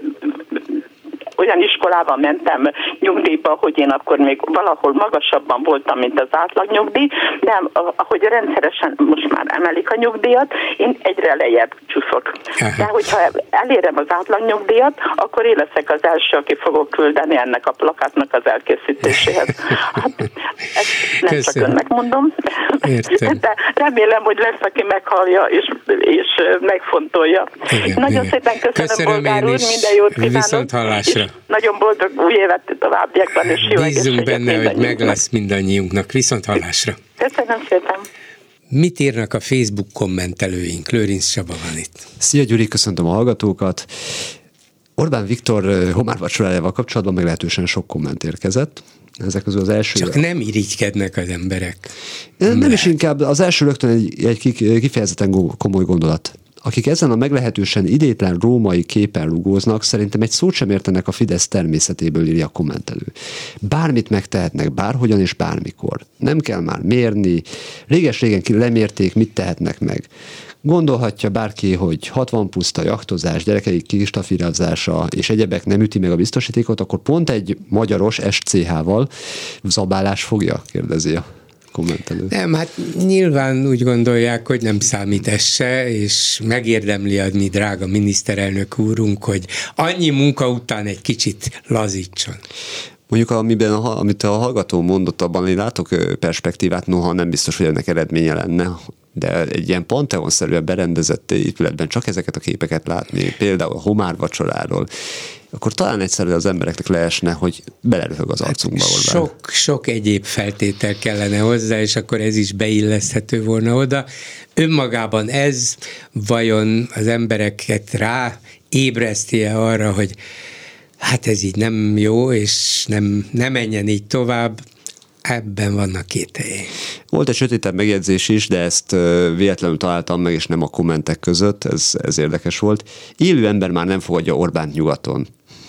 Speaker 11: olyan iskolában mentem nyugdíjba, hogy én akkor még valahol magasabban voltam, mint az átlagnyugdíj, de ahogy rendszeresen most már emelik a nyugdíjat, én egyre lejjebb csúszok. De hogyha elérem az átlagnyugdíjat, akkor én leszek az első, aki fogok küldeni ennek a plakátnak az elkészítéséhez. Hát, ezt nem Köszönöm. Csak önnek mondom, Értem. De remélem, hogy lesz, aki meghallja és, és megfontolja. Igen, Nagyon igen. szépen köszönöm, köszönöm Bolgár úr, minden jót kívánok.
Speaker 3: Viszont hallásra.
Speaker 11: Nagyon boldog új évet továbbiakban, és jó
Speaker 3: Bízunk benne, hogy meg lesz mindannyiunknak. Viszont hallásra.
Speaker 11: Köszönöm szépen.
Speaker 3: Mit írnak a Facebook kommentelőink? Lőrinc Csaba van itt.
Speaker 12: Szia Gyuri, köszöntöm a hallgatókat. Orbán Viktor homárvacsorájával kapcsolatban meglehetősen sok komment érkezett. Ezek közül az első...
Speaker 3: Csak nem irigykednek az emberek.
Speaker 12: Nem, nem is inkább, az első rögtön egy, egy kifejezetten komoly gondolat. Akik ezen a meglehetősen idétlen római képen rugóznak, szerintem egy szót sem értenek a Fidesz természetéből, írja a kommentelő. Bármit megtehetnek, bárhogyan és bármikor. Nem kell már mérni, réges-régen ki lemérték, mit tehetnek meg. Gondolhatja bárki, hogy hatvan puszta jachtozás, gyerekeik kistafírozása és egyebek nem üti meg a biztosítékot, akkor pont egy magyaros es cé há-val zabálás fogja, kérdezi a kommentelő.
Speaker 3: Nem, hát nyilván úgy gondolják, hogy nem számít ez se, és megérdemli a mi drága miniszterelnök úrunk, hogy annyi munka után egy kicsit lazítson.
Speaker 12: Mondjuk, amiben, amit a hallgató mondott, abban én látok perspektívát, noha nem biztos, hogy ennek eredménye lenne, de egy ilyen panteonszerűen berendezett épületben csak ezeket a képeket látni, például a homárvacsoráról, akkor talán egyszerűen az embereknek leesne, hogy beleröhög az arcunkba.
Speaker 3: Hát sok, sok egyéb feltétel kellene hozzá, és akkor ez is beilleszthető volna oda. Önmagában ez vajon az embereket rá ébreszti-e arra, hogy hát ez így nem jó, és nem, nem menjen így tovább, ebben vannak kételjei.
Speaker 12: Volt egy sötétebb megjegyzés is, de ezt véletlenül találtam meg, és nem a kommentek között, ez, ez érdekes volt. Élő ember már nem fogadja Orbánt nyugaton.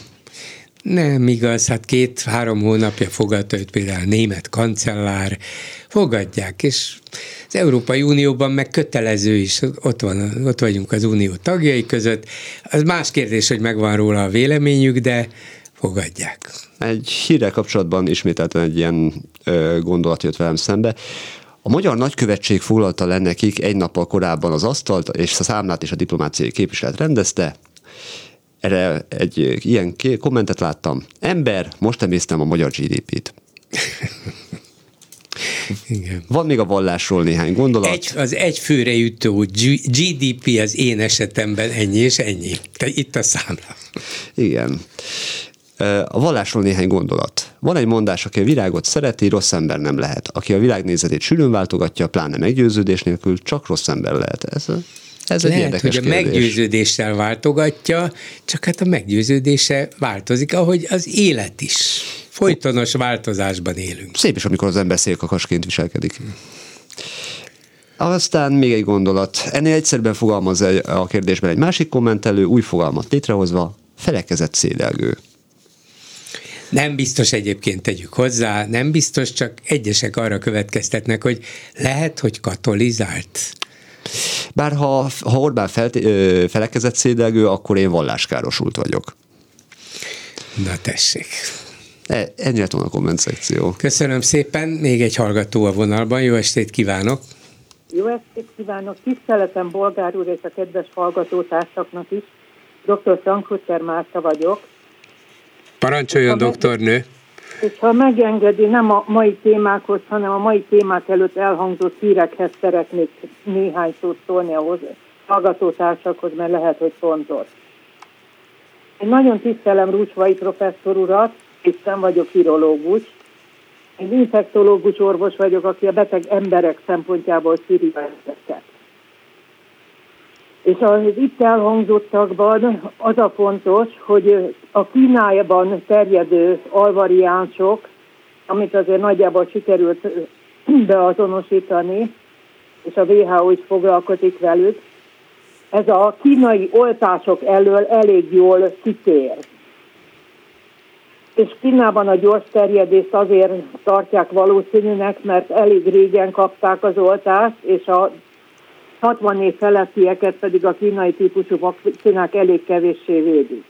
Speaker 3: Nem igaz, hát két-három hónapja fogadta őt például a német kancellár, fogadják, és az Európai Unióban meg kötelező is, ott, van, ott vagyunk az unió tagjai között. Az más kérdés, hogy megvan róla a véleményük, de fogadják.
Speaker 12: Egy hírrel kapcsolatban ismételten egy ilyen ö, gondolat jött velem szembe. A magyar nagykövetség foglalta le nekik egy nappal korábban az asztalt, és a számlát és a diplomáciai képviselet rendezte. Erre egy ilyen kommentet láttam. Ember, most emésztem a magyar gé dé pét.
Speaker 3: Igen.
Speaker 12: Van még a vallásról néhány gondolat.
Speaker 3: Egy, az egy főre jutó gé dé pé az én esetemben ennyi és ennyi. Te itt a számla.
Speaker 12: Igen. A vallásról néhány gondolat. Van egy mondás, aki a virágot szereti, rossz ember nem lehet. Aki a világnézetét sűrűn váltogatja, pláne meggyőződés nélkül, csak rossz ember lehet. Ez, ez egy
Speaker 3: lehet,
Speaker 12: érdekes
Speaker 3: hogy a
Speaker 12: kérdés.
Speaker 3: meggyőződéssel váltogatja, csak hát a meggyőződése változik, ahogy az élet is. Folytonos változásban élünk.
Speaker 12: Szép is, amikor az ember szélkakasként viselkedik. Aztán még egy gondolat. Ennél egyszerűen fogalmaz a kérdésben egy másik kommentelő, új fogalmat létrehozva, felekezett szédelgő.
Speaker 3: Nem biztos, egyébként tegyük hozzá, nem biztos, csak egyesek arra következtetnek, hogy lehet, hogy katolizált.
Speaker 12: Bár ha, ha Orbán fel, felekezett szédelgő, akkor én valláskárosult vagyok.
Speaker 3: Na tessék.
Speaker 12: E, ennyi lett volna a komment szekció.
Speaker 3: Köszönöm szépen, még egy hallgató a vonalban, jó estét kívánok!
Speaker 13: Jó estét kívánok, tiszteletem Bolgár úr és a kedves hallgatótársaknak is. doktor Frankfurter Márta vagyok.
Speaker 3: Parancsoljon, doktornő!
Speaker 13: És ha megengedi, nem a mai témákhoz, hanem a mai témák előtt elhangzott hírekhez szeretnék néhány szót szólni a hallgatótársakhoz, mert lehet, hogy fontos. Én nagyon tisztelem Rúcsvai professzor urat, és nem vagyok virológus. Én infektológus orvos vagyok, aki a beteg emberek szempontjából szírja ezeket. És az itt elhangzottakban az a fontos, hogy a Kínában terjedő alvariánsok, amit azért nagyjából sikerült beazonosítani, és a dupla vé há ó is foglalkozik velük, ez a kínai oltások elől elég jól kitér. És Kínában a gyors terjedést azért tartják valószínűnek, mert elég régen kapták az oltást, és a hatvan év felettieket pedig a kínai típusú vakcinák elég kevéssé védik.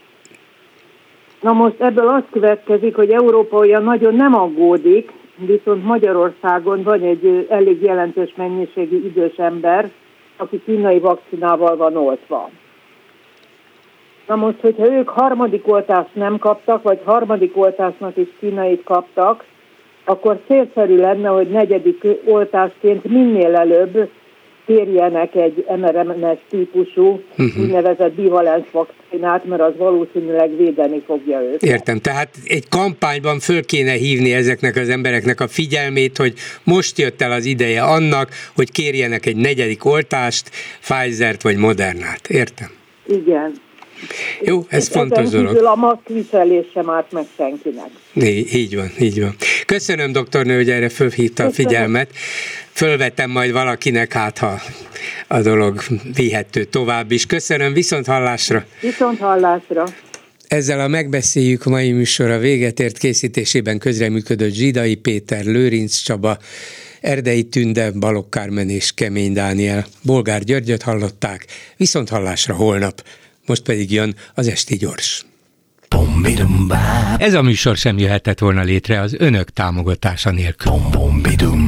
Speaker 13: Na most ebből az következik, hogy Európa olyan nagyon nem aggódik, viszont Magyarországon van egy elég jelentős mennyiségű idős ember, aki kínai vakcinával van oltva. Na most, hogyha ők harmadik oltást nem kaptak, vagy harmadik oltásnak is kínait kaptak, akkor célszerű lenne, hogy negyedik oltásként minél előbb kérjenek egy em er en es típusú uh-huh. úgynevezett bivalens vakcinát, mert az valószínűleg védeni fogja őket.
Speaker 3: Értem, tehát egy kampányban föl kéne hívni ezeknek az embereknek a figyelmét, hogy most jött el az ideje annak, hogy kérjenek egy negyedik oltást, Pfizert vagy Modernát. Értem?
Speaker 13: Igen.
Speaker 3: Jó, ez
Speaker 13: és
Speaker 3: fontos dolog.
Speaker 13: Ezen a maszkviselés sem árt meg senkinek.
Speaker 3: Így, így van, így van. Köszönöm, doktornő, hogy erre fölhívta a figyelmet. Fölvetem majd valakinek, hát ha a dolog vihető tovább is. Köszönöm, viszont hallásra.
Speaker 13: Viszont hallásra.
Speaker 3: Ezzel a megbeszéljük mai műsora véget ért, készítésében közreműködött Zsidai Péter, Lőrinc Csaba, Erdei Tünde, Balogh Kármen és Kemény Dániel. Bolgár Györgyöt hallották, viszont hallásra holnap. Most pedig jön az Esti Gyors. Ez a műsor sem jöhetett volna létre az önök támogatása nélkül.